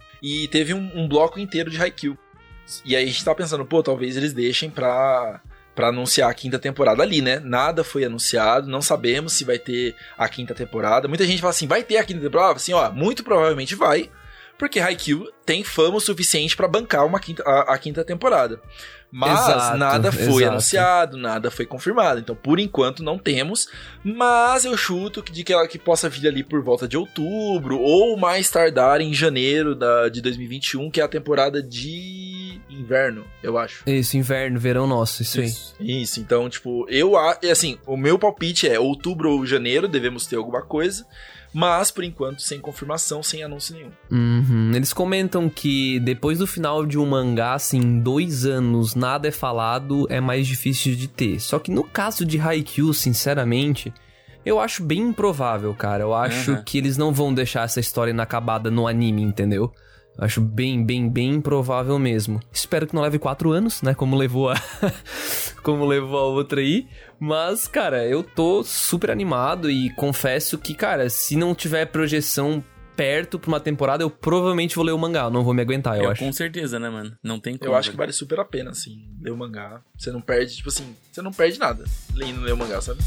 e teve um, um bloco inteiro de Haikyuu. E aí a gente tava pensando, pô, talvez eles deixem pra... pra anunciar a quinta temporada ali, né? Nada foi anunciado, não sabemos se vai ter a quinta temporada. Muita gente fala assim, vai ter a quinta temporada? Assim, ó, muito provavelmente vai, porque Haikyuu tem fama o suficiente pra bancar uma quinta, a, a quinta temporada. Mas exato, nada foi exato. anunciado, nada foi confirmado. Então, por enquanto, não temos. Mas eu chuto que, de que ela que possa vir ali por volta de outubro, ou mais tardar em janeiro da, de dois mil e vinte e um, que é a temporada de inverno, eu acho. Isso, inverno, verão nosso, isso, isso aí. Isso, então, tipo, eu assim, o meu palpite é outubro ou janeiro, devemos ter alguma coisa. Mas, por enquanto, sem confirmação, sem anúncio nenhum. Uhum. Eles comentam que depois do final de um mangá, assim, em dois anos, nada é falado, é mais difícil de ter. Só que no caso de Haikyuu, sinceramente, eu acho bem improvável, cara. Eu acho uhum. que eles não vão deixar essa história inacabada no anime, entendeu? Eu acho bem, bem, bem improvável mesmo. Espero que não leve quatro anos, né? Como levou a... como levou a outra aí. Mas, cara, eu tô super animado e confesso que, cara, se não tiver projeção perto pra uma temporada, eu provavelmente vou ler o mangá. Eu não vou me aguentar, eu, eu acho. Com certeza, né, mano? Não tem como. Eu acho que vale super a pena, assim, ler o mangá. Você não perde, tipo assim, você não perde nada lendo ler o mangá, sabe?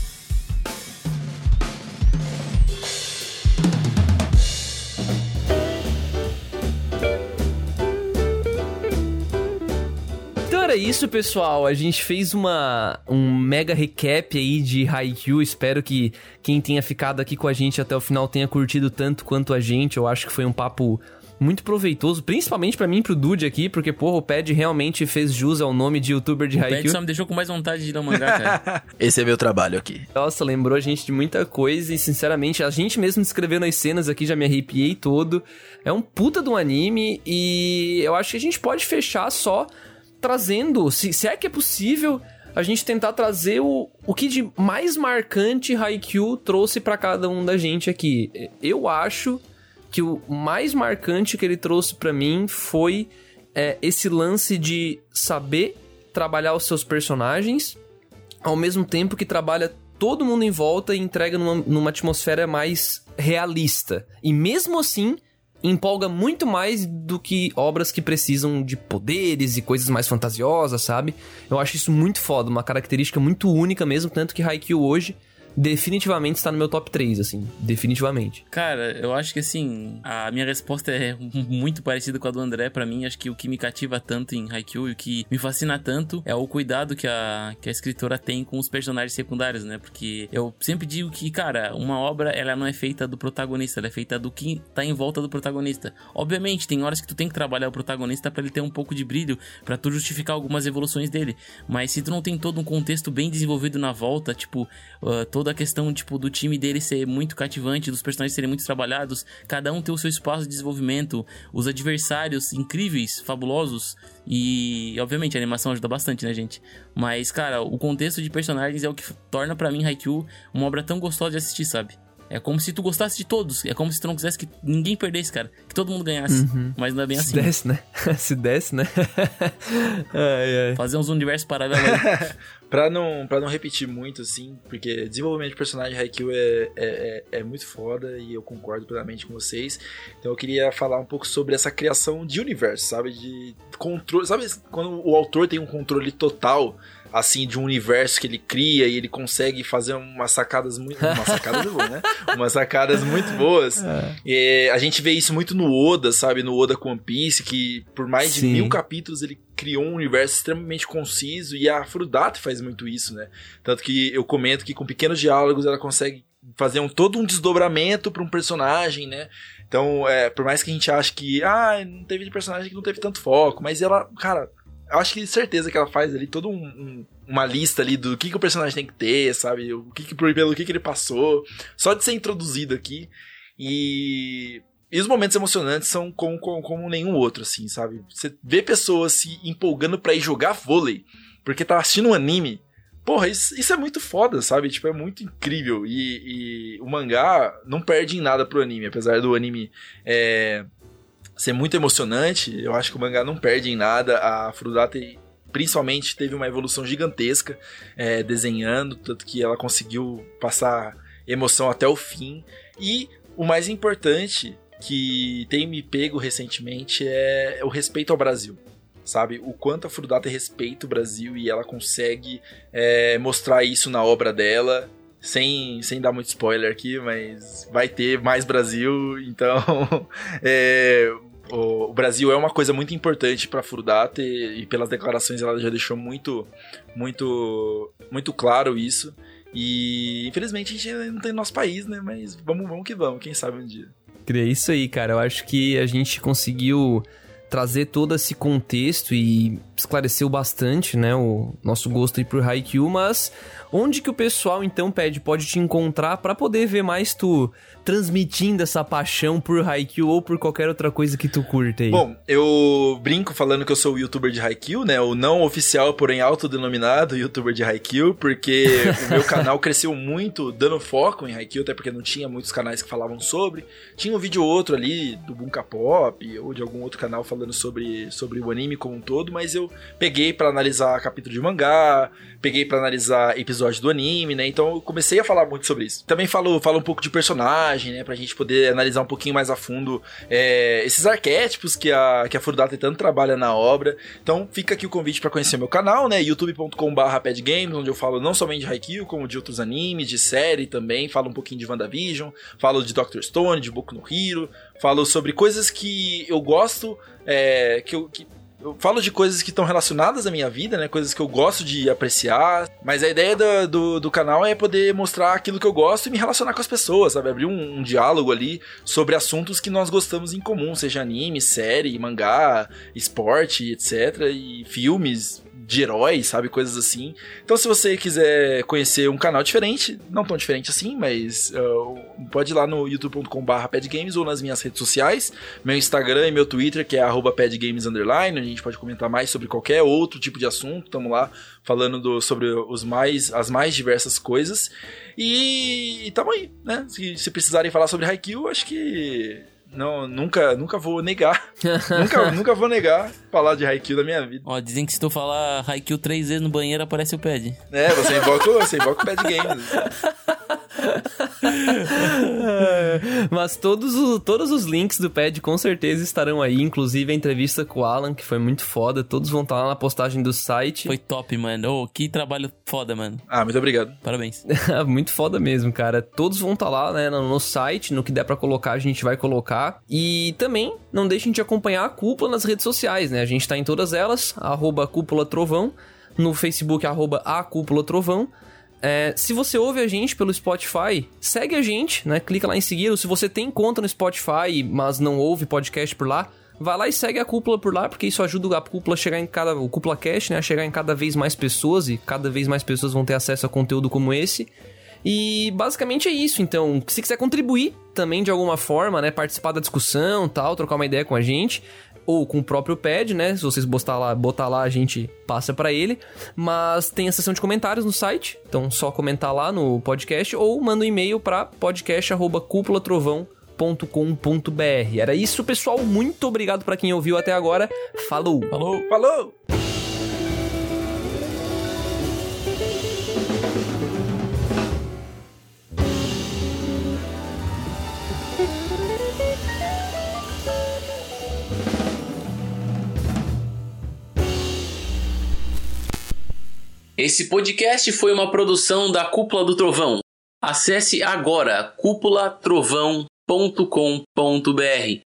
Era isso, pessoal. A gente fez uma, um mega recap aí de Haikyuu. Espero que quem tenha ficado aqui com a gente até o final tenha curtido tanto quanto a gente. Eu acho que foi um papo muito proveitoso, principalmente pra mim e pro Dude aqui, porque, porra, o Ped realmente fez jus ao nome de youtuber de Haikyuu. O Ped só me deixou com mais vontade de ler o mangá, cara. Esse é meu trabalho aqui. Nossa, lembrou a gente de muita coisa e, sinceramente, a gente mesmo descrevendo as cenas aqui, já me arrepiei todo. É um puta de um anime e eu acho que a gente pode fechar só trazendo, se, se é que é possível, a gente tentar trazer o, o que de mais marcante Haikyuu trouxe pra cada um da gente aqui. Eu acho que o mais marcante que ele trouxe pra mim foi é, esse lance de saber trabalhar os seus personagens, ao mesmo tempo que trabalha todo mundo em volta e entrega numa, numa atmosfera mais realista. E mesmo assim, empolga muito mais do que obras que precisam de poderes e coisas mais fantasiosas, sabe? Eu acho isso muito foda, uma característica muito única mesmo, tanto que Haikyuu hoje definitivamente está no meu top três, assim, definitivamente. Cara, eu acho que assim, a minha resposta é muito parecida com a do André. Pra mim, acho que o que me cativa tanto em Haikyuu e o que me fascina tanto é o cuidado que a, que a escritora tem com os personagens secundários, né? Porque eu sempre digo que, cara, uma obra, ela não é feita do protagonista, ela é feita do que tá em volta do protagonista. Obviamente, tem horas que tu tem que trabalhar o protagonista pra ele ter um pouco de brilho, pra tu justificar algumas evoluções dele. Mas se tu não tem todo um contexto bem desenvolvido na volta, tipo, uh, toda a questão, tipo, do time dele ser muito cativante, dos personagens serem muito trabalhados, cada um ter o seu espaço de desenvolvimento, os adversários incríveis, fabulosos, e obviamente a animação ajuda bastante, né, gente? Mas, cara, o contexto de personagens é o que torna pra mim Haikyuu uma obra tão gostosa de assistir, sabe? É como se tu gostasse de todos. É como se tu não quisesse que ninguém perdesse, cara. Que todo mundo ganhasse. Uhum. Mas não é bem se assim. Se desse, né? Se desse, né? ai, ai. Fazer uns universos paralelos aí. pra, não, pra não repetir muito, assim, porque desenvolvimento de personagem Haikyuu é, é, é muito foda e eu concordo plenamente com vocês. Então eu queria falar um pouco sobre essa criação de universo, sabe? De controle. Sabe quando o autor tem um controle total, assim, de um universo que ele cria e ele consegue fazer umas sacadas muito... Umas sacadas é bom, né? Umas sacadas muito boas. É. E a gente vê isso muito no Oda, sabe? No Oda com One Piece, que por mais de Sim. mil capítulos ele criou um universo extremamente conciso, e a Furudate faz muito isso, né? Tanto que eu comento que com pequenos diálogos ela consegue fazer um, todo um desdobramento para um personagem, né? Então, é, por mais que a gente ache que ah, não teve personagem que não teve tanto foco, mas ela, cara... Eu acho que certeza que ela faz ali toda um, um, uma lista ali do que, que o personagem tem que ter, sabe? O que que, pelo que, que ele passou. Só de ser introduzido aqui. E, e os momentos emocionantes são como, como, como nenhum outro, assim, sabe? Você vê pessoas se empolgando pra ir jogar vôlei porque tá assistindo um anime. Porra, isso, isso é muito foda, sabe? Tipo, é muito incrível. E, e o mangá não perde em nada pro anime. Apesar do anime... É... ser muito emocionante, eu acho que o mangá não perde em nada. A Furudate principalmente teve uma evolução gigantesca é, desenhando, tanto que ela conseguiu passar emoção até o fim. E o mais importante que tem me pego recentemente é o respeito ao Brasil, sabe? O quanto a Furudate respeita o Brasil e ela consegue é, mostrar isso na obra dela. Sem, sem dar muito spoiler aqui, mas vai ter mais Brasil, então é, o, o Brasil é uma coisa muito importante para a Furudate, e pelas declarações ela já deixou muito, muito, muito claro isso. E infelizmente a gente não tem nosso país, né? Mas vamos, vamos que vamos, quem sabe um dia. É isso aí, cara. Eu acho que a gente conseguiu trazer todo esse contexto e esclareceu bastante, né, o nosso gosto aí por Haikyuu, mas onde que o pessoal, então, Ped, pode te encontrar pra poder ver mais tu transmitindo essa paixão por Haikyuu ou por qualquer outra coisa que tu curte aí? Bom, eu brinco falando que eu sou o youtuber de Haikyuu, né, o não oficial, porém autodenominado youtuber de Haikyuu, porque o meu canal cresceu muito dando foco em Haikyuu, até porque não tinha muitos canais que falavam sobre. Tinha um vídeo ou outro ali do Bunka Pop ou de algum outro canal falando sobre, sobre o anime como um todo, mas eu peguei pra analisar capítulo de mangá, peguei pra analisar episódio do anime, né, então eu comecei a falar muito sobre isso. Também falo, falo um pouco de personagem, né, pra gente poder analisar um pouquinho mais a fundo é, esses arquétipos que a, que a Furudate tanto trabalha na obra. Então fica aqui o convite pra conhecer o meu canal, né, youtube ponto com barra padgames, onde eu falo não somente de Haikyuu, como de outros animes, de série também, falo um pouquinho de WandaVision, falo de doutor Stone, de Boku no Hero, falo sobre coisas que eu gosto, é, que eu... Que Eu falo de coisas que estão relacionadas à minha vida, né? Coisas que eu gosto de apreciar. Mas a ideia do, do, do canal é poder mostrar aquilo que eu gosto e me relacionar com as pessoas, sabe? Abrir um, um diálogo ali sobre assuntos que nós gostamos em comum. Seja anime, série, mangá, esporte, etcétera. E filmes de heróis, sabe? Coisas assim. Então, se você quiser conhecer um canal diferente, não tão diferente assim, mas uh, pode ir lá no youtube ponto com barra padgames ou nas minhas redes sociais, meu Instagram e meu Twitter, que é arroba padgames underline, onde a gente pode comentar mais sobre qualquer outro tipo de assunto. Estamos lá falando do, sobre os mais, as mais diversas coisas. E, e tamo aí, né? Se, se precisarem falar sobre Haikyuu, acho que... Não, nunca, nunca vou negar. nunca, nunca vou negar falar de Haikyuu da minha vida. Ó, dizem que se tu falar Haikyuu três vezes no banheiro, aparece o Pad. É, você invoca, você invoca o Pad Games. Mas todos os, todos os links do P E D com certeza estarão aí, inclusive a entrevista com o Alan, que foi muito foda, todos vão estar lá na postagem do site. Foi top, mano. Oh, que trabalho foda, mano. Ah, muito obrigado. Parabéns. Muito foda mesmo, cara. Todos vão estar lá, né, no, no site, no que der pra colocar a gente vai colocar. E também não deixem de acompanhar a Cúpula nas redes sociais, né? A gente tá em todas elas, arroba Cúpula Trovão, no Facebook, arroba a Cúpula Trovão. É, se você ouve a gente pelo Spotify, segue a gente, né? Clica lá em seguir. Ou se você tem conta no Spotify, mas não ouve podcast por lá, vai lá e segue a Cúpula por lá, porque isso ajuda a Cúpula a chegar em cada... O Cúpula Cast, né? A chegar em cada vez mais pessoas, e cada vez mais pessoas vão ter acesso a conteúdo como esse. E basicamente é isso. Então, se quiser contribuir também de alguma forma, né? Participar da discussão, tal, trocar uma ideia com a gente, ou com o próprio P E D, né? Se vocês botar lá, botar lá, a gente passa pra ele. Mas tem a seção de comentários no site, então só comentar lá no podcast ou manda um e-mail pra podcast arroba cúpula trovão ponto com ponto b r. Era isso, pessoal. Muito obrigado pra quem ouviu até agora. Falou! Falou! Falou! Esse podcast foi uma produção da Cúpula do Trovão. Acesse agora cúpula trovão ponto com ponto b r.